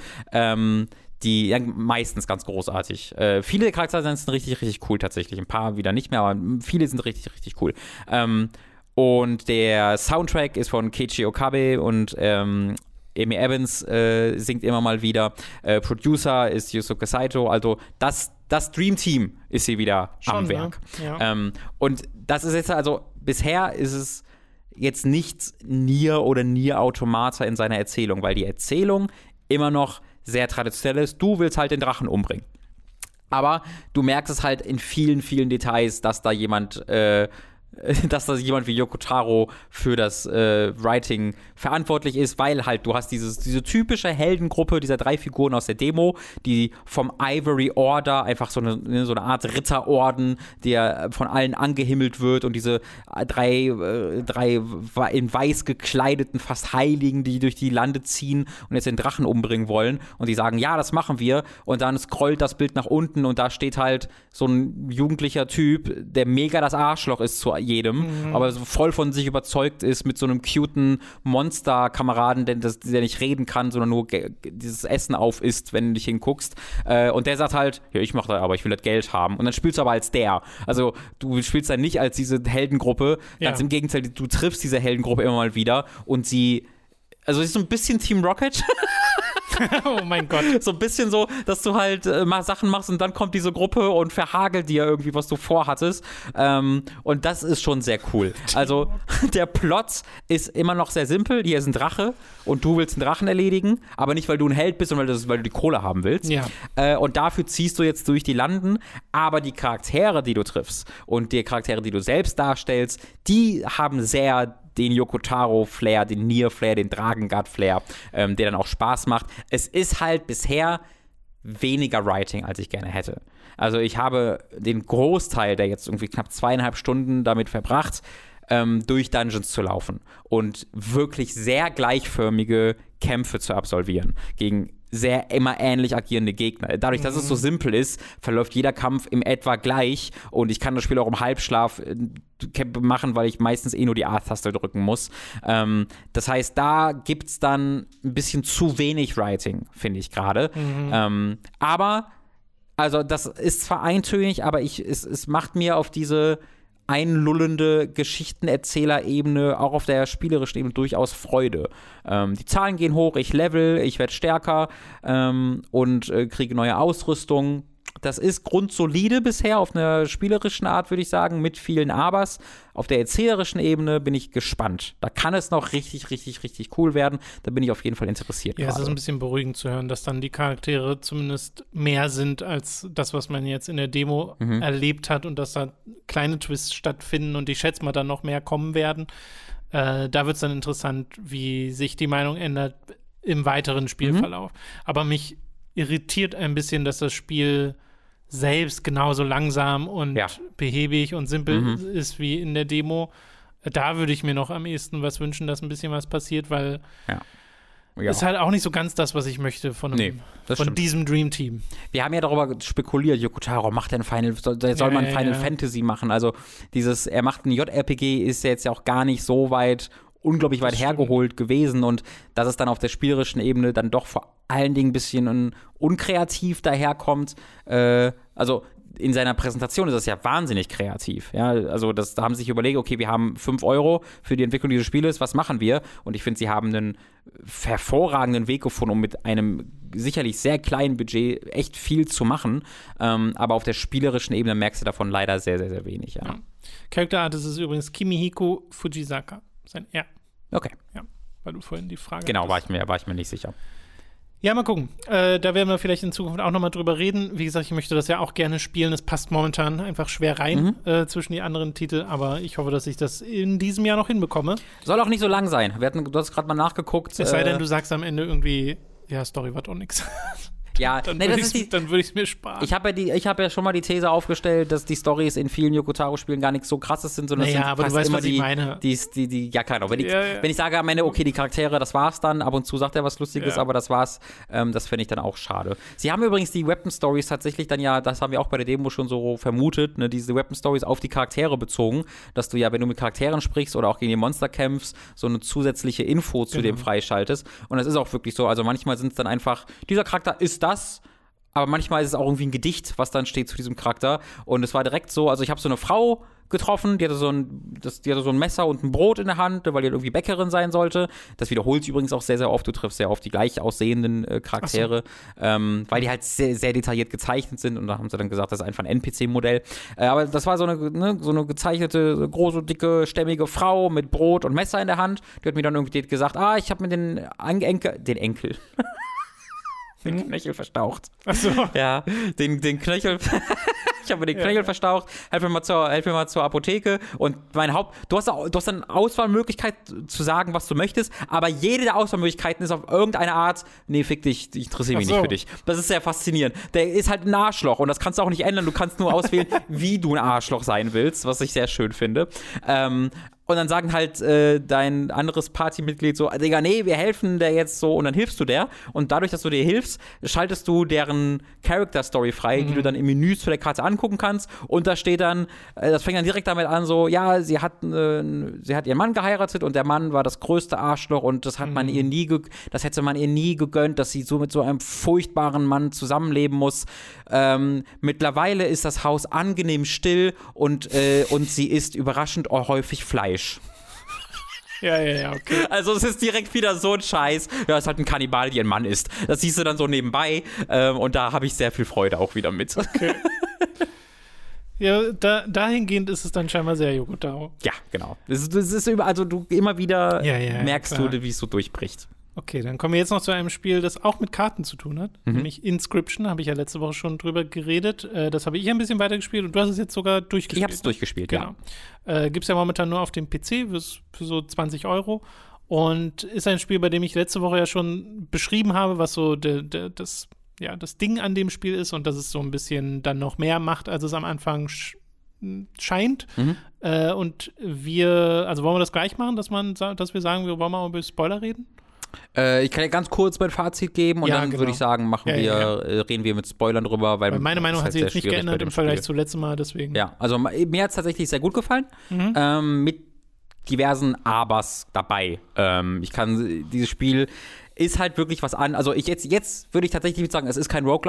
Die meistens ganz großartig. Viele der Charaktere sind richtig, richtig cool tatsächlich. Ein paar wieder nicht mehr, aber viele sind richtig, richtig cool. Und der Soundtrack ist von Keiichi Okabe und Amy Evans singt immer mal wieder. Producer ist Yusuke Saito. Also das Dream Team ist hier wieder am Werk. Ne? Ja. Und das ist jetzt also, bisher ist es jetzt nicht Nier oder Nier Automata in seiner Erzählung, weil die Erzählung immer noch sehr traditionell ist. Du willst halt den Drachen umbringen. Aber du merkst es halt in vielen, vielen Details, dass da jemand wie Yoko Taro für das Writing verantwortlich ist, weil halt du hast diese typische Heldengruppe dieser 3 Figuren aus der Demo, die vom Ivory Order, einfach so eine Art Ritterorden, der von allen angehimmelt wird und diese drei in weiß gekleideten, fast Heiligen, die durch die Lande ziehen und jetzt den Drachen umbringen wollen und die sagen, ja, das machen wir und dann scrollt das Bild nach unten und da steht halt so ein jugendlicher Typ, der mega das Arschloch ist zu jedem, aber so voll von sich überzeugt ist mit so einem cuten Monster-Kameraden, der nicht reden kann, sondern nur dieses Essen aufisst, wenn du nicht hinguckst. Und der sagt halt, ja, ich mache das, aber ich will das Geld haben. Und dann spielst du aber als der. Also du spielst dann nicht als diese Heldengruppe, ganz im Gegenteil, du triffst diese Heldengruppe immer mal wieder und sie ist so ein bisschen Team Rocket. Oh mein Gott. So ein bisschen so, dass du halt mal Sachen machst und dann kommt diese Gruppe und verhagelt dir irgendwie, was du vorhattest. Und das ist schon sehr cool. Also der Plot ist immer noch sehr simpel. Hier ist ein Drache und du willst einen Drachen erledigen, aber nicht, weil du ein Held bist, sondern weil du die Kohle haben willst. Ja. Und dafür ziehst du jetzt durch die Landen. Aber die Charaktere, die du triffst und die Charaktere, die du selbst darstellst, die haben sehr den Yoko Taro-Flair, den Nier-Flair, den Drakengard-Flair, der dann auch Spaß macht. Es ist halt bisher weniger Writing, als ich gerne hätte. Also ich habe den Großteil der jetzt irgendwie knapp 2,5 Stunden damit verbracht, durch Dungeons zu laufen und wirklich sehr gleichförmige Kämpfe zu absolvieren gegen sehr immer ähnlich agierende Gegner. Dadurch, dass es so simpel ist, verläuft jeder Kampf im etwa gleich und ich kann das Spiel auch im Halbschlaf machen, weil ich meistens nur die A-Taste drücken muss. Das heißt, da gibt's dann ein bisschen zu wenig Writing, finde ich gerade. Aber, also das ist zwar eintönig, aber es macht mir auf diese einlullende Geschichtenerzählerebene, auch auf der spielerischen Ebene durchaus Freude. Die Zahlen gehen hoch, ich level, ich werde stärker und kriege neue Ausrüstung. Das ist grundsolide bisher auf einer spielerischen Art, würde ich sagen, mit vielen Abers. Auf der erzählerischen Ebene bin ich gespannt. Da kann es noch richtig, richtig, richtig cool werden. Da bin ich auf jeden Fall interessiert. Ja, es ist ein bisschen beruhigend zu hören, dass dann die Charaktere zumindest mehr sind als das, was man jetzt in der Demo erlebt hat und dass da kleine Twists stattfinden und ich schätze mal, dann noch mehr kommen werden. Da wird es dann interessant, wie sich die Meinung ändert im weiteren Spielverlauf. Aber mich irritiert ein bisschen, dass das Spiel selbst genauso langsam und behäbig und simpel ist wie in der Demo. Da würde ich mir noch am ehesten was wünschen, dass ein bisschen was passiert, weil ist halt auch nicht so ganz das, was ich möchte von diesem Dream Team. Wir haben ja darüber spekuliert, Yoko Taro macht soll man Final Fantasy machen. Also er macht ein JRPG, ist ja jetzt auch gar nicht so unglaublich weit hergeholt gewesen und dass es dann auf der spielerischen Ebene dann doch vor allen Dingen ein bisschen unkreativ daherkommt. Also in seiner Präsentation ist das ja wahnsinnig kreativ. Ja? Also da haben sie sich überlegt, okay, wir haben 5 Euro für die Entwicklung dieses Spieles, was machen wir? Und ich finde, sie haben einen hervorragenden Weg gefunden, um mit einem sicherlich sehr kleinen Budget echt viel zu machen. Aber auf der spielerischen Ebene merkst du davon leider sehr, sehr, sehr wenig. Ja. Character Artist ist übrigens Kimihiko Fujisaka. Sein R. Okay. Ja, weil du vorhin die Frage Genau, war ich mir nicht sicher. Ja, mal gucken. Da werden wir vielleicht in Zukunft auch nochmal drüber reden. Wie gesagt, ich möchte das ja auch gerne spielen. Es passt momentan einfach schwer rein zwischen die anderen Titel, aber ich hoffe, dass ich das in diesem Jahr noch hinbekomme. Soll auch nicht so lang sein. Du hast gerade mal nachgeguckt. Es sei denn, du sagst am Ende irgendwie, ja, Story war doch nix. Ja, dann würde ich es mir sparen. Ich habe ja schon mal die These aufgestellt, dass die Storys in vielen Yoko Taro-Spielen gar nicht so krasses sind, sondern aber du weißt, was ich meine. Ja, keine Ahnung. Wenn ich sage am Ende, okay, die Charaktere, das war's dann, ab und zu sagt er was Lustiges, aber das war's, das fände ich dann auch schade. Sie haben übrigens die Weapon-Stories tatsächlich dann das haben wir auch bei der Demo schon so vermutet, ne, diese Weapon-Stories auf die Charaktere bezogen, dass du ja, wenn du mit Charakteren sprichst oder auch gegen die Monster kämpfst, so eine zusätzliche Info zu dem freischaltest. Und das ist auch wirklich so, also manchmal sind es dann einfach, dieser Charakter ist das, aber manchmal ist es auch irgendwie ein Gedicht, was dann steht zu diesem Charakter. Und es war direkt so, also ich habe so eine Frau getroffen, die hatte so ein Messer und ein Brot in der Hand, weil die irgendwie Bäckerin sein sollte. Das wiederholt sich übrigens auch sehr, sehr oft. Du triffst sehr oft die gleich aussehenden Charaktere, weil die halt sehr, sehr detailliert gezeichnet sind. Und da haben sie dann gesagt, das ist einfach ein NPC-Modell. Aber das war so eine gezeichnete, große, dicke, stämmige Frau mit Brot und Messer in der Hand. Die hat mir dann irgendwie gesagt, ich habe mir den Enkel den Knöchel verstaucht. Ach so. Ja, den Knöchel. Ich habe mir den Knöchel verstaucht. Helf mir mal zur Apotheke. Und du hast dann Auswahlmöglichkeit zu sagen, was du möchtest. Aber jede der Auswahlmöglichkeiten ist auf irgendeine Art, nee, fick dich, ich interessiere mich nicht für dich. Das ist sehr faszinierend. Der ist halt ein Arschloch und das kannst du auch nicht ändern. Du kannst nur auswählen, wie du ein Arschloch sein willst, was ich sehr schön finde. Und dann sagen halt dein anderes Partymitglied so, Digga, nee, wir helfen der jetzt so und dann hilfst du der. Und dadurch, dass du dir hilfst, schaltest du deren Character-Story frei, die du dann im Menü zu der Karte angucken kannst. Und da steht dann, das fängt dann direkt damit an, so, ja, sie hat ihren Mann geheiratet und der Mann war das größte Arschloch und das hat man ihr das hätte man ihr nie gegönnt, dass sie so mit so einem furchtbaren Mann zusammenleben muss. Mittlerweile ist das Haus angenehm still und sie isst überraschend häufig Fleisch. Ja, okay. Also es ist direkt wieder so ein Scheiß. Ja, es ist halt ein Kannibal, die ein Mann ist. Das siehst du dann so nebenbei und da habe ich sehr viel Freude auch wieder mit. Okay. Ja, dahingehend ist es dann scheinbar sehr Yoko Taro. Ja, genau. Das ist also du immer wieder merkst du, wie es so durchbricht. Okay, dann kommen wir jetzt noch zu einem Spiel, das auch mit Karten zu tun hat, nämlich Inscription, habe ich ja letzte Woche schon drüber geredet. Das habe ich ein bisschen weitergespielt und du hast es jetzt sogar durchgespielt. Ich habe es durchgespielt, genau. Ja. Gibt es ja momentan nur auf dem PC für so 20 € und ist ein Spiel, bei dem ich letzte Woche ja schon beschrieben habe, was so das Ding an dem Spiel ist und dass es so ein bisschen dann noch mehr macht, als es am Anfang scheint. Und wollen wir das gleich machen, dass wir sagen, wir wollen mal über Spoiler reden? Ich kann ja ganz kurz mein Fazit geben und dann würde ich sagen, reden wir mit Spoilern drüber. Weil meine Meinung hat sich jetzt nicht geändert im Vergleich zu letztem Mal, deswegen. Ja, also mir hat es tatsächlich sehr gut gefallen. Mit diversen Abers dabei. Dieses Spiel ist halt wirklich was an. Also jetzt würde ich tatsächlich sagen, es ist kein Roguelike.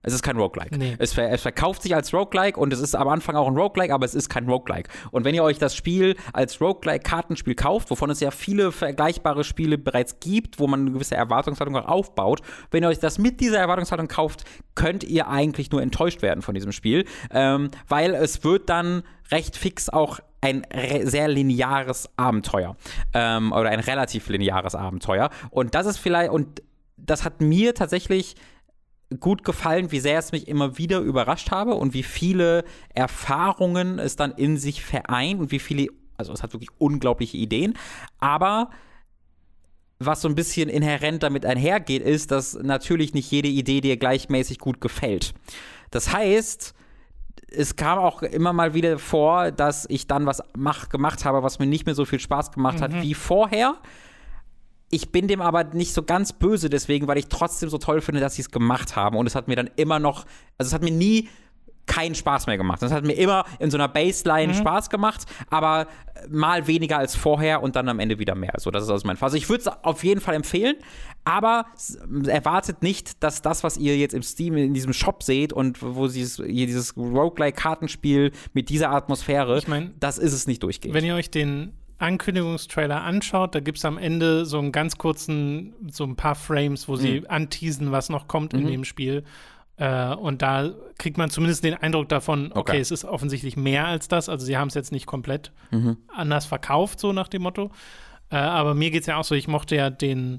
Es ist kein Roguelike. Nee. Es verkauft sich als Roguelike und es ist am Anfang auch ein Roguelike, aber es ist kein Roguelike. Und wenn ihr euch das Spiel als Roguelike-Kartenspiel kauft, wovon es ja viele vergleichbare Spiele bereits gibt, wo man eine gewisse Erwartungshaltung auch aufbaut, wenn ihr euch das mit dieser Erwartungshaltung kauft, könnt ihr eigentlich nur enttäuscht werden von diesem Spiel, weil es wird dann recht fix auch ein sehr lineares Abenteuer oder ein relativ lineares Abenteuer. Und das ist vielleicht, und das hat mir tatsächlich gut gefallen, wie sehr es mich immer wieder überrascht habe und wie viele Erfahrungen es dann in sich vereint und wie viele, also es hat wirklich unglaubliche Ideen, aber was so ein bisschen inhärent damit einhergeht, ist, dass natürlich nicht jede Idee dir gleichmäßig gut gefällt. Das heißt, es kam auch immer mal wieder vor, dass ich dann was gemacht habe, was mir nicht mehr so viel Spaß gemacht hat wie vorher. Ich bin dem aber nicht so ganz böse deswegen, weil ich trotzdem so toll finde, dass sie es gemacht haben. Und es hat mir dann immer noch, also es hat mir nie keinen Spaß mehr gemacht. Es hat mir immer in so einer Baseline Spaß gemacht, aber mal weniger als vorher und dann am Ende wieder mehr. So, das ist also mein Fall. Also ich würde es auf jeden Fall empfehlen, aber erwartet nicht, dass das, was ihr jetzt im Steam in diesem Shop seht und wo dieses Roguelike-Kartenspiel mit dieser Atmosphäre, Ich mein, das ist es nicht durchgehend. Wenn ihr euch den Ankündigungstrailer anschaut, da gibt es am Ende so einen ganz kurzen, so ein paar Frames, wo sie anteasen, was noch kommt in dem Spiel. Und da kriegt man zumindest den Eindruck davon, okay, es ist offensichtlich mehr als das. Also sie haben es jetzt nicht komplett anders verkauft, so nach dem Motto. Aber mir geht es ja auch so, ich mochte ja den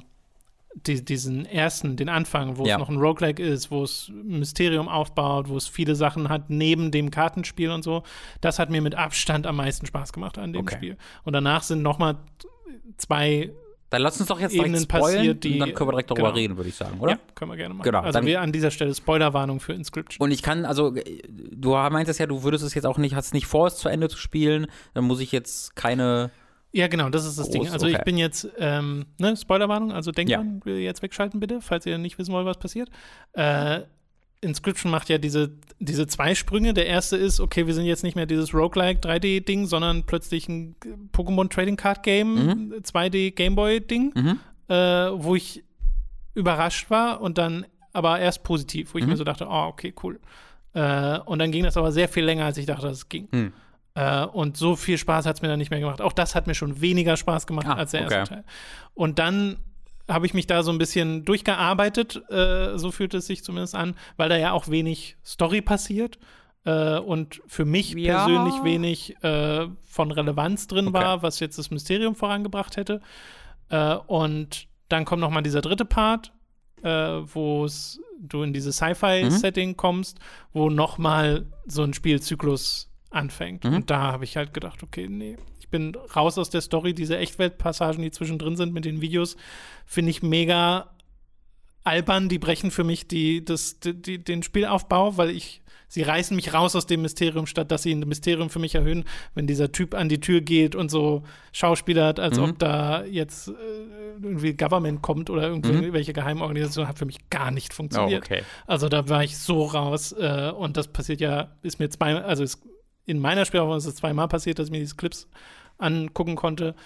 Anfang, wo es noch ein Roguelike ist, wo es ein Mysterium aufbaut, wo es viele Sachen hat neben dem Kartenspiel und so. Das hat mir mit Abstand am meisten Spaß gemacht an dem Spiel. Und danach sind nochmal 2 Dann lass uns doch jetzt direkt Ebenen spoilen passiert, und dann können wir direkt darüber reden, würde ich sagen, oder? Ja, können wir gerne machen. Genau, also dann, wir an dieser Stelle Spoilerwarnung für Inscription. Und ich kann, also du meintest ja, du würdest es jetzt auch nicht, hast nicht vor, es zu Ende zu spielen, dann muss ich jetzt keine... Ja, genau, das ist das Ding. Also ich bin jetzt, Spoilerwarnung, also denkt man, jetzt wegschalten bitte, falls ihr nicht wissen wollt, was passiert. Inscription macht ja diese 2 Sprünge. Der erste ist, okay, wir sind jetzt nicht mehr dieses Roguelike 3D-Ding, sondern plötzlich ein Pokémon Trading Card Game, 2D Gameboy-Ding, wo ich überrascht war und dann aber erst positiv, wo ich mir so dachte, oh, okay, cool. Und dann ging das aber sehr viel länger, als ich dachte, dass es ging. Und so viel Spaß hat es mir dann nicht mehr gemacht. Auch das hat mir schon weniger Spaß gemacht als der erste Teil. Und dann habe ich mich da so ein bisschen durchgearbeitet, so fühlt es sich zumindest an, weil da ja auch wenig Story passiert und für mich persönlich wenig von Relevanz drin war, was jetzt das Mysterium vorangebracht hätte. Und dann kommt noch mal dieser dritte Part, wo du in dieses Sci-Fi-Setting kommst, wo noch mal so ein Spielzyklus anfängt. Und da habe ich halt gedacht, okay, nee, ich bin raus aus der Story. Diese Echtweltpassagen, die zwischendrin sind mit den Videos, finde ich mega albern. Die brechen für mich den Spielaufbau, weil sie reißen mich raus aus dem Mysterium, statt dass sie ein Mysterium für mich erhöhen, wenn dieser Typ an die Tür geht und so schauspielert, als ob da jetzt irgendwie Government kommt oder irgendwelche Geheimorganisation, hat für mich gar nicht funktioniert. Oh, okay. Also da war ich so raus und das passiert ist mir in meiner Spielaufnahme ist es 2-mal passiert, dass ich mir diese Clips angucken konnte.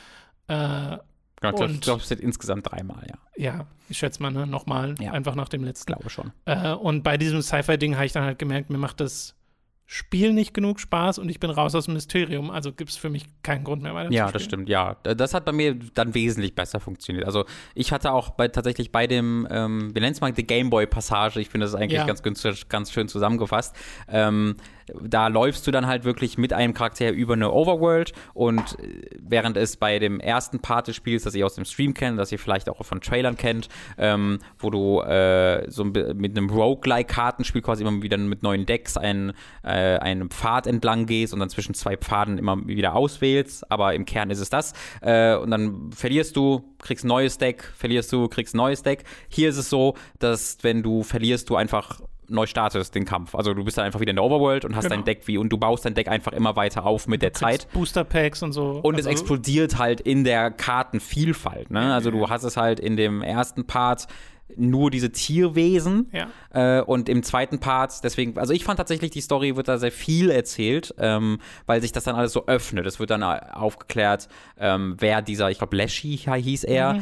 Ich glaube, es sind insgesamt 3-mal, ja. Ja, ich schätze mal, ne? Nochmal, einfach nach dem letzten. Ich glaube schon. Und bei diesem Sci-Fi-Ding habe ich dann halt gemerkt, mir macht das Spiel nicht genug Spaß und ich bin raus aus dem Mysterium. Also gibt es für mich keinen Grund mehr weiter zu spielen. Ja, das stimmt, ja. Das hat bei mir dann wesentlich besser funktioniert. Also ich hatte auch tatsächlich bei dem, wir nennen es mal die Gameboy-Passage, ich finde das ist eigentlich ganz schön zusammengefasst, da läufst du dann halt wirklich mit einem Charakter über eine Overworld und während es bei dem ersten Part des Spiels, das ihr aus dem Stream kennt, das ihr vielleicht auch von Trailern kennt, wo du so mit einem Roguelike-Kartenspiel quasi immer wieder mit neuen Decks einen Pfad entlang gehst und dann zwischen 2 Pfaden immer wieder auswählst, aber im Kern ist es das. Und dann verlierst du, kriegst ein neues Deck, verlierst du, kriegst ein neues Deck. Hier ist es so, dass wenn du verlierst, du einfach neu startest den Kampf. Also du bist dann einfach wieder in der Overworld und hast dein Deck und du baust dein Deck einfach immer weiter auf mit der Zeit. Booster Packs und so. Und es explodiert halt in der Kartenvielfalt. Ne? Also du hast es halt in dem ersten Part, nur diese Tierwesen. Ja. Und im zweiten Part, deswegen, also ich fand tatsächlich, die Story wird da sehr viel erzählt, weil sich das dann alles so öffnet. Es wird dann aufgeklärt, wer dieser, ich glaube Leshy hieß er,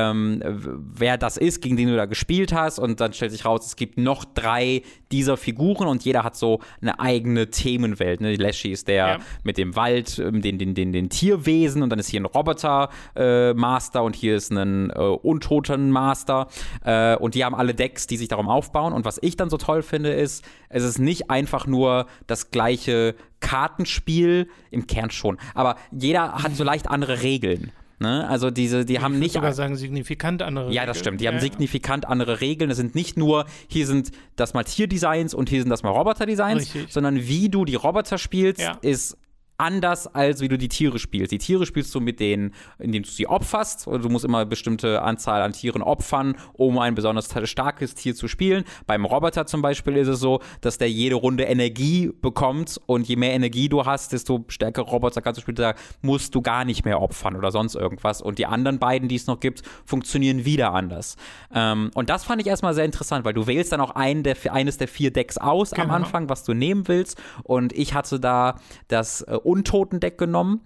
wer das ist, gegen den du da gespielt hast. Und dann stellt sich raus, es gibt noch 3 dieser Figuren und jeder hat so eine eigene Themenwelt. Ne? Leshy ist der mit dem Wald, den Tierwesen, und dann ist hier ein Roboter-Master und hier ist ein Untoten-Master. Und die haben alle Decks, die sich darum aufbauen. Und was ich dann so toll finde, ist, es ist nicht einfach nur das gleiche Kartenspiel, im Kern schon, aber jeder hat so leicht andere Regeln. Ne? Also die haben nicht. Ich würde sogar sagen, signifikant andere Regeln. Ja, das stimmt. Die haben signifikant andere Regeln. Es sind nicht nur, hier sind das mal Tierdesigns und hier sind das mal Roboterdesigns, sondern wie du die Roboter spielst, ist anders, als wie du die Tiere spielst. Die Tiere spielst du mit denen, indem du sie opferst. Du musst immer eine bestimmte Anzahl an Tieren opfern, um ein besonders starkes Tier zu spielen. Beim Roboter zum Beispiel ist es so, dass der jede Runde Energie bekommt und je mehr Energie du hast, desto stärkere Roboter kannst du spielen. Da musst du gar nicht mehr opfern oder sonst irgendwas. Und die anderen beiden, die es noch gibt, funktionieren wieder anders. Und das fand ich erstmal sehr interessant, weil du wählst dann auch eines der 4 Decks aus am Anfang, was du nehmen willst. Und ich hatte da das Untoten-Deck genommen.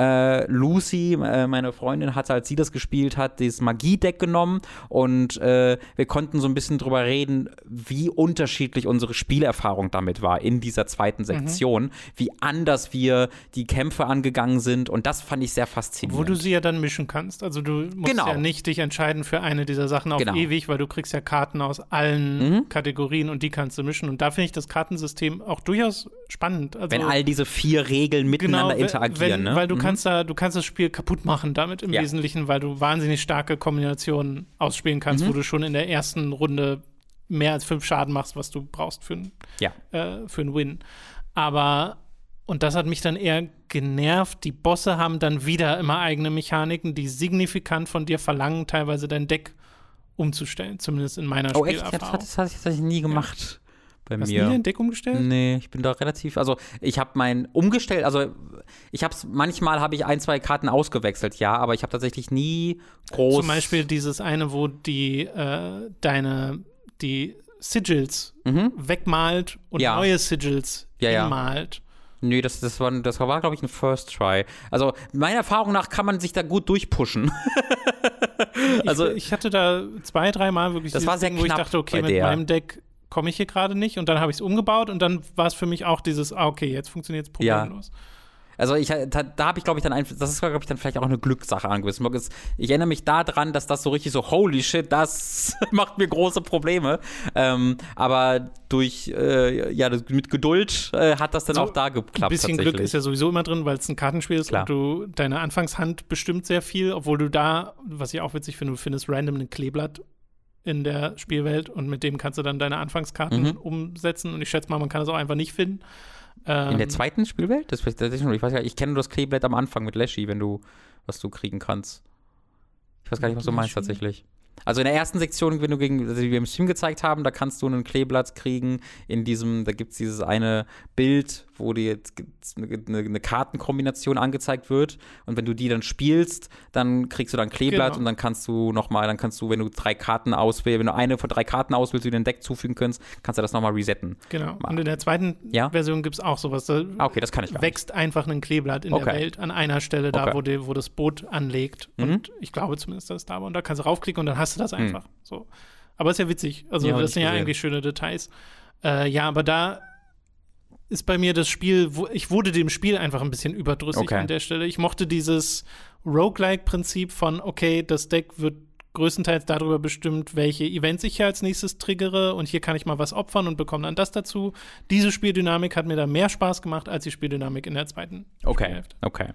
Lucy, meine Freundin, hatte, als sie das gespielt hat, dieses Magie-Deck genommen und wir konnten so ein bisschen drüber reden, wie unterschiedlich unsere Spielerfahrung damit war in dieser zweiten Sektion, wie anders wir die Kämpfe angegangen sind, und das fand ich sehr faszinierend. Wo du sie ja dann mischen kannst. Also du musst ja nicht dich entscheiden für eine dieser Sachen auf ewig, weil du kriegst ja Karten aus allen Kategorien und die kannst du mischen, und da finde ich das Kartensystem auch durchaus spannend. Also, wenn all diese 4 Regeln miteinander interagieren. Weil du kannst das Spiel kaputt machen damit im Wesentlichen, weil du wahnsinnig starke Kombinationen ausspielen kannst, wo du schon in der ersten Runde mehr als 5 Schaden machst, was du brauchst für einen Win. Aber, und das hat mich dann eher genervt, die Bosse haben dann wieder immer eigene Mechaniken, die signifikant von dir verlangen, teilweise dein Deck umzustellen, zumindest in meiner Spielerfahrung. Das hatte ich tatsächlich nie gemacht. Hast du nie dein Deck umgestellt? Nee, ich bin da relativ, also ich habe umgestellt, also manchmal habe ich 1, 2 Karten ausgewechselt, ja, aber ich habe tatsächlich nie groß. Zum Beispiel dieses eine, wo die Sigils wegmalt und neue Sigils inmalt. Nö, das war, glaube ich, ein First Try. Also meiner Erfahrung nach kann man sich da gut durchpushen. Also ich hatte da 2, 3 Mal wirklich das war sehr Ding, wo ich dachte, okay, mit meinem Deck komme ich hier gerade nicht, und dann habe ich es umgebaut und dann war es für mich auch dieses, okay, jetzt funktioniert es problemlos. Ja. Also da habe ich, glaube ich, das ist, glaube ich, dann vielleicht auch eine Glückssache angewiesen. Ich erinnere mich daran, dass das so richtig so, holy shit, das macht mir große Probleme. Aber mit Geduld hat das dann auch da geklappt. Ein bisschen Glück ist ja sowieso immer drin, weil es ein Kartenspiel ist. Klar. Und deine Anfangshand bestimmt sehr viel, obwohl du da, was ich auch witzig finde, du findest random ein Kleeblatt in der Spielwelt und mit dem kannst du dann deine Anfangskarten umsetzen, und ich schätze mal, man kann das auch einfach nicht finden. In der zweiten Spielwelt? Ich weiß ja, ich kenne nur das Kleeblatt am Anfang mit Leshy, was du kriegen kannst. Ich weiß gar nicht, was du meinst tatsächlich. Also in der ersten Sektion, die wir im Stream gezeigt haben, da kannst du ein Kleeblatt kriegen, da gibt es dieses eine Bild, wo dir jetzt eine Kartenkombination angezeigt wird, und wenn du die dann spielst, dann kriegst du dann ein Kleeblatt, und dann kannst du, wenn du 3 Karten auswählst, wenn du eine von 3 Karten auswählst, die du in dein Deck zufügen kannst du das nochmal resetten. Genau. Und in der zweiten Version gibt es auch sowas. Da das kann ich gar nicht. Wächst einfach ein Kleeblatt in der Welt an einer Stelle da, wo das Boot anlegt. Und ich glaube zumindest, dass es da war. Und da kannst du raufklicken und dann hast du das einfach. So. Aber ist ja witzig. Also das sind ja eigentlich schöne Details. Aber da ist bei mir das Spiel, ich wurde dem Spiel einfach ein bisschen überdrüssig an der Stelle. Ich mochte dieses Roguelike-Prinzip von, okay, das Deck wird größtenteils darüber bestimmt, welche Events ich hier als nächstes triggere, und hier kann ich mal was opfern und bekomme dann das dazu. Diese Spieldynamik hat mir da mehr Spaß gemacht als die Spieldynamik in der zweiten Spielhälfte. Okay.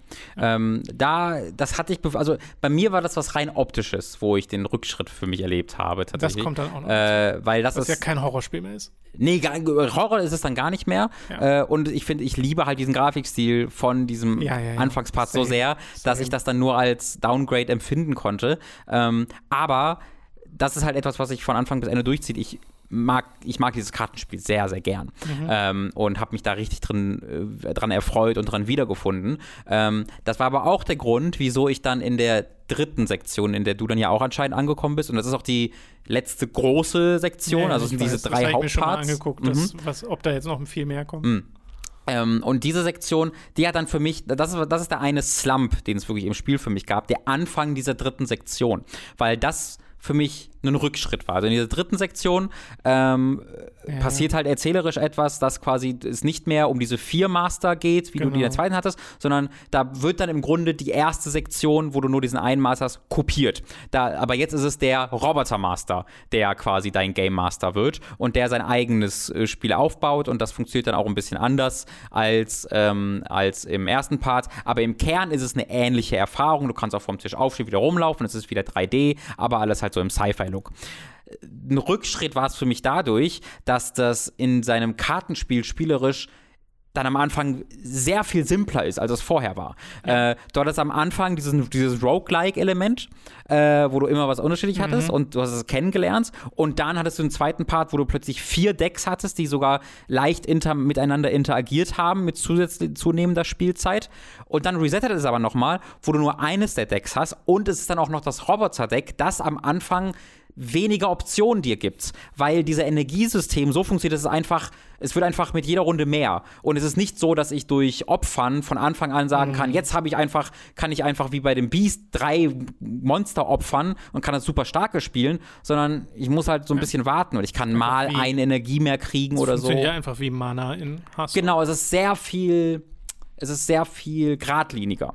Das hatte ich, also bei mir war das was rein Optisches, wo ich den Rückschritt für mich erlebt habe tatsächlich. Das kommt dann auch noch. Weil das was ja kein Horrorspiel mehr ist. Nee, Horror ist es dann gar nicht mehr. Ja. Und ich liebe halt diesen Grafikstil von diesem Anfangspart so sehr, dass ich das dann nur als Downgrade empfinden konnte. Aber das ist halt etwas, was sich von Anfang bis Ende durchzieht. Ich mag dieses Kartenspiel sehr, sehr gern und habe mich da richtig dran erfreut und dran wiedergefunden. Das war aber auch der Grund, wieso ich dann in der dritten Sektion, in der du dann ja auch anscheinend angekommen bist, und das ist auch die letzte große Sektion, also es sind diese 3 Hauptparts. Ich habe mir schon mal angeguckt, ob da jetzt noch viel mehr kommt. Und diese Sektion, die hat dann für mich, das ist der eine Slump, den es wirklich im Spiel für mich gab, der Anfang dieser dritten Sektion, weil das für mich ein Rückschritt war. Also in dieser dritten Sektion passiert halt erzählerisch etwas, dass quasi es nicht mehr um diese 4 Master geht, wie du die in der zweiten hattest, sondern da wird dann im Grunde die erste Sektion, wo du nur diesen einen Master hast, kopiert. Aber jetzt ist es der Roboter-Master, der quasi dein Game Master wird und der sein eigenes Spiel aufbaut, und das funktioniert dann auch ein bisschen anders als im ersten Part. Aber im Kern ist es eine ähnliche Erfahrung. Du kannst auch vom Tisch aufstehen, wieder rumlaufen, es ist wieder 3D, aber alles halt so im Sci-Fi-Look. Ein Rückschritt war es für mich dadurch, dass das in seinem Kartenspiel spielerisch dann am Anfang sehr viel simpler ist, als es vorher war. Ja. Dort ist am Anfang dieses Roguelike-Element, wo du immer was unterschiedlich hattest und du hast es kennengelernt, und dann hattest du einen zweiten Part, wo du plötzlich 4 Decks hattest, die sogar leicht miteinander interagiert haben mit zunehmender Spielzeit, und dann resettet es aber nochmal, wo du nur eines der Decks hast, und es ist dann auch noch das Roboter-Deck, das am Anfang weniger Optionen dir gibt, weil dieser Energiesystem so funktioniert, dass es wird einfach mit jeder Runde mehr. Und es ist nicht so, dass ich durch Opfern von Anfang an sagen kann, jetzt kann ich einfach wie bei dem Beast 3 Monster opfern und kann das super starke spielen, sondern ich muss halt so ein bisschen warten, und ich kann mal eine Energie mehr kriegen oder so. Es funktioniert ja einfach wie Mana in Hearthstone. Genau, es ist sehr viel geradliniger.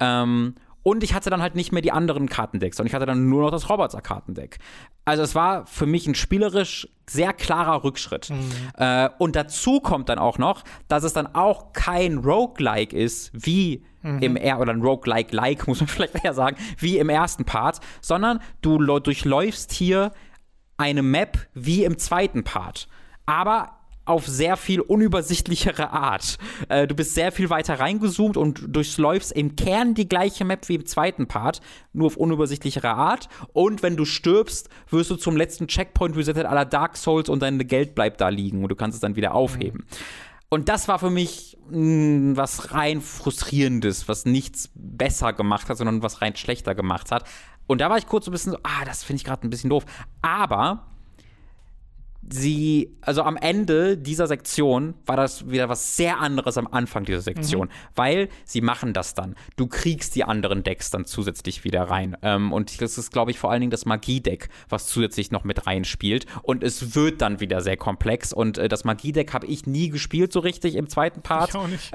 Und ich hatte dann halt nicht mehr die anderen Kartendecks, sondern ich hatte dann nur noch das Roboter-Kartendeck. Also es war für mich ein spielerisch sehr klarer Rückschritt. Und dazu kommt dann auch noch, dass es dann auch kein Roguelike ist, wie oder ein Roguelike-like, muss man vielleicht eher sagen, wie im ersten Part, sondern du durchläufst hier eine Map wie im zweiten Part. Aber auf sehr viel unübersichtlichere Art. Du bist sehr viel weiter reingezoomt und durchläufst im Kern die gleiche Map wie im zweiten Part, nur auf unübersichtlichere Art. Und wenn du stirbst, wirst du zum letzten Checkpoint resettet à la Dark Souls, und dein Geld bleibt da liegen und du kannst es dann wieder aufheben. Und das war für mich was rein Frustrierendes, was nichts besser gemacht hat, sondern was rein schlechter gemacht hat. Und da war ich kurz so ein bisschen so, das finde ich gerade ein bisschen doof. Aber also am Ende dieser Sektion war das wieder was sehr anderes am Anfang dieser Sektion, weil sie machen das dann. Du kriegst die anderen Decks dann zusätzlich wieder rein. Und das ist, glaube ich, vor allen Dingen das Magiedeck, was zusätzlich noch mit reinspielt. Und es wird dann wieder sehr komplex. Und das Magiedeck habe ich nie gespielt so richtig im zweiten Part. Ich auch nicht.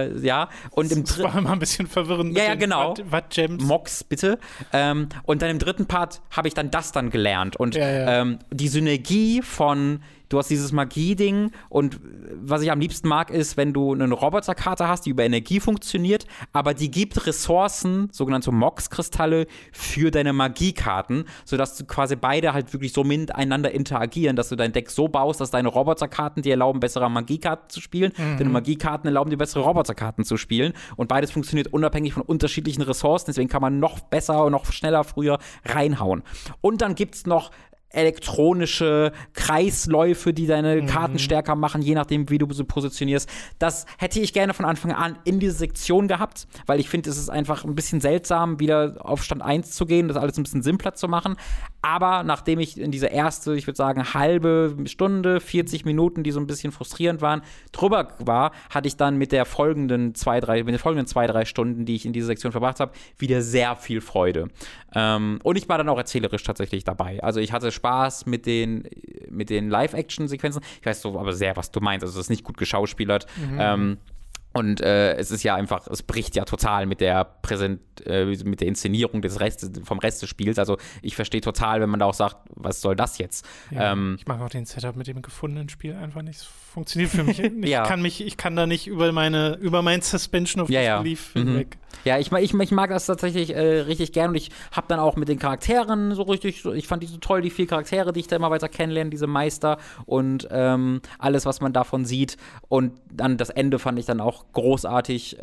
Und das war immer ein bisschen verwirrend. Ja, genau. Gems. Mox, bitte. Und dann im dritten Part habe ich dann das gelernt. Und die Synergie von du hast dieses Magie-Ding, und was ich am liebsten mag, ist, wenn du eine Roboterkarte hast, die über Energie funktioniert, aber die gibt Ressourcen, sogenannte Mox-Kristalle, für deine Magiekarten, sodass du quasi beide halt wirklich so miteinander interagieren, dass du dein Deck so baust, dass deine Roboterkarten dir erlauben, bessere Magiekarten zu spielen, deine Magiekarten erlauben dir bessere Roboterkarten zu spielen, und beides funktioniert unabhängig von unterschiedlichen Ressourcen, deswegen kann man noch besser und noch schneller früher reinhauen. Und dann gibt's noch elektronische Kreisläufe, die deine Karten stärker machen, je nachdem, wie du sie positionierst. Das hätte ich gerne von Anfang an in diese Sektion gehabt, weil ich finde, es ist einfach ein bisschen seltsam, wieder auf Stand 1 zu gehen, das alles ein bisschen simpler zu machen. Aber nachdem ich in diese erste, ich würde sagen, halbe Stunde, 40 Minuten, die so ein bisschen frustrierend waren, drüber war, hatte ich dann mit den folgenden 2-3 Stunden, die ich in dieser Sektion verbracht habe, wieder sehr viel Freude. Und ich war dann auch erzählerisch tatsächlich dabei. Also ich hatte Spaß mit den Live-Action-Sequenzen. Ich weiß so aber sehr, was du meinst. Also es ist nicht gut geschauspielert. Und es ist ja einfach, es bricht ja total mit der Inszenierung vom Rest des Spiels. Also ich verstehe total, wenn man da auch sagt, was soll das jetzt? Ja, ich mag auch den Setup mit dem gefundenen Spiel einfach nicht. Es funktioniert für mich. Ich kann da nicht über mein Suspension of Disbelief hinweg. Ja, ich mag das tatsächlich richtig gern, und ich habe dann auch mit den Charakteren so richtig, ich fand die so toll, die 4 Charaktere, die ich da immer weiter kennenlerne, diese Meister und alles, was man davon sieht, und dann das Ende fand ich dann auch großartig.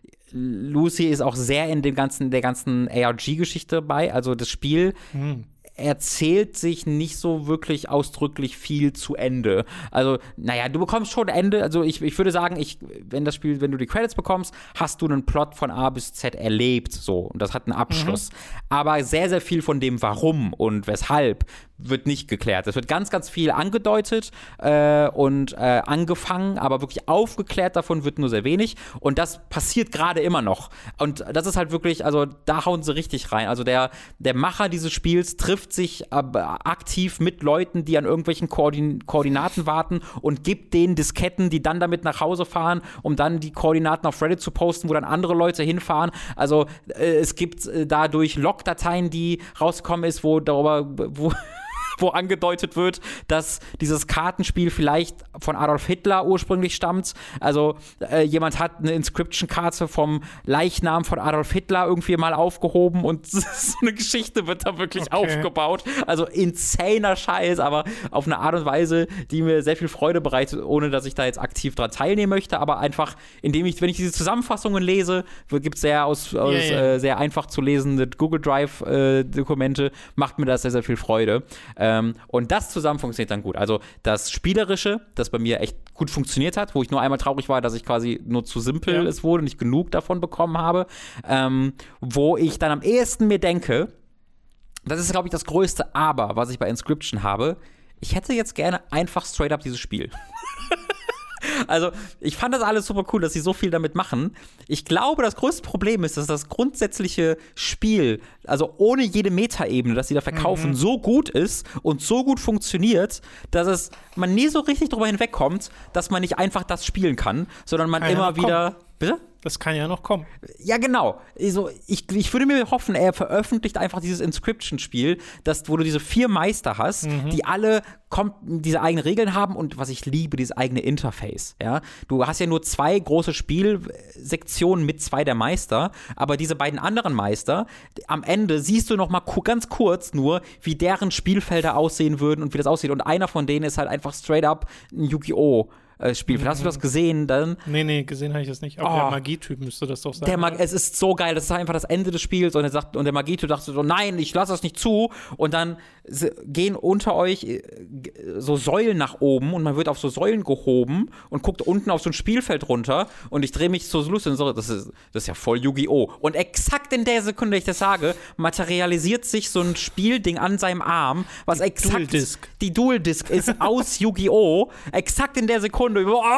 Lucy ist auch sehr in der ganzen ARG-Geschichte dabei, also das Spiel erzählt sich nicht so wirklich ausdrücklich viel zu Ende. Also, naja, du bekommst schon Ende, also ich würde sagen, wenn du die Credits bekommst, hast du einen Plot von A bis Z erlebt, so, und das hat einen Abschluss. Aber sehr, sehr viel von dem Warum und weshalb wird nicht geklärt. Es wird ganz, ganz viel angedeutet und angefangen, aber wirklich aufgeklärt davon wird nur sehr wenig. Und das passiert gerade immer noch. Und das ist halt wirklich, also da hauen sie richtig rein. Also der Macher dieses Spiels trifft sich aktiv mit Leuten, die an irgendwelchen Koordinaten warten und gibt denen Disketten, die dann damit nach Hause fahren, um dann die Koordinaten auf Reddit zu posten, wo dann andere Leute hinfahren. Also es gibt dadurch Logdateien, die rausgekommen ist, wo angedeutet wird, dass dieses Kartenspiel vielleicht von Adolf Hitler ursprünglich stammt. Also jemand hat eine Inscription-Karte vom Leichnam von Adolf Hitler irgendwie mal aufgehoben und so eine Geschichte wird da wirklich aufgebaut. Also insaner Scheiß, aber auf eine Art und Weise, die mir sehr viel Freude bereitet, ohne dass ich da jetzt aktiv dran teilnehmen möchte, aber einfach, wenn ich diese Zusammenfassungen lese, gibt es sehr einfach zu lesende Google Drive-Dokumente, macht mir das sehr, sehr viel Freude. Und das zusammen funktioniert dann gut. Also das Spielerische, das bei mir echt gut funktioniert hat, wo ich nur einmal traurig war, dass ich quasi nur zu simpel es wurde und nicht genug davon bekommen habe, wo ich dann am ehesten mir denke, das ist, glaube ich, das größte Aber, was ich bei Inscription habe, ich hätte jetzt gerne einfach straight up dieses Spiel. Also, ich fand das alles super cool, dass sie so viel damit machen. Ich glaube, das größte Problem ist, dass das grundsätzliche Spiel, also ohne jede Metaebene, dass sie da verkaufen, so gut ist und so gut funktioniert, dass man nie so richtig drüber hinwegkommt, dass man nicht einfach das spielen kann, sondern man immer wieder. Bitte? Das kann ja noch kommen. Ja, genau. Also ich würde mir hoffen, er veröffentlicht einfach dieses Inscription-Spiel, wo du diese 4 Meister hast, die alle diese eigenen Regeln haben und was ich liebe, dieses eigene Interface. Ja? Du hast ja nur 2 große Spielsektionen mit 2 der Meister, aber diese beiden anderen Meister, am Ende siehst du noch mal ganz kurz nur, wie deren Spielfelder aussehen würden und wie das aussieht. Und einer von denen ist halt einfach straight up ein Yu-Gi-Oh! Spiel. Hast du das gesehen dann? Nee, gesehen habe ich das nicht. Aber der Magietyp müsste das doch sein. Es ist so geil. Das ist einfach das Ende des Spiels. Und der Magietyp dachte so, nein, ich lasse das nicht zu. Und dann gehen unter euch so Säulen nach oben und man wird auf so Säulen gehoben und guckt unten auf so ein Spielfeld runter. Und ich drehe mich so lustig und so, das ist ja voll Yu-Gi-Oh! Und exakt in der Sekunde, ich das sage, materialisiert sich so ein Spielding an seinem Arm, was exakt die Dual-Disc ist aus Yu-Gi-Oh! Exakt in der Sekunde.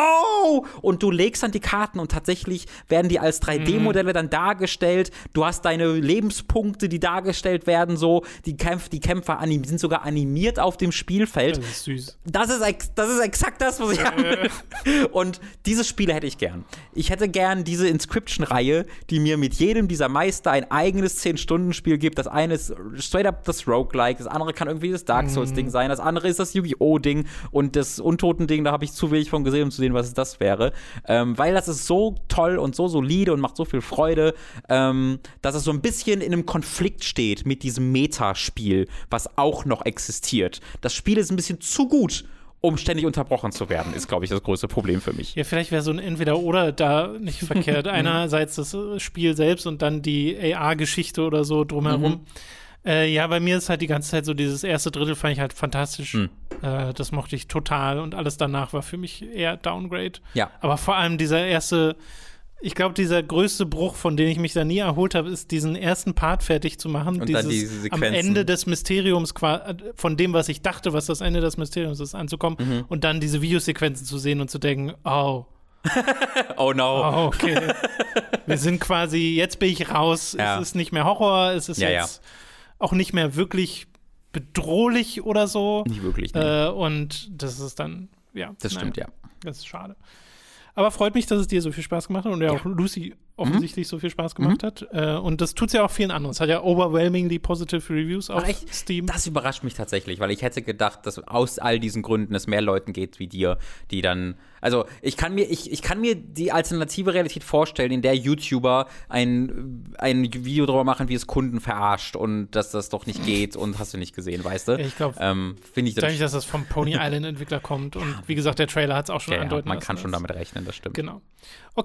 Und du legst dann die Karten und tatsächlich werden die als 3D-Modelle dann dargestellt. Du hast deine Lebenspunkte, die dargestellt werden, so. Die Kämpfer sind sogar animiert auf dem Spielfeld. Das ist süß. Das ist exakt das, was ich habe. Und diese Spiele hätte ich gern. Ich hätte gern diese Inscription-Reihe, die mir mit jedem dieser Meister ein eigenes 10-Stunden-Spiel gibt. Das eine ist straight up das Roguelike, das andere kann irgendwie das Dark Souls-Ding sein, das andere ist das Yu-Gi-Oh!-Ding und das Untoten-Ding, da habe ich zu wenig von gesehen, um zu sehen, was das wäre. Weil das ist so toll und so solide und macht so viel Freude, dass es so ein bisschen in einem Konflikt steht mit diesem Metaspiel, was auch noch existiert. Das Spiel ist ein bisschen zu gut, um ständig unterbrochen zu werden, ist, glaube ich, das größte Problem für mich. Ja, vielleicht wäre so ein Entweder-Oder da nicht verkehrt. Einerseits das Spiel selbst und dann die AR-Geschichte oder so drumherum. Ja, bei mir ist halt die ganze Zeit so, dieses erste Drittel fand ich halt fantastisch. Das mochte ich total und alles danach war für mich eher Downgrade. Ja. Aber vor allem dieser erste, ich glaube, dieser größte Bruch, von dem ich mich da nie erholt habe, ist, diesen ersten Part fertig zu machen. Und dann diese Sequenzen. Am Ende des Mysteriums, von dem, was ich dachte, was das Ende des Mysteriums ist, anzukommen und dann diese Videosequenzen zu sehen und zu denken, oh no. Oh, okay. Wir sind quasi, jetzt bin ich raus. Ja. Es ist nicht mehr Horror, es ist jetzt auch nicht mehr wirklich bedrohlich oder so. Nicht wirklich, ne. Und das ist dann, Das stimmt, ja. Das ist schade. Aber freut mich, dass es dir so viel Spaß gemacht hat und auch Lucy offensichtlich so viel Spaß gemacht hat. Und das tut es ja auch vielen anderen. Es hat ja overwhelmingly positive Reviews auf Steam. Das überrascht mich tatsächlich, weil ich hätte gedacht, dass aus all diesen Gründen es mehr Leuten geht wie dir, die dann, also ich kann mir die alternative Realität vorstellen, in der YouTuber ein Video darüber machen, wie es Kunden verarscht und dass das doch nicht geht und hast du nicht gesehen, weißt du? Ja, ich glaube, dadurch, dass das vom Pony Island Entwickler kommt und wie gesagt, der Trailer hat es auch schon andeuten lassen. Man kann schon damit rechnen, das stimmt. Genau. Okay,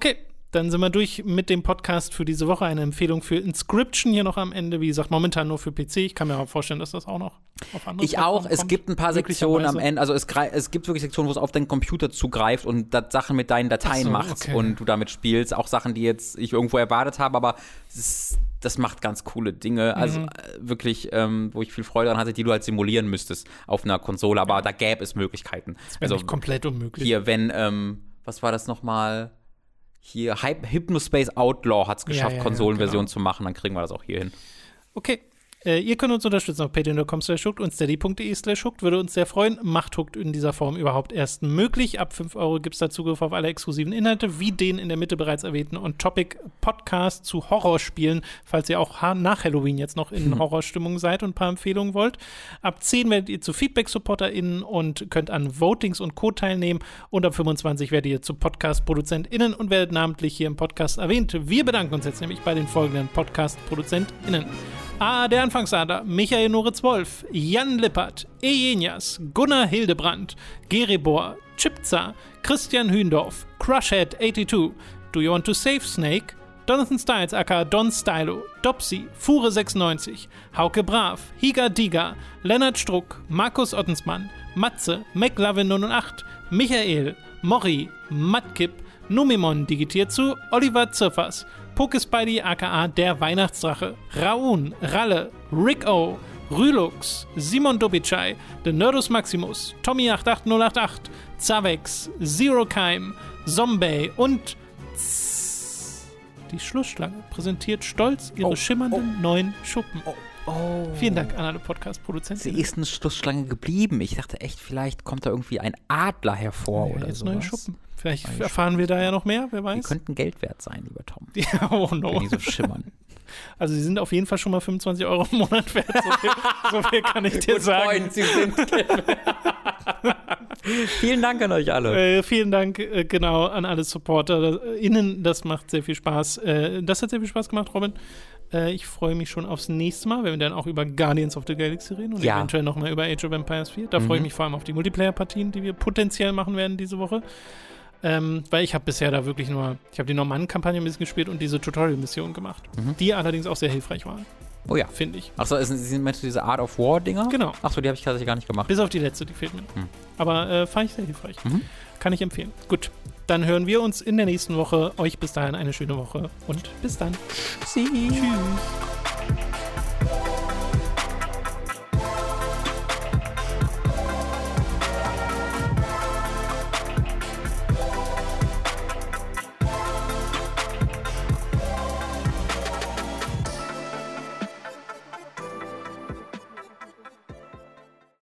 dann sind wir durch mit dem Podcast für diese Woche. Eine Empfehlung für Inscription hier noch am Ende. Wie gesagt, momentan nur für PC. Ich kann mir auch vorstellen, dass das auch noch auf andere Ich auch. Es gibt ein paar Sektionen am Ende. Also es gibt wirklich Sektionen, wo es auf deinen Computer zugreift und das Sachen mit deinen Dateien macht und du damit spielst. Auch Sachen, die jetzt ich irgendwo erwartet habe, aber das macht ganz coole Dinge. Also wirklich, wo ich viel Freude daran hatte, die du halt simulieren müsstest auf einer Konsole. Aber da gäbe es Möglichkeiten. Das wäre nicht komplett unmöglich. Hier, wenn, was war das nochmal? Hier, Hypnospace Outlaw hat es geschafft, Konsolenversion zu machen, dann kriegen wir das auch hier hin. Okay. Ihr könnt uns unterstützen auf patreon.com/hooked und steady.de/hooked. Würde uns sehr freuen. Macht Hooked in dieser Form überhaupt erst möglich. Ab 5 € gibt es da Zugriff auf alle exklusiven Inhalte, wie den in der Mitte bereits erwähnten On-Topic-Podcast zu Horrorspielen, falls ihr auch nach Halloween jetzt noch in Horrorstimmung seid und ein paar Empfehlungen wollt. Ab 10 werdet ihr zu Feedback-SupporterInnen und könnt an Votings und Co. teilnehmen. Und ab 25 werdet ihr zu Podcast-ProduzentInnen und werdet namentlich hier im Podcast erwähnt. Wir bedanken uns jetzt nämlich bei den folgenden Podcast-ProduzentInnen. Der Anfangsadler, Michael Noritz-Wolf, Jan Lippert, Ejenias, Gunnar Hildebrand, Geribor, Chipza, Christian Hühndorf, Crushhead82, Do You Want to Save Snake, Jonathan Styles aka Don Stylo, Dopsy, Fure96, Hauke Brav, Higa Diga, Lennart Struck, Markus Ottensmann, Matze, McLovin08, Michael, Mori, Mattkipp, Numimon digitiert zu, Oliver Zirfers, Pokespidey aka der Weihnachtsdrache, Raun, Ralle, Rick O, Rülux, Simon Dobitschei, The Nerdus Maximus, Tommy88088, Zavex, Zero Keim, Zombie und die Schlussschlange präsentiert stolz ihre schimmernden neuen Schuppen. Vielen Dank an alle Podcast-Produzenten. Sie ist eine Schlussschlange geblieben. Ich dachte echt, vielleicht kommt da irgendwie ein Adler hervor oder so. Neue Schuppen. Vielleicht erfahren wir da ja noch mehr, wer weiß. Die könnten Geld wert sein, lieber Tom. Ja, oh no. Wenn die so schimmern. Also sie sind auf jeden Fall schon mal 25 € im Monat wert. So viel kann ich dir sagen. Sie sind Vielen Dank an euch alle. Vielen Dank, genau, an alle SupporterInnen. Das macht sehr viel Spaß. Das hat sehr viel Spaß gemacht, Robin. Ich freue mich schon aufs nächste Mal, wenn wir dann auch über Guardians of the Galaxy reden und eventuell nochmal über Age of Empires 4. Da freue ich mich vor allem auf die Multiplayer-Partien, die wir potenziell machen werden diese Woche. Weil ich habe bisher da wirklich ich habe die Normannen-Kampagne ein bisschen gespielt und diese Tutorial-Mission gemacht, die allerdings auch sehr hilfreich waren. Oh ja. Finde ich. Achso, meinst du diese Art of War-Dinger? Genau. Achso, die habe ich tatsächlich gar nicht gemacht. Bis auf die letzte, die fehlt mir. Aber fand ich sehr hilfreich. Kann ich empfehlen. Gut, dann hören wir uns in der nächsten Woche. Euch bis dahin eine schöne Woche und bis dann. Tschüss.